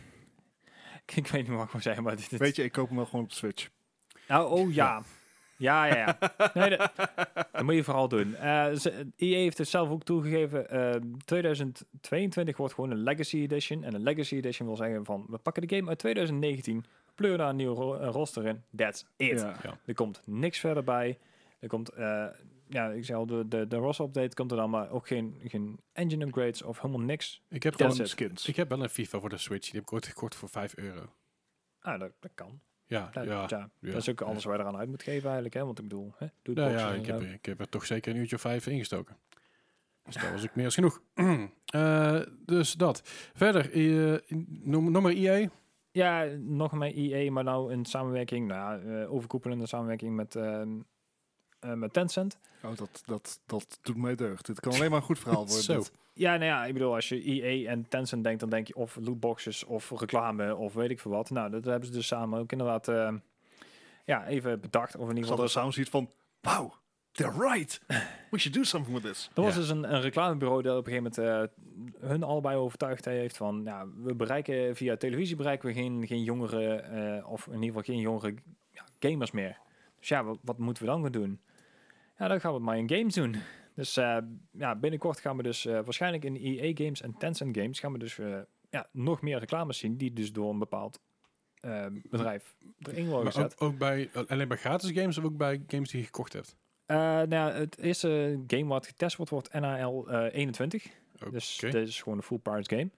ik, ik weet niet meer wat ik moet zeggen, maar dit, dit- Weet je, ik koop hem wel gewoon op de Switch. Nou, oh ja. Ja, ja, ja. Nee, dat, dat moet je vooral doen. Eh, ze- E A heeft het zelf ook toegegeven. eh, tweeduizend tweeëntwintig wordt gewoon een Legacy Edition. En een Legacy Edition wil zeggen van, we pakken de game uit tweeduizend negentien, pleuren daar een nieuw ro- eh, roster in. That's it. Ja. Ja. Er komt niks verder bij. Er komt, eh, ja, ik zei al, de, de, de roster update komt er dan, maar ook geen, geen engine upgrades of helemaal niks. Ik heb, That's gewoon, it. skins. ik heb wel een FIFA voor de Switch, die heb ik ooit gekocht voor vijf euro. Ah, dat, dat kan. Ja, Ja, ja. ja, ja. dat is ook alles waar je eraan uit moet geven eigenlijk. Hè? Want ik bedoel, hè, doe Nou ja, ik heb, ik heb er toch zeker een uurtje of vijf ingestoken. Dus dat was ook meer als genoeg. Eh, dus dat. Verder, eh, noem, noem maar E A. Ja, nog met E A, maar nou in samenwerking, nou, ja, uh, overkoepelende samenwerking met, ehm, uh, met Tencent. Oh, dat, dat, dat doet mij deugd. Dit kan alleen maar een goed verhaal worden. Zo. dit. Ja, nou ja, ik bedoel, als je E A en Tencent denkt, dan denk je of lootboxes of reclame of weet ik veel wat. Nou, dat hebben ze dus samen ook inderdaad uh, ja, even bedacht. Of in ieder Zat geval... er samen zoiets van, wow, they're right. We should do something with this. Er was Ja. dus een, een reclamebureau dat op een gegeven moment uh, hun allebei overtuigd heeft van, ja, we bereiken via televisie bereiken we geen, geen jongeren, uh, of in ieder geval geen jongere ja, gamers meer. Dus ja, wat, wat moeten we dan gaan doen? Ja, dan gaan we het maar in games doen. Dus uh, ja, binnenkort gaan we dus uh, waarschijnlijk in E A Games en Tencent Games gaan we dus uh, ja, nog meer reclames zien die dus door een bepaald uh, bedrijf erin worden Maar gezet. ook, ook bij, alleen bij gratis games of ook bij games die je gekocht hebt? Uh, nou ja, het eerste game wat getest wordt, wordt N H L uh, eenentwintig. Oké. Dus dit is gewoon een full price game.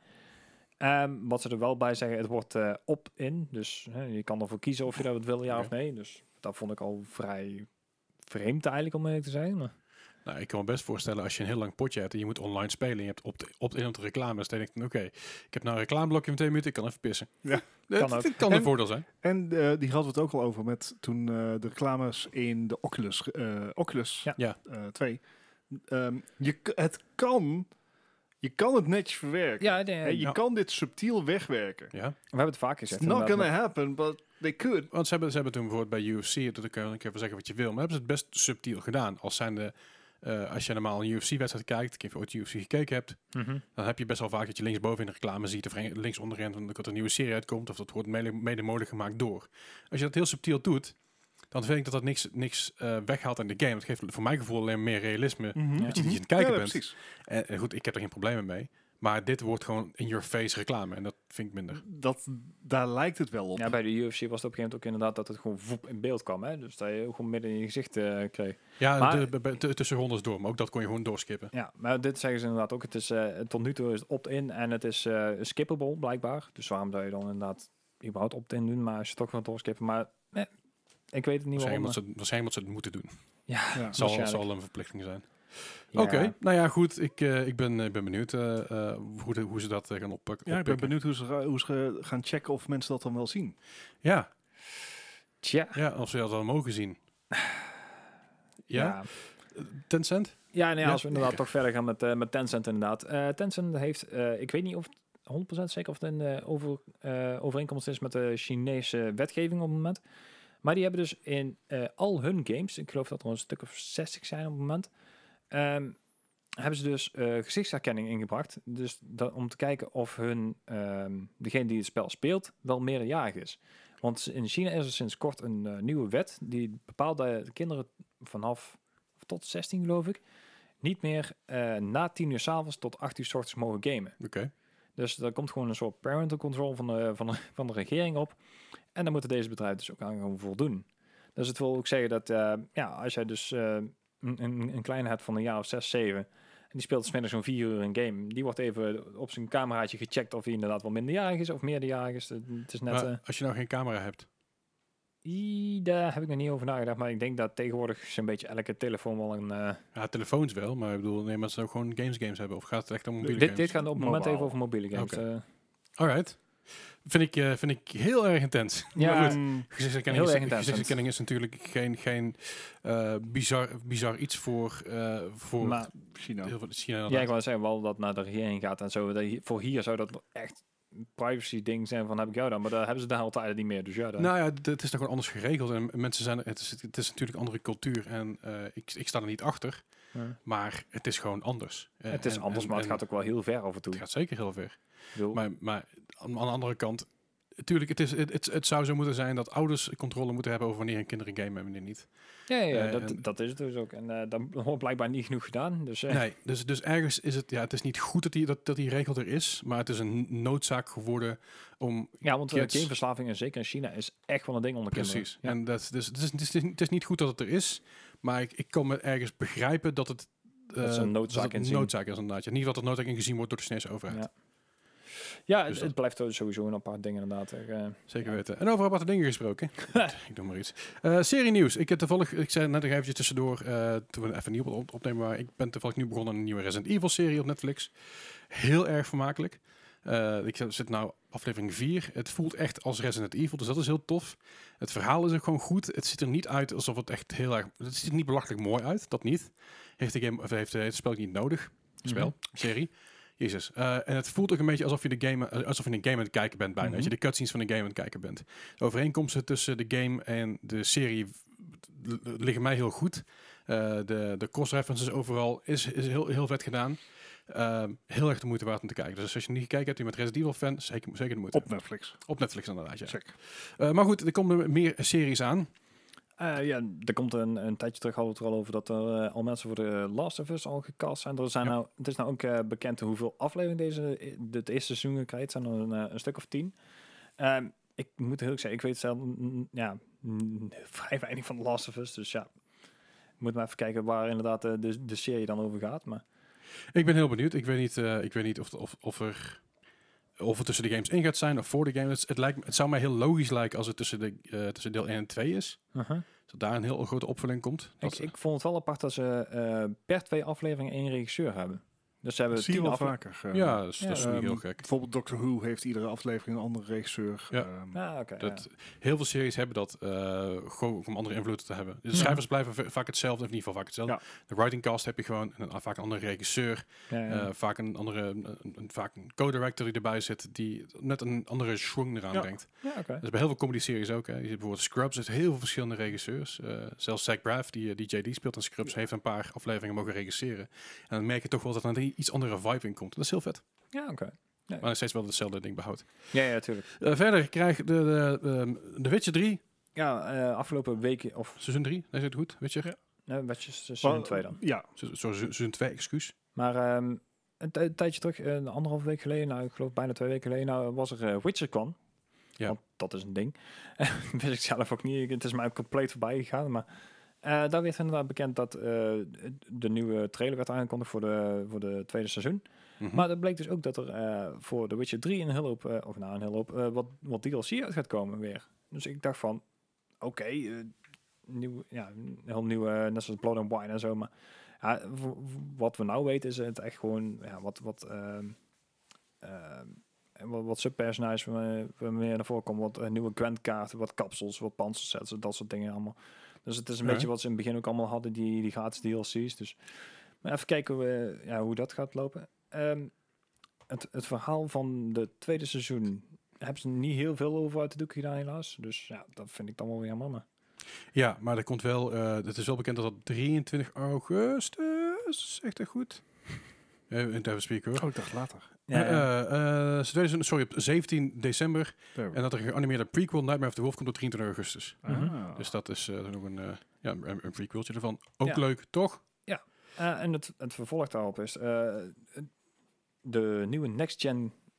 Um, wat ze er wel bij zeggen, het wordt uh, opt-in. Dus uh, je kan ervoor kiezen of je dat wil, ja Oké. of nee. Dus dat vond ik al vrij vreemd eigenlijk, om eerlijk te zijn. Maar Nou, ik kan me best voorstellen als je een heel lang potje hebt en je moet online spelen en je hebt opt- opt-in op de reclames, dan denk ik, oké, ik heb nou een reclameblokje van twee minuten, ik kan even pissen. Ja. Dat Kan kan, ook. het kan een En- voordeel zijn. En uh, die hadden we het ook al over met toen uh, de reclames in de Oculus, uh, Oculus Ja. Ja. uh, twee. Um, je, k- het kan, je kan het netjes verwerken. ja, nee, Hè, je Ja. kan dit subtiel wegwerken. Ja. we hebben het vaak It's gezegd. not inderdaad, gonna happen, but they could. Want ze hebben, ze hebben toen bijvoorbeeld bij U F C, dat kan ik even zeggen wat je wil, maar hebben ze het best subtiel gedaan. Als, zijnde, uh, als je normaal een U F C-wedstrijd kijkt, ik heb ooit U F C gekeken hebt, Mhm. dan heb je best wel vaak dat je linksboven in de reclame ziet of re- links onderin dat er een nieuwe serie uitkomt of dat wordt mede, mede mogelijk gemaakt door. Als je dat heel subtiel doet, dan vind ik dat dat niks, niks uh, weghaalt in de game. Het geeft voor mijn gevoel alleen meer realisme. Mm-hmm. Dat je niet aan het kijken ja, bent. precies. En, en goed, ik heb er geen problemen mee. Maar dit wordt gewoon in your face reclame. En dat vind ik minder. Dat, daar lijkt het wel op. Ja, bij de U F C was het op een gegeven moment ook inderdaad dat het gewoon voep in beeld kwam. Hè? Dus dat je ook gewoon midden in je gezicht uh, kreeg. Ja, Maar- de, de- de- tussen rondes door. Maar ook dat kon je gewoon doorskippen. Ja, maar dit zeggen ze inderdaad ook. Het is uh, tot nu toe is het opt-in en het is uh, skippable blijkbaar. Dus waarom zou je dan inderdaad überhaupt opt-in doen? Maar als je toch gaat doorskippen. Maar eh, ik weet het niet Waarschijnlijk waarom. omdat ze, waarschijnlijk omdat ze het moeten doen. Ja, Ja. Het zal, waarschijnlijk. zal een verplichting zijn. Ja. Oké, nou ja, goed. Ik, uh, ik, ben, ik ben benieuwd uh, uh, hoe, de, hoe ze dat uh, gaan oppakken. Ja, ik ben benieuwd hoe ze, ga- hoe ze gaan checken of mensen dat dan wel zien. Ja, Tja. ja, of ze dat wel mogen zien. Ja? Ja. Tencent? Ja, nou ja, Ja. als we inderdaad toch verder gaan met, uh, met Tencent inderdaad. Uh, Tencent heeft, uh, ik weet niet of het honderd procent zeker of het een uh, over, uh, overeenkomst is met de Chinese wetgeving op het moment. Maar die hebben dus in uh, al hun games, ik geloof dat er een stuk of zestig zijn op het moment, um, hebben ze dus uh, gezichtsherkenning ingebracht. Dus dat, om te kijken of hun, um, degene die het spel speelt, wel meerderjarig is. Want in China is er sinds kort een uh, nieuwe wet die bepaalt dat de kinderen vanaf tot zestien geloof ik, niet meer uh, na tien uur 's avonds tot acht uur 's ochtends mogen gamen. Oké. Dus er komt gewoon een soort parental control van de, van de, van de regering op. En dan moeten deze bedrijven dus ook aan gewoon voldoen. Dus het wil ook zeggen dat uh, ja, als jij dus uh, een, een, een kleine hebt van een jaar of zes, zeven... en die speelt 's middags zo'n vier uur een game... die wordt even op zijn cameraatje gecheckt of hij inderdaad wel minderjarig is of meerderjarig is. Het is net... Maar Uh, als je nou geen camera hebt. I, daar heb ik nog niet over nagedacht, maar ik denk dat tegenwoordig zo'n beetje elke telefoon wel een... Uh, Ja, telefoons wel, maar ik bedoel, nee, maar ze ook gewoon games games hebben. Of gaat het echt om mobiele dit, games? dit gaat op het moment Mobile. even over mobiele games. Oké. Uh, Alright. Vind ik, uh, vind ik heel erg intens. Ja, Maar goed, Mm, gezichtsherkenning heel is, erg intens. gezichtsherkenning is natuurlijk geen, geen uh, bizar, bizar iets voor, uh, voor maar China. heel veel China. ja, ik inderdaad. wou zeggen, wel dat naar de regering gaat en zo. Dat hier- voor hier zou dat echt privacy ding zijn van heb ik jou dan. Maar daar hebben ze daar altijd niet meer. Dus ja, dan, Nou ja, d- het is toch gewoon anders geregeld. En mensen zijn, het is, het is natuurlijk andere cultuur. En uh, ik, ik sta er niet achter. ja. Maar het is gewoon anders. Uh, Het is en- anders, en- maar het en gaat ook wel heel ver af en toe. Het gaat zeker heel ver. Ik bedoel, Maar, maar aan, aan de andere kant, natuurlijk, het, is, het, het, het zou zo moeten zijn dat ouders controle moeten hebben over wanneer een kinderen game hebben en wanneer niet. ja, ja, eh, dat, en- dat is het dus ook. En uh, dan wordt blijkbaar niet genoeg gedaan. Dus uh, Nee, dus, dus ergens is het, ja, het is niet goed dat die, dat, dat die regel er is, maar het is een noodzaak geworden om... ja, want uh, kids- gameverslaving, en zeker in China, is echt wel een ding onder Precies. kinderen. Ja. En dat, dus, het, is, het, is, het is niet goed dat het er is, maar ik, ik kan me ergens begrijpen dat het... Dat ze een uh, noodzaak dat het inzien. noodzaak is inderdaad. Ja, niet dat het noodzaak ingezien wordt door de Chinese overheid. Ja. Ja, het, Dus het blijft sowieso een apart ding inderdaad. Uh, Zeker ja. weten. En over aparte dingen gesproken. ik doe maar iets. Uh, serie nieuws. Ik heb toevallig, ik zei net nog eventjes tussendoor, uh, toen we even nieuw op opnemen waren. Ik ben toevallig nu begonnen aan een nieuwe Resident Evil serie op Netflix. Heel erg vermakelijk. Uh, ik zit nou aflevering vier. Het voelt echt als Resident Evil, dus dat is heel tof. Het verhaal is ook gewoon goed. Het ziet er niet uit alsof het echt heel erg... Het ziet er niet belachelijk mooi uit, dat niet. Heeft, de game, of heeft het spel niet nodig. Spel, Mhm. serie. Jezus. Uh, en het voelt ook een beetje alsof je de game, uh, alsof je een game aan het kijken bent bijna. Mhm. Dat je de cutscenes van de game aan het kijken bent. De overeenkomsten tussen de game en de serie l- liggen mij heel goed. Uh, de, de cross-references overal is, is heel, heel vet gedaan. Uh, heel erg de moeite waard om te kijken. Dus als je niet gekeken hebt, je met Resident Evil fan, zeker, zeker de moeite. Op Netflix. Op Netflix inderdaad, ja. Check. Uh, maar goed, er komen meer series aan. Uh, ja, er komt een, een tijdje terug hadden we het er al over dat er uh, al mensen voor de Last of Us al gecast zijn. Er zijn Ja. nou, het is nou ook uh, bekend hoeveel afleveringen deze het eerste seizoen krijgt. Het zijn er een, uh, een stuk of tien. Um, ik moet heel erg zeggen, ik weet zelf mm, ja, mm, vrij weinig van The Last of Us. Dus ja, ik moet maar even kijken waar inderdaad de, de, de serie dan over gaat. Maar Ik ben heel benieuwd. Ik weet niet, uh, ik weet niet of, of, of er... Of het tussen de games in gaat zijn of voor de games. Het, het, lijkt, het zou mij heel logisch lijken als het tussen, de, uh, tussen deel één en twee is. uh-huh. Dat daar een heel grote opvulling komt. ik, Dat, ik vond het wel apart dat ze uh, per twee afleveringen één regisseur hebben. Dus ze hebben Dat zie je tien wel afle- vaker. uh, ja, dat is, ja, dat is niet um, heel gek. Bijvoorbeeld Doctor Who heeft iedere aflevering een andere regisseur. Ja. Um, Ah, oké. Dat, ja. heel veel series hebben dat uh, gewoon om andere invloeden te hebben. De Ja. schrijvers blijven v- vaak hetzelfde, of in ieder geval vaak hetzelfde. Ja. De writing cast heb je gewoon en dan vaak een andere regisseur. Ja, ja. Uh, vaak een andere, een, een, vaak een co-director die erbij zit, die net een andere schwung eraan Ja. brengt. ja, oké. Dat is bij heel veel comedy-series ook. Hè. Je ziet bijvoorbeeld Scrubs, heeft heel veel verschillende regisseurs. Uh, zelfs Zach Braff, die, die J D speelt in Scrubs, heeft een paar afleveringen mogen regisseren. En dan merk je toch wel dat er een iets andere vibe in komt. Dat is heel vet. Ja, oké. Maar nog steeds wel hetzelfde ding behoudt. Ja, ja, tuurlijk. Uh, verder krijgt de, de, um, de Witcher drie, Ja, uh, afgelopen weken, of seizoen drie, is het goed? Witcher? Ja. nee, watjes seizoen wel- twee dan. Ja, Se- Zo, seizoen twee, excuus. Maar um, een, t- een tijdje terug, uh, een anderhalf week geleden, nou, ik geloof bijna twee weken geleden, nou, was er uh, WitcherCon. Ja. Want dat is een ding. Wist ik zelf ook niet. Het is mij ook compleet voorbij gegaan. Maar uh, daar werd inderdaad bekend dat uh, de nieuwe trailer werd aangekondigd voor de, voor de tweede seizoen. Mhm. Maar het bleek dus ook dat er uh, voor The Witcher drie een hele hoop, uh, of nou een hele hoop, uh, wat, wat D L C uit gaat komen weer. Dus ik dacht van, oké, okay, uh, nieuw, ja, een heel nieuwe, uh, net zoals Blood and Wine en zo. Maar ja, w- w- wat we nou weten is het echt gewoon, ja, wat, wat, uh, uh, wat, wat subpersonages waar meer naar voren komen, wat uh, nieuwe Gwent-kaarten, wat kapsels, wat panzersets, dat soort dingen allemaal. Dus het is een Ja. beetje wat ze in het begin ook allemaal hadden, die, die gratis D L C's. Dus maar even kijken hoe, uh, ja, hoe dat gaat lopen. Um, het, het verhaal van de tweede seizoen hebben ze niet heel veel over uit de doek gedaan helaas. Dus ja, dat vind ik dan wel weer jammer. Maar Ja, maar er komt wel, uh, het is wel bekend dat dat drieëntwintig augustus, echt echt goed. Uh, in Devil Speak hoor. oh, ik dacht later. ja, Uh, uh, tweeduizend sorry, op zeventien december. There we En dat er een geanimeerde prequel Nightmare of the Wolf komt op drieëntwintig augustus. go. Mhm. Ah. Dus dat is uh, nog een, uh, ja, een, een prequeltje ervan. Ook Ja. leuk, toch? Uh, en het, het vervolg daarop is uh, de nieuwe next-gen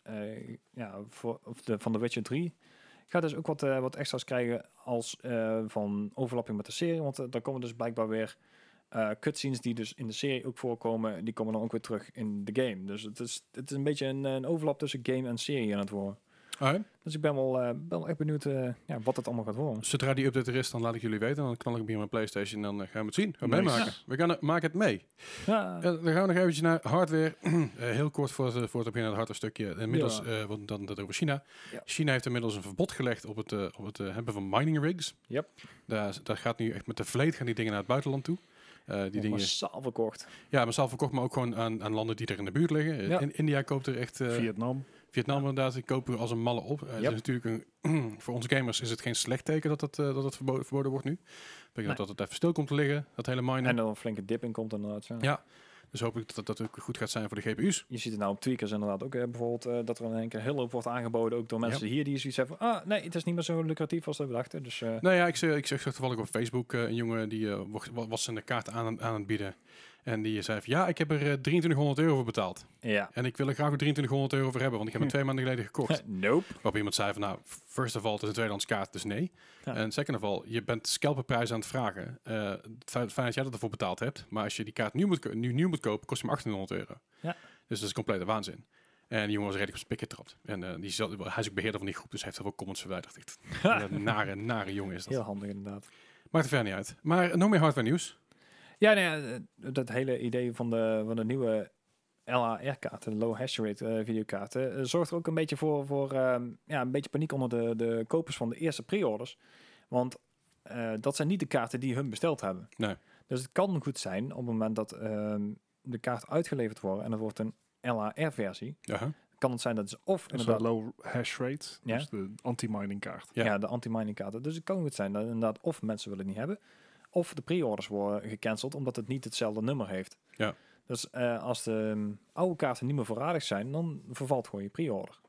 uh, ja, voor, of de, van The Witcher drie gaat dus ook wat, uh, wat extra's krijgen als uh, van overlapping met de serie. Want uh, dan komen dus blijkbaar weer uh, cutscenes die dus in de serie ook voorkomen. Die komen dan ook weer terug in de game. Dus het is, het is een beetje een, een overlap tussen game en serie aan het worden. Alright. Dus ik ben wel, uh, ben wel echt benieuwd uh, ja, wat het allemaal gaat worden. Zodra die update er is, dan laat ik jullie weten. Dan knal ik hem hier op mijn PlayStation en dan uh, gaan we het zien. We Nice. meemaken. Ja. We gaan maken het mee. Ja, Uh, dan gaan we nog eventjes naar hardware. uh, heel kort voor het, voor het op naar het hardware stukje. Inmiddels, Ja. uh, want dan dat over China. Ja. China heeft inmiddels een verbod gelegd op het, uh, op het uh, hebben van mining rigs. Yep. Daar, daar gaat nu echt met de vleet gaan die dingen naar het buitenland toe. Uh, die dingen, massaal verkocht. ja, massaal verkocht, maar ook gewoon aan, aan landen die er in de buurt liggen. Uh, Ja. in, India koopt er echt... Uh, Vietnam. Vietnam inderdaad, die kopen als een malle op. Uh, Yep. Het is natuurlijk een, voor ons gamers is het geen slecht teken dat het, uh, dat het verboden, verboden wordt nu. Betekent Nee. dat het even stil komt te liggen, dat hele minen. En dan een flinke dip in komt inderdaad. Ja. Ja, dus hoop ik dat dat ook goed gaat zijn voor de G P U's. Je ziet het nou op tweakers inderdaad ook. Uh, bijvoorbeeld uh, dat er in één keer heel hoop wordt aangeboden. Ook door mensen hier die zoiets hebben van... Ah, nee, het is niet meer zo lucratief als we dachten. Dus, uh, Nou ja, ik zeg, ik zeg toevallig op Facebook uh, een jongen die uh, was, was zijn kaart aan, aan het bieden. En die zei van, ja, ik heb er uh, drieëntwintighonderd euro voor betaald. ja. En ik wil er graag ook drieëntwintighonderd euro voor hebben, want ik heb hem twee maanden geleden gekocht. Nope. Waarop iemand zei van, nou, first of all, het is een tweedehands kaart, dus nee. Ja. En second of all, je bent scalperprijs aan het vragen. Uh, het feit fijn dat jij dat ervoor betaald hebt, maar als je die kaart nu moet, ko- nu nieuw moet kopen, kost hem achttienhonderd euro. Ja. Dus dat is complete waanzin. En die jongen was redelijk op zijn pik getrapt. En uh, die is, al- hij is ook beheerder van die groep, dus hij heeft er ook comments verwijderd. Echt. Een nare, nare jongen is dat. Heel handig inderdaad. Maakt er verder niet uit. Maar nog meer hardware nieuws. Ja, nou ja, eh, dat hele idee van de, van de nieuwe L H R-kaarten, de low hash rate uh, videokaarten, uh, zorgt er ook een beetje voor, voor um, ja, een beetje paniek onder de, de kopers van de eerste pre-orders. Want uh, dat zijn niet de kaarten die hun besteld hebben. Nee. Dus het kan goed zijn op het moment dat um, de kaart uitgeleverd wordt en het wordt een L H R-versie. Ja. Kan het zijn dat is of Dat is inderdaad een low hash rate. Ja. Dus de anti-mining kaart. Ja. ja. de anti-mining kaarten. Dus het kan goed zijn dat inderdaad of mensen willen het niet hebben, of de pre-orders worden gecanceld omdat het niet hetzelfde nummer heeft. Ja. Dus uh, als de um, oude kaarten niet meer voorradig zijn, dan vervalt gewoon je pre-order.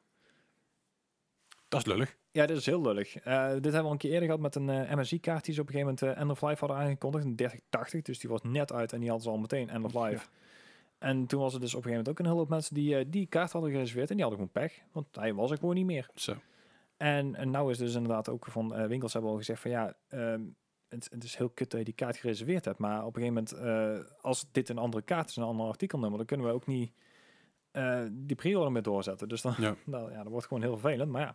Dat is lullig. Ja, dit is heel lullig. Uh, dit hebben we al een keer eerder gehad met een uh, M S I-kaart die ze op een gegeven moment uh, end of life hadden aangekondigd, een dertig tachtig. Dus die was net uit en die hadden ze al meteen end of life. Ja. En toen was er dus op een gegeven moment ook een hele hoop mensen die uh, die kaart hadden gereserveerd en die hadden gewoon pech, want hij was er gewoon niet meer. Zo. En, en nou is dus inderdaad ook van uh, winkels hebben al gezegd van ja, um, het, het is heel kut dat je die kaart gereserveerd hebt. Maar op een gegeven moment, uh, als dit een andere kaart is, een ander artikelnummer, dan kunnen we ook niet uh, die pre-order meer doorzetten. Dus dan, Ja. nou, ja, dat wordt gewoon heel vervelend. Maar ja,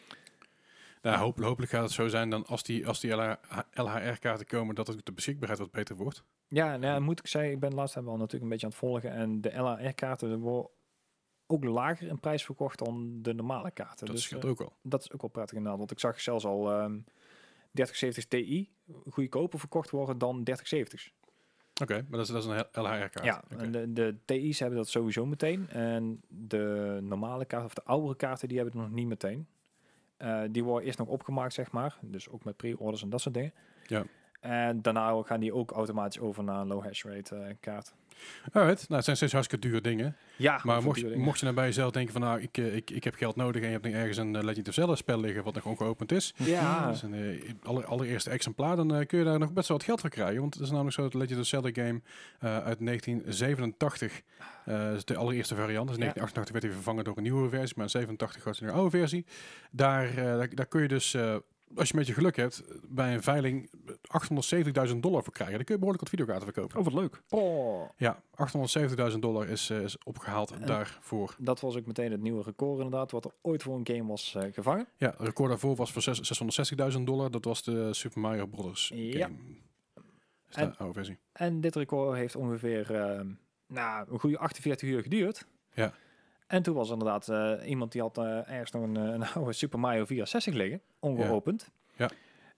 Nou, hoop, hopelijk gaat het zo zijn dan als die, als die L H R-kaarten komen, dat het de beschikbaarheid wat beter wordt. ja, nou, ja, moet ik zeggen, ik ben laatst hebben we al natuurlijk een beetje aan het volgen. En de L H R-kaarten worden ook lager in prijs verkocht dan de normale kaarten. Dat dus scheelt uh, ook wel. dat is ook wel prettig inderdaad. Want ik zag zelfs al um, dertig zeventig Ti goedkoper verkocht worden dan dertig zeventig's. Oké, okay, maar dat is, dat is een L H R-kaart. Ja, Okay. en de, de Ti's hebben dat sowieso meteen. En de normale kaarten, of de oudere kaarten, die hebben het nog niet meteen. Uh, die worden eerst nog opgemaakt, zeg maar. Dus ook met pre-orders en dat soort dingen. Ja. En daarna gaan die ook automatisch over naar een low hash rate uh, kaart. Alright, nou, het zijn steeds hartstikke dure dingen. Ja, Maar mocht je, mocht je nou bij jezelf denken van, nou, ik, ik, ik heb geld nodig en je hebt nu ergens een uh, Legend of Zelda spel liggen wat nog ongeopend is. Ja. Dat is een uh, aller, allereerste exemplaar, dan uh, kun je daar nog best wel wat geld voor krijgen. Want het is namelijk zo dat Legend of Zelda game uh, uit negentien zevenentachtig, uh, is de allereerste variant. Dus in negentien achtentachtig werd hij vervangen door een nieuwe versie, maar in zevenentachtig was het een oude versie. Daar, uh, daar, daar kun je dus... Uh, als je een beetje geluk hebt, bij een veiling achthonderdzeventigduizend dollar voor krijgen. Dan kun je behoorlijk wat videokaarten verkopen. Oh, wat leuk. Oh. Ja, achthonderdzeventigduizend dollar is, uh, is opgehaald En daarvoor. Dat was ook meteen het nieuwe record inderdaad, wat er ooit voor een game was uh, gevangen. Ja, het record daarvoor was voor zeshonderdzestigduizend dollar. Dat was de Super Mario Brothers Ja. game. Dat is de En- oude versie. En dit record heeft ongeveer uh, nou, een goede achtenveertig uur geduurd. Ja. En toen was inderdaad uh, iemand die had uh, ergens nog een, uh, een oude Super Mario vierenzestig liggen, ongeopend. Ja.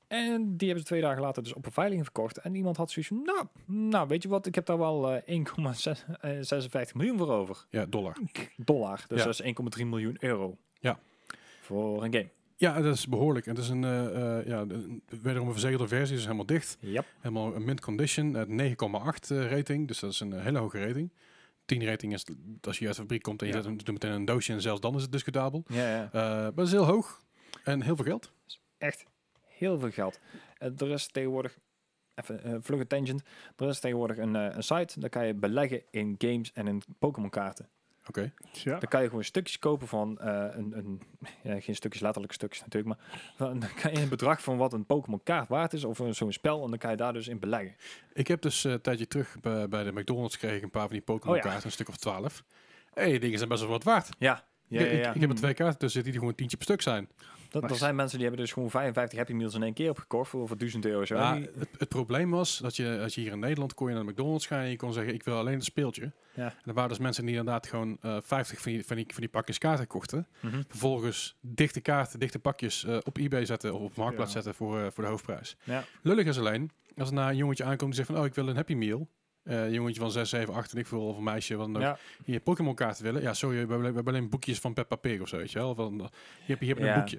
En die hebben ze twee dagen later dus op een veiling verkocht. En iemand had zoiets van, nou, nou weet je wat, ik heb daar wel uh, één komma zesenvijftig miljoen voor over. Ja, dollar. Dollar, dus Ja. dat is één komma drie miljoen euro. Ja. Voor een game. Ja, dat is behoorlijk. Het is een, uh, uh, ja, een, wederom een verzegelde versie, dus helemaal dicht. Yep. Helemaal een mint condition, uh, negen komma acht uh, rating. Dus dat is een uh, hele hoge rating. tien rating is als je uit de fabriek komt en je Ja. zet hem doet meteen een doosje en zelfs dan is het discutabel. Ja, ja. Uh, maar het is heel hoog en heel veel geld. Echt heel veel geld. Uh, er is tegenwoordig, even een uh, vlugge tangent, er is tegenwoordig een, uh, een site, daar kan je beleggen in games en in Pokémon kaarten. Oké. Ja. Dan kan je gewoon stukjes kopen van uh, een, een ja, geen stukjes, letterlijk stukjes natuurlijk, maar dan dan kan je een bedrag van wat een Pokémon kaart waard is of een- zo'n spel en dan kan je daar dus in beleggen. Ik heb dus eh, een tijdje terug bij, bij de McDonald's kreeg ik een paar van die Pokémon Oh ja. kaarten, een stuk of twaalf. Hé, hey, dingen zijn best wel wat waard. Ja, ja, ik, ja. ik- ja. ik heb er twee kaarten tussen die gewoon tientje per stuk zijn. Dat, er Nice. zijn mensen die hebben dus gewoon vijfenvijftig Happy Meals in één keer opgekocht voor, voor duizend euro. Zo. Ja, En die- het, het probleem was dat je, als je hier in Nederland kon je naar de McDonald's gaan en je kon zeggen, ik wil alleen een speeltje. Ja. En er waren dus mensen die inderdaad gewoon eh vijftig van die, van, die, van die pakjes kaarten kochten. Mhm. Vervolgens dichte kaarten, dichte pakjes eh, op eBay zetten of op Marktplaats Ja. zetten voor, eh, voor de hoofdprijs. Ja. Lullig is alleen, als er nou een jongetje aankomt die zegt van, oh, ik wil een Happy Meal. Eh, een jongetje van zes, zeven, acht en ik veel, of een meisje wat dan ook, Ja. hier Pokémon kaarten willen. Ja, sorry, we hebben, we hebben alleen boekjes van Peppa Pig of zo, weet je wel. Van, uh, hier heb je, hier heb je Ja. een boekje.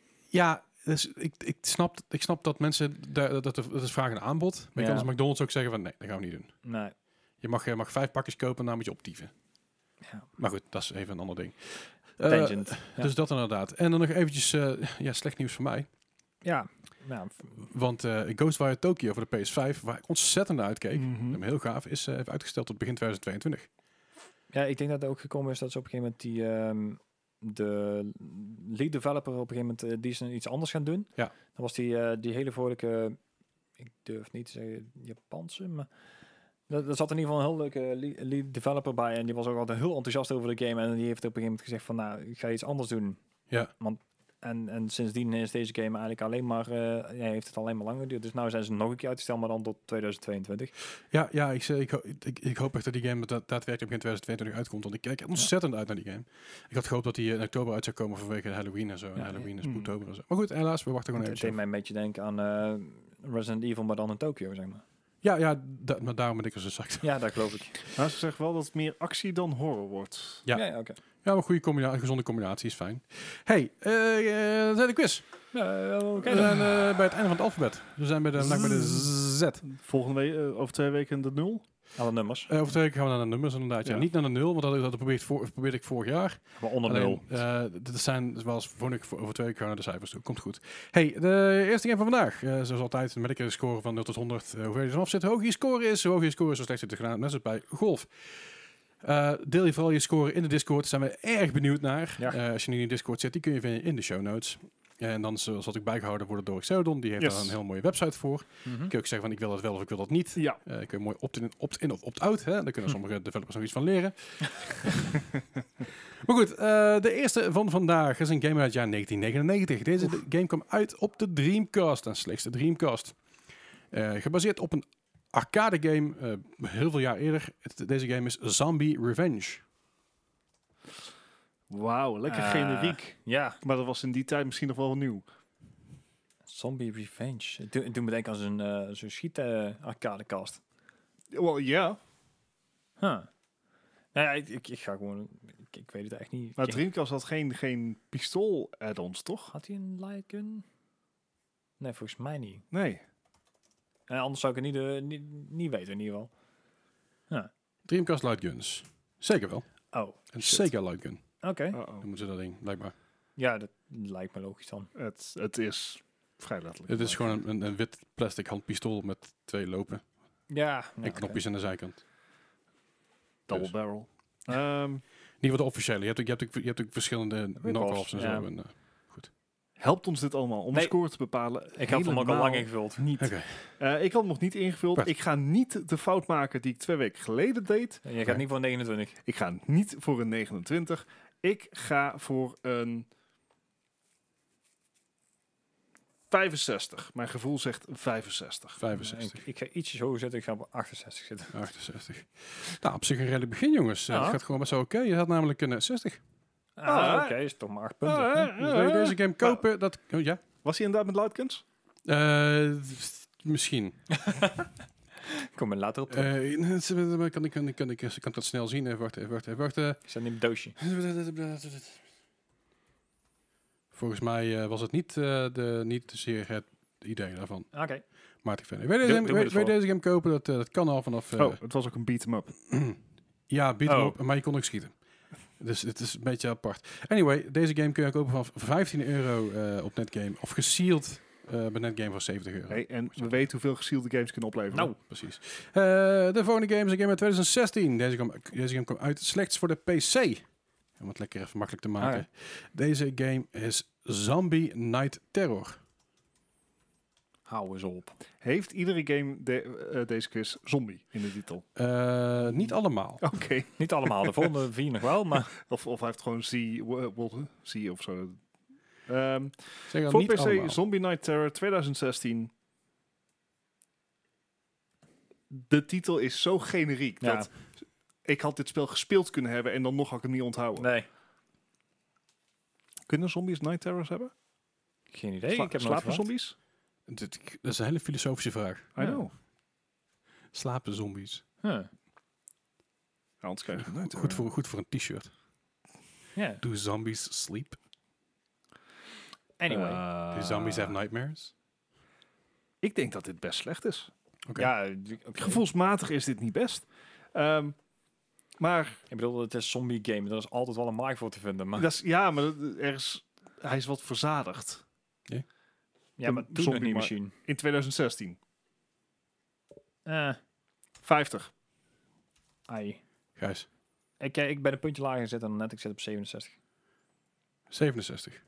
Ja, dus ik, ik, snap, ik snap dat mensen, daar, dat, dat is vraag en aanbod. Maar je Ja. kan als McDonald's ook zeggen van, nee, dat gaan we niet doen. Nee. Je mag, je mag vijf pakjes kopen en dan moet je optieven. Ja. Maar goed, dat is even een ander ding. Eh, Tangent. Ja. Dus dat inderdaad. En dan nog eventjes, eh, ja, slecht nieuws voor mij. Ja. Ja. Want eh Ghostwire Tokyo voor de P S vijf, waar ik ontzettend naar uitkeek, Mhm. en heel gaaf, is uh, even uitgesteld tot begin twintig tweeëntwintig. Ja, ik denk dat het ook gekomen is dat ze op een gegeven moment die ehm, de lead developer op een gegeven moment uh, die ze iets anders gaan doen. Ja. Dan was die, uh, die hele vrolijke, ik durf niet te zeggen Japanse, maar er er zat in ieder geval een heel leuke lead, lead developer bij en die was ook altijd heel enthousiast over de game en die heeft op een gegeven moment gezegd van nou, ik ga iets anders doen. Ja. Want en, en sindsdien is deze game eigenlijk alleen maar, uh, ja, heeft het alleen maar lang geduurd. Dus nu zijn ze nog een keer uitgesteld, maar dan tot twintig tweeëntwintig. Ja, ja ik, ik, ho- ik, ik hoop echt dat die game da- daadwerkelijk begin twintig tweeëntwintig uitkomt. Want ik kijk ontzettend uit naar die game. Ik had gehoopt dat die in oktober uit zou komen vanwege Halloween en zo. En Ja, Halloween ja. is Hmm. oktober en zo. Maar goed, helaas, we wachten gewoon Het even. deed mij een beetje denken aan uh, Resident Evil, maar dan in Tokyo, zeg maar. Ja, ja, da- maar daarom ben ik er zo zacht. Ja, dat geloof ik. Nou, ze zeggen wel dat het meer actie dan horror wordt. Ja. Ja, ja oké. Ja, maar een goede combinatie, een gezonde combinatie is fijn. Hey, eh uh, zijn de quiz. Ja, oké. We zijn uh, bij het einde van het alfabet. We zijn bij de, bij de Z. Volgende week, uh, over twee weken de nul. Alle nummers. Uh, over twee weken gaan we naar de nummers inderdaad. Ja. Ja. Niet naar de nul, want dat, dat probeerde, voor, probeerde ik vorig jaar. Maar onder Alleen, nul. uh, dat zijn, zoals vond ik, over twee weken gaan we naar de cijfers toe. Komt goed. Hey, de eerste game van vandaag. Uh, zoals altijd, met een score van nul tot honderd. Uh, hoe ver je vanaf zit, hoe hoog je score is. Hoe hoog je score is, zo slecht zit er gedaan. Net zoals bij golf. Uh, deel je vooral je score in de Discord. Daar zijn we erg benieuwd naar. Ja. Uh, als je nu in de Discord zit, die kun je vinden in de show notes. En dan zoals ik bijgehouden worden door Xerodon. Die heeft Yes. daar een heel mooie website voor. Mhm. Kun je ook zeggen van ik wil dat wel of ik wil dat niet. Ja. Uh, kun je mooi opt-in opt-in of opt-out. Hè? Daar kunnen sommige developers nog iets van leren. Maar goed, uh, de eerste van vandaag is een game uit het jaar negentien negenennegentig. Deze Oef. game kwam uit op de Dreamcast. En slechts de Dreamcast. Uh, gebaseerd op een arcade game. Uh, heel veel jaar eerder. Het, deze game is Zombie Revenge. Wauw, lekker Uh, generiek. Ja, Maar dat was in die tijd misschien nog wel nieuw. Zombie Revenge. Het doet doet me denken aan zo'n uh, zo'n schiet uh, arcadecast. Wel, ja. Huh. Nou ja, ik, ik, ik ga gewoon... Ik, ik weet het echt niet. Maar Ik- Dreamcast had geen, geen pistool-add-ons, toch? Had hij een light gun? Nee, volgens mij niet. Nee. En anders zou ik het niet, uh, niet, niet weten in ieder geval. Dreamcast Light Guns. Zeker wel. Oh, Een Shit. Sega Light Gun. oké. Uh-oh. Dan moeten ze dat ding, blijkbaar. Ja, dat lijkt me logisch dan. Het, het is vrij letterlijk. Het is gewoon een, een, een wit plastic handpistool met twee lopen. Ja. En ja, knopjes aan de zijkant. Double Dus. barrel. Ehm, Niet wat de officiële. Je hebt ook, je hebt ook, je hebt ook verschillende knockoffs en zo. ja. En, uh, helpt ons dit allemaal om Nee. een score te bepalen? Ik had hem ook al Helemaal lang ingevuld. niet. Oké. Eh, ik had hem nog niet ingevuld. Bart. Ik ga niet de fout maken die ik twee weken geleden deed. Je gaat niet voor negenentwintig. Ik ga niet voor een negenentwintig. Ik ga voor een vijfenzestig. Mijn gevoel zegt vijfenzestig. vijfenzestig. Ik, ik ga ietsjes hoger zitten. Ik ga op achtenzestig zitten. achtenzestig. Nou, op zich een redelijk begin, jongens. Uh, Ja. Het gaat gewoon best wel oké. Je had namelijk een uh, zestig. Ah, Ah, oké. Is toch maar acht punten. Ah, eh, Dus wil je deze game kopen? Dat, oh, ja. Was hij inderdaad met Lightguns? Uh, misschien. Kom er later op. Uh, kan, ik, kan, ik, kan, ik, kan ik dat snel zien? Even wachten, even wachten, even wachten. Ik zet in een doosje. Volgens mij uh, was het niet, uh, de, niet zeer het idee daarvan. Oké. Maar ik vind, wil je Doe- deze, doe me wil, het wil je voor. deze game kopen? Dat, uh, dat kan al vanaf... Uh, Oh, het was ook een beat-em-up. ja, beat 'em Oh. up, maar je kon ook schieten. Dus het is een beetje apart. Anyway, deze game kun je kopen van vijftien euro uh, op Netgame. Of gesealed Uh, bij Netgame voor zeventig euro. Hey, en we weten hoeveel gesielde games kunnen opleveren. Nou. Precies. Uh, de volgende game is een game uit twintig zestien. Deze game, deze game kwam uit slechts voor de P C. Om het lekker even makkelijk te maken. Ah, ja. Deze game is Zombie Night Terror. Hou eens op. Heeft iedere game de, uh, deze quiz zombie in de titel? Uh, niet allemaal. Oké. Okay. Niet allemaal. De volgende vier nog wel, maar... Of, of hij heeft gewoon Z, Z of zo. Um, zeg voor niet P C allemaal. Zombie Night Terror twintig zestien. De titel is zo generiek Ja. dat ik had dit spel gespeeld kunnen hebben en dan nog had ik het niet onthouden. Nee. Kunnen zombies Night Terrors hebben? Geen idee. Sla ik heb slapen nooit zombies? Dit, dat is een hele filosofische vraag. I Ja. know. Slapen zombies. Huh. Ja, anders krijg je Night Goed voor, goed voor een t-shirt. Ja. Do zombies sleep? Anyway. Uh, Do zombies have nightmares? Ik denk dat dit best slecht is. Okay. Ja, die- okay. Gevoelsmatig is dit niet best. Um, maar, Ik bedoel, het is zombie game. Er is altijd wel een markt voor te vinden. Maar, dat is, ja, maar dat- er is, hij is wat verzadigd. ja, maar de toen nog zombie niet mar- misschien. In twintig zestien. Eh, vijftig. ai. Gijs. Ik, eh, ik ben een puntje lager gezet dan net. Ik zit op zevenenzestig. zevenenzestig.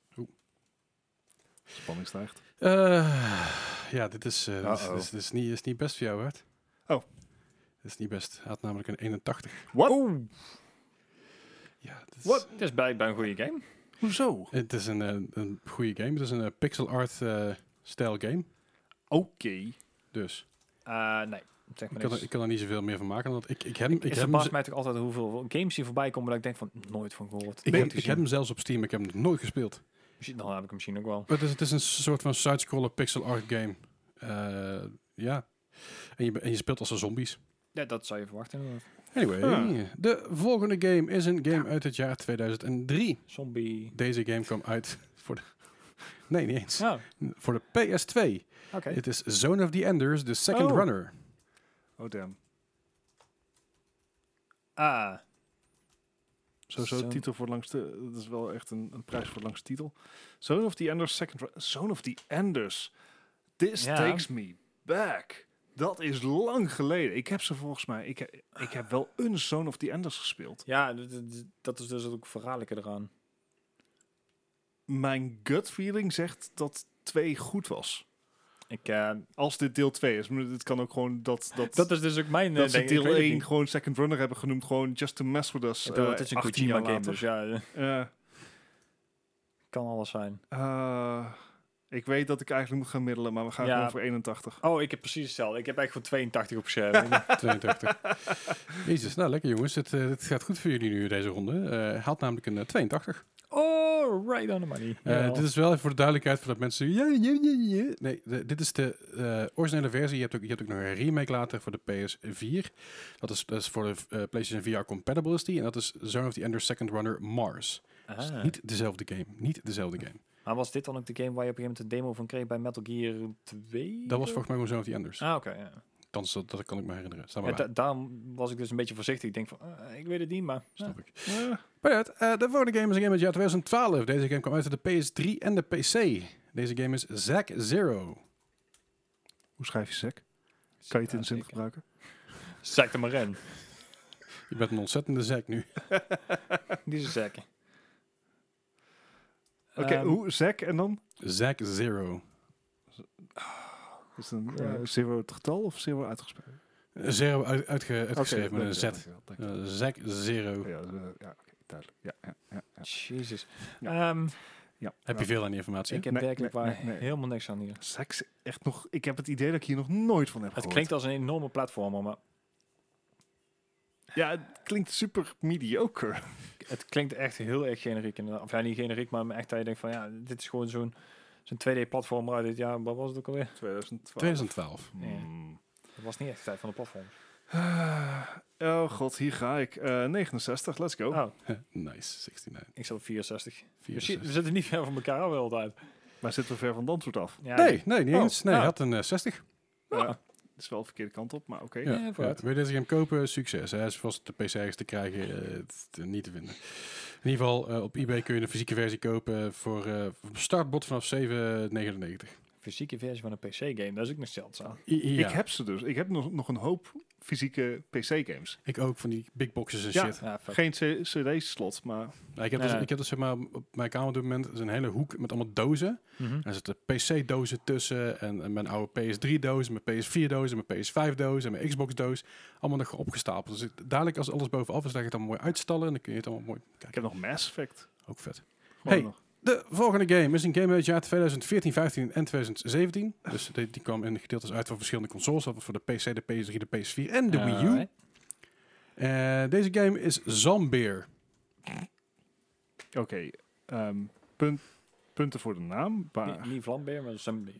Spanning stijgt. Uh, ja, dit is, uh, dit, is, Uh-oh. dit, is, dit is niet, is niet best voor jou, Hart. Oh. Dit is niet best. Hij had namelijk een eenentachtig. Wat? Oeh. Ja, dit is, Wat? Het is blijkbaar een goede game. Hoezo? Het is een, uh, een goede game. Het is een uh, pixel art uh, style game. Oké. Okay. Dus Uh, nee, zeg ik maar kan, er, niks. ik kan er niet zoveel meer van maken. Want ik, ik heb, Ik, ik het heb, hem, verbaast ze- mij toch altijd hoeveel games hier voorbij komen dat ik denk van nooit van gehoord. ik, Ben- heb, ik heb hem zelfs op Steam. Ik heb hem nog nooit gespeeld. Misschien, dan heb ik hem misschien ook wel. Maar het is, het is een soort van side-scroller pixel art game. Uh, ja. En je, en je speelt als een zombies. Ja, dat zou je verwachten inderdaad. Anyway, Ah. de volgende game is een game uit het jaar tweeduizend drie. Zombie. Deze game kwam uit voor de... Nee, niet eens. Oh, Voor de P S twee. oké. Het is Zone of the Enders, The Second Oh. Runner. Oh, damn. Ah, Sowieso Zo- titel voor langste... Dat is wel echt een, een prijs voor langste titel. Zone of the Enders, Second... Ru- Zone of the Enders. This Ja. takes me back. Dat is lang geleden. Ik heb ze volgens mij... Ik, he- ik heb wel een Zone of the Enders gespeeld. ja, d- d- d- dat is dus ook verraderlijke eraan. Mijn gut feeling zegt dat twee goed was. Ik, eh, Als dit deel twee is. Maar het kan ook gewoon dat... Dat, dat is dus ook mijn eh, dat ze ding. Ik deel weet het één niet. gewoon Second Runner hebben genoemd. Gewoon just to mess with us. Ik bedoel, eh, het is een achttien jaar Kojima game, later. dus ja, eh, Eh, kan alles zijn. eh, ik weet dat ik eigenlijk moet gaan middelen, maar we gaan Ja. gewoon voor eenentachtig. Oh, ik heb precies hetzelfde. Ik heb echt voor tweeëntachtig opgeschreven. tweeëntachtig. Jezus, nou lekker jongens. Het, uh, het gaat goed voor jullie nu deze ronde. Uh, hij had namelijk een uh, tweeëntachtig. oh, right on the money. Uh, Jawel. dit is wel even voor de duidelijkheid voor dat mensen... Ja, ja, ja, ja. Nee, de, dit is de uh, originele versie. Je hebt, ook, je hebt ook nog een remake later voor de P S vier. Dat is, dat is voor de uh, PlayStation V R compatible is die. En dat is Zone of the Enders Second Runner Mars. Ah. Dus niet dezelfde game. Niet dezelfde game. Maar was dit dan ook de game waar je op een gegeven moment een demo van kreeg bij Metal Gear twee? Dat was volgens mij gewoon Zone of the Enders. Ah, oké. ja. Althans, dat, dat kan ik me herinneren. Sta maar Ja, waar. da- daarom was ik dus een beetje voorzichtig. Ik denk van, uh, ik weet het niet, maar... Snap ik. Ja. Maar ja, uh, de volgende game is een game uit het jaar twintig twaalf. Deze game kwam uit de P S drie en de P C. Deze game is Zack Zero. Hoe schrijf je sec? Kan je het in Ja, de zin zeker. gebruiken? Zak er maar in. Je bent een ontzettende Zack nu. Die is zeker. Oké, Ehm, hoe? Zack en dan? Zack Zero. Is het een Ja. eh, zero het getal of zero uitgesproken? Zero uit, uitge, uitgeschreven Oké, met een Z. dankjewel, dankjewel. Uh, Zack Zero. Ja, dat is, eh, ja, oké, duidelijk. Ja, ja, ja, ja. Jezus. Ja. Ehm, ja. Heb je veel aan die informatie? ik heb Nee, werkelijk nee, waar nee, nee. helemaal niks aan hier. Zack is echt nog... Ik heb het idee dat ik hier nog nooit van heb Het gehoord. klinkt als een enorme platformer, maar Ja, het klinkt super mediocre. het klinkt echt heel erg generiek. inderdaad. Of ja, niet generiek, maar echt dat je denkt van ja, dit is gewoon zo'n zo'n twee D-platformer uit dit jaar. Wat was het ook alweer? twintig twaalf. twintig twaalf. Hmm. Het was niet echt de tijd van de platform. Ah, oh god, hier ga ik. Eh, negenenzestig, let's go. Oh, Nice, negenenzestig. ik zat op vierenzestig. Dus je- we vierenzestig. zitten niet ver van elkaar af de hele tijd. Maar zitten we ver van het antwoord af? Ja, Nee, nee, niet Oh, eens. Nee, ah. hij had een uh, zestig. Ja. Ja. Het is wel de verkeerde kant op, maar oké. Ja, Ja, ja. vooruit. Wil je deze game kopen? Succes. Hij is vast op de P C ergens te krijgen. Uh, het, uh, niet te vinden. In ieder geval, uh, op eBay kun je een fysieke versie kopen voor uh, startbod vanaf zeven negenennegentig. fysieke versie van een P C-game. Dat is ook nog zeldzaam. I- ja. Ik heb ze dus. Ik heb nog, nog een hoop fysieke P C-games. Ik ook, van die big boxes en Ja. shit. Ja, vet. Geen C- cd-slot, maar... Nou, ik heb Nee, dus, nee. ik heb dus zeg maar, op mijn kamer op dit moment is een hele hoek met allemaal dozen. Mhm. En er zitten P C-dozen tussen en, en mijn oude P S drie doos, mijn P S vier doos, mijn P S vijf doos en mijn Xbox doos. Allemaal nog opgestapeld. Dus ik, dadelijk als alles bovenaf is, leg ik het allemaal mooi uitstallen en dan kun je het allemaal mooi kijken. Ik heb nog Mass Effect. Ook vet. Gewoon Hey. nog. De volgende game is een game uit het jaar tweeduizend veertien, vijftien en tweeduizend zeventien. Dus die, die kwam in gedeeltes uit van verschillende consoles. Dat was voor de P C, de P S drie, de P S vier en de Wii U. Alright. Eh, deze game is Zombeer. Oké, ehm, punt, punten voor de naam. Maar Niet, niet vlambeer, maar zombeer.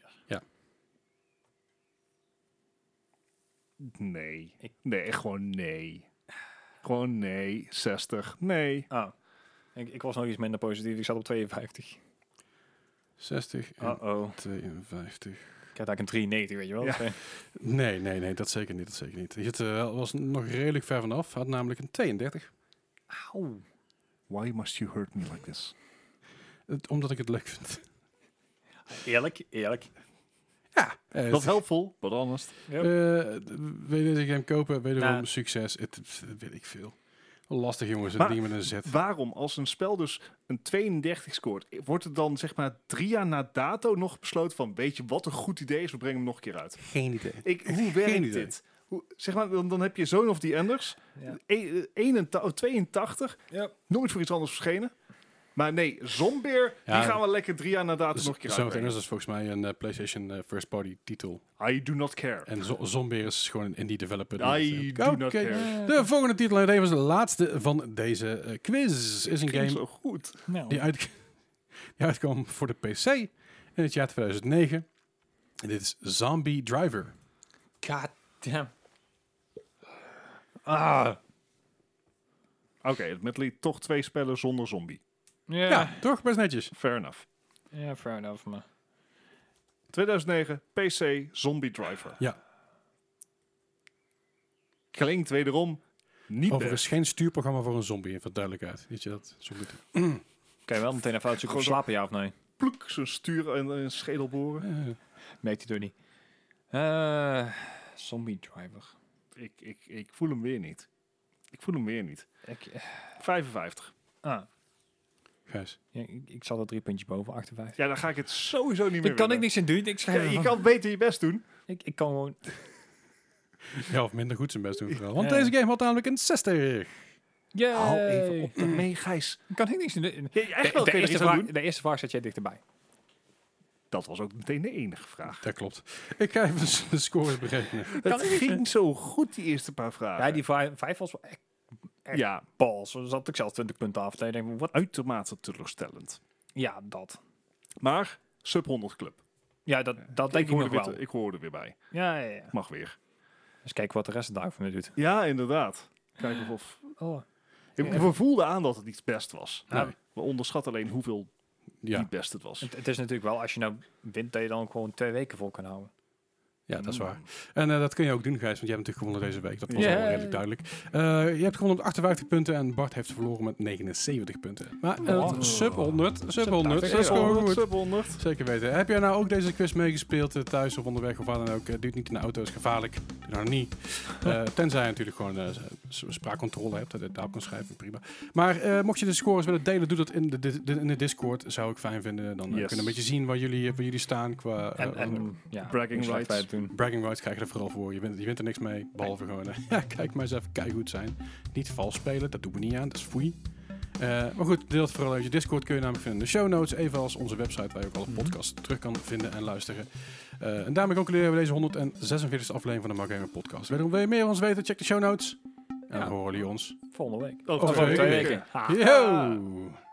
nee. Ik- Nee, echt gewoon nee. Gewoon nee. zestig. Nee. Ah, ik, ik was nog iets minder positief. Ik zat op tweeënvijftig. zestig en Uh-oh. tweeënvijftig. Ik had eigenlijk een drieënnegentig, weet je wel. Ja. Dus, eh, Nee, nee, nee, dat zeker niet. Dat zeker niet. Je zit, eh, was nog redelijk ver vanaf. Had namelijk een tweeëndertig. Auw. Why must you hurt me like this? Het- omdat ik het leuk vind. Eerlijk, eerlijk. Ja. eh, Dat is helpful, but honest. Yep. eh, d- wil je deze game kopen? Wederom Nou. succes. Het, het- weet ik veel. Lastig jongens, het Maar- ding met een Z. Waarom, als een spel dus een tweeëndertig scoort, wordt het dan zeg maar drie jaar na dato nog besloten van, weet je wat een goed idee is, we brengen hem nog een keer uit. Geen idee. Ik, hoe Geen werkt idee. dit? Hoe, zeg maar, dan, dan heb je Zone of the Enders, Ja. e- eenentachtig, oh, tweeëntachtig, Yep. nooit voor iets anders verschenen. Maar nee, Zombeer, Ja, die gaan we lekker drie jaar na dato nog een keer Zo uitbrengen. is volgens mij een eh, PlayStation eh, First Party titel. I do not care. En Zo- Zombeer is gewoon een indie developer. I do Oké. not care. De volgende titel, en tevens de laatste van deze eh, quiz, is een Klinkt game zo goed. Nou, die, uit, die uitkwam voor de P C in het jaar tweeduizend negen. En dit is Zombie Driver. god damn. Ah. Oké, het medley toch twee spellen zonder zombie. Ja. Ja, toch? Best netjes. Fair enough. Ja, fair enough, maar... tweeduizend negen, P C, Zombie Driver. Ja. Klinkt wederom niet Overigens best. geen stuurprogramma voor een zombie, even duidelijkheid. Weet je dat? Zo moet het. Kan je wel meteen even uitzoeken of Gewoon slapen, ja of nee? Ploek, zo'n stuur en een schedel boren. Eh, Merkt hij door niet. Eh, zombie Driver. Ik, ik, ik voel hem weer niet. Ik voel hem weer niet. Ik, eh, vijfenvijftig. ah, Gijs. ja, ik, ik zat er drie puntjes boven, achtenvijftig. Ja, dan ga ik het sowieso niet meer Daar kan ik winnen. niks aan doen. Ik, Ja, schrijf je er kan beter je best doen. ik, ik kan gewoon... Ja, of minder goed zijn best doen vooral. Want Ja. deze game had namelijk een zestig. Yay! Hou even op daarmee, Gijs. Kan ik niks aan doen. Ja, De, echt wel, de, kun je er eerste iets aan vraag, doen? de eerste vraag zet jij dichterbij. Dat was ook meteen de enige vraag. Dat klopt. Ik ga even de scores berekenen. Het ging zo goed, die eerste paar vragen. Ja, die vijf, vijf was wel echt echt ja, bals. Dan zat ik zelf twintig punten af. Dan denk ik, wat? uitermate teleurstellend. Ja, dat. Maar, sub honderd club. Ja, dat, dat ik, denk ik nog hoorde weer wel. te- ik hoorde er weer bij. Ja, ja, ja. Mag weer. Dus kijk wat de rest daarvan me doet. Ja, inderdaad. Kijken of... Oh. Ik, we voelden aan dat het niet best was. Nee. We onderschatten alleen hoeveel Ja, niet best het was. Het, het is natuurlijk wel, als je nou wint, dat je dan gewoon twee weken vol kan houden. ja, dat is Mm. waar. En eh, dat kun je ook doen, Gijs, want jij hebt natuurlijk gewonnen deze week. Dat was Ja. al redelijk duidelijk. Eh, je hebt gewonnen met achtenvijftig punten en Bart heeft verloren met negenenzeventig punten. Maar eh, Oh. sub honderd, sub honderd, tachtig. dat is gewoon goed. Sub honderd. Zeker weten. Heb jij nou ook deze quiz meegespeeld, eh, thuis of onderweg of waar dan ook? Uh, duurt niet in de auto, is gevaarlijk. Doe nou niet. Uh, tenzij je natuurlijk gewoon uh, spraakcontrole hebt, dat je het daarop kan schrijven, prima. Maar uh, mocht je de scores willen delen, doe dat in de, de, de, in de Discord. Zou ik fijn vinden. Dan uh, Yes. kunnen we een beetje zien waar jullie, waar jullie staan qua uh, En, en ja, bragging hoe slecht wij rights. het doen. bragging rights. Krijg je er vooral voor. Je wint, je wint er niks mee, behalve gewoon... Uh, ja, kijk maar eens even keigoed zijn. Niet vals spelen, dat doen we niet aan. Dat is foei. Uh, maar goed, deel het vooral uit je Discord. Kun je namelijk vinden in de show notes. Evenals onze website waar je ook alle podcasts terug kan vinden en luisteren. Uh, en daarmee concluderen we deze honderdzesenveertigste aflevering van de Mark Gamer Podcast. Wederom wil je meer van ons weten? Check de show notes. En Ja. dan horen jullie ons. Volgende week. Oh, Over twee twee weken. weken. Ha. Yo!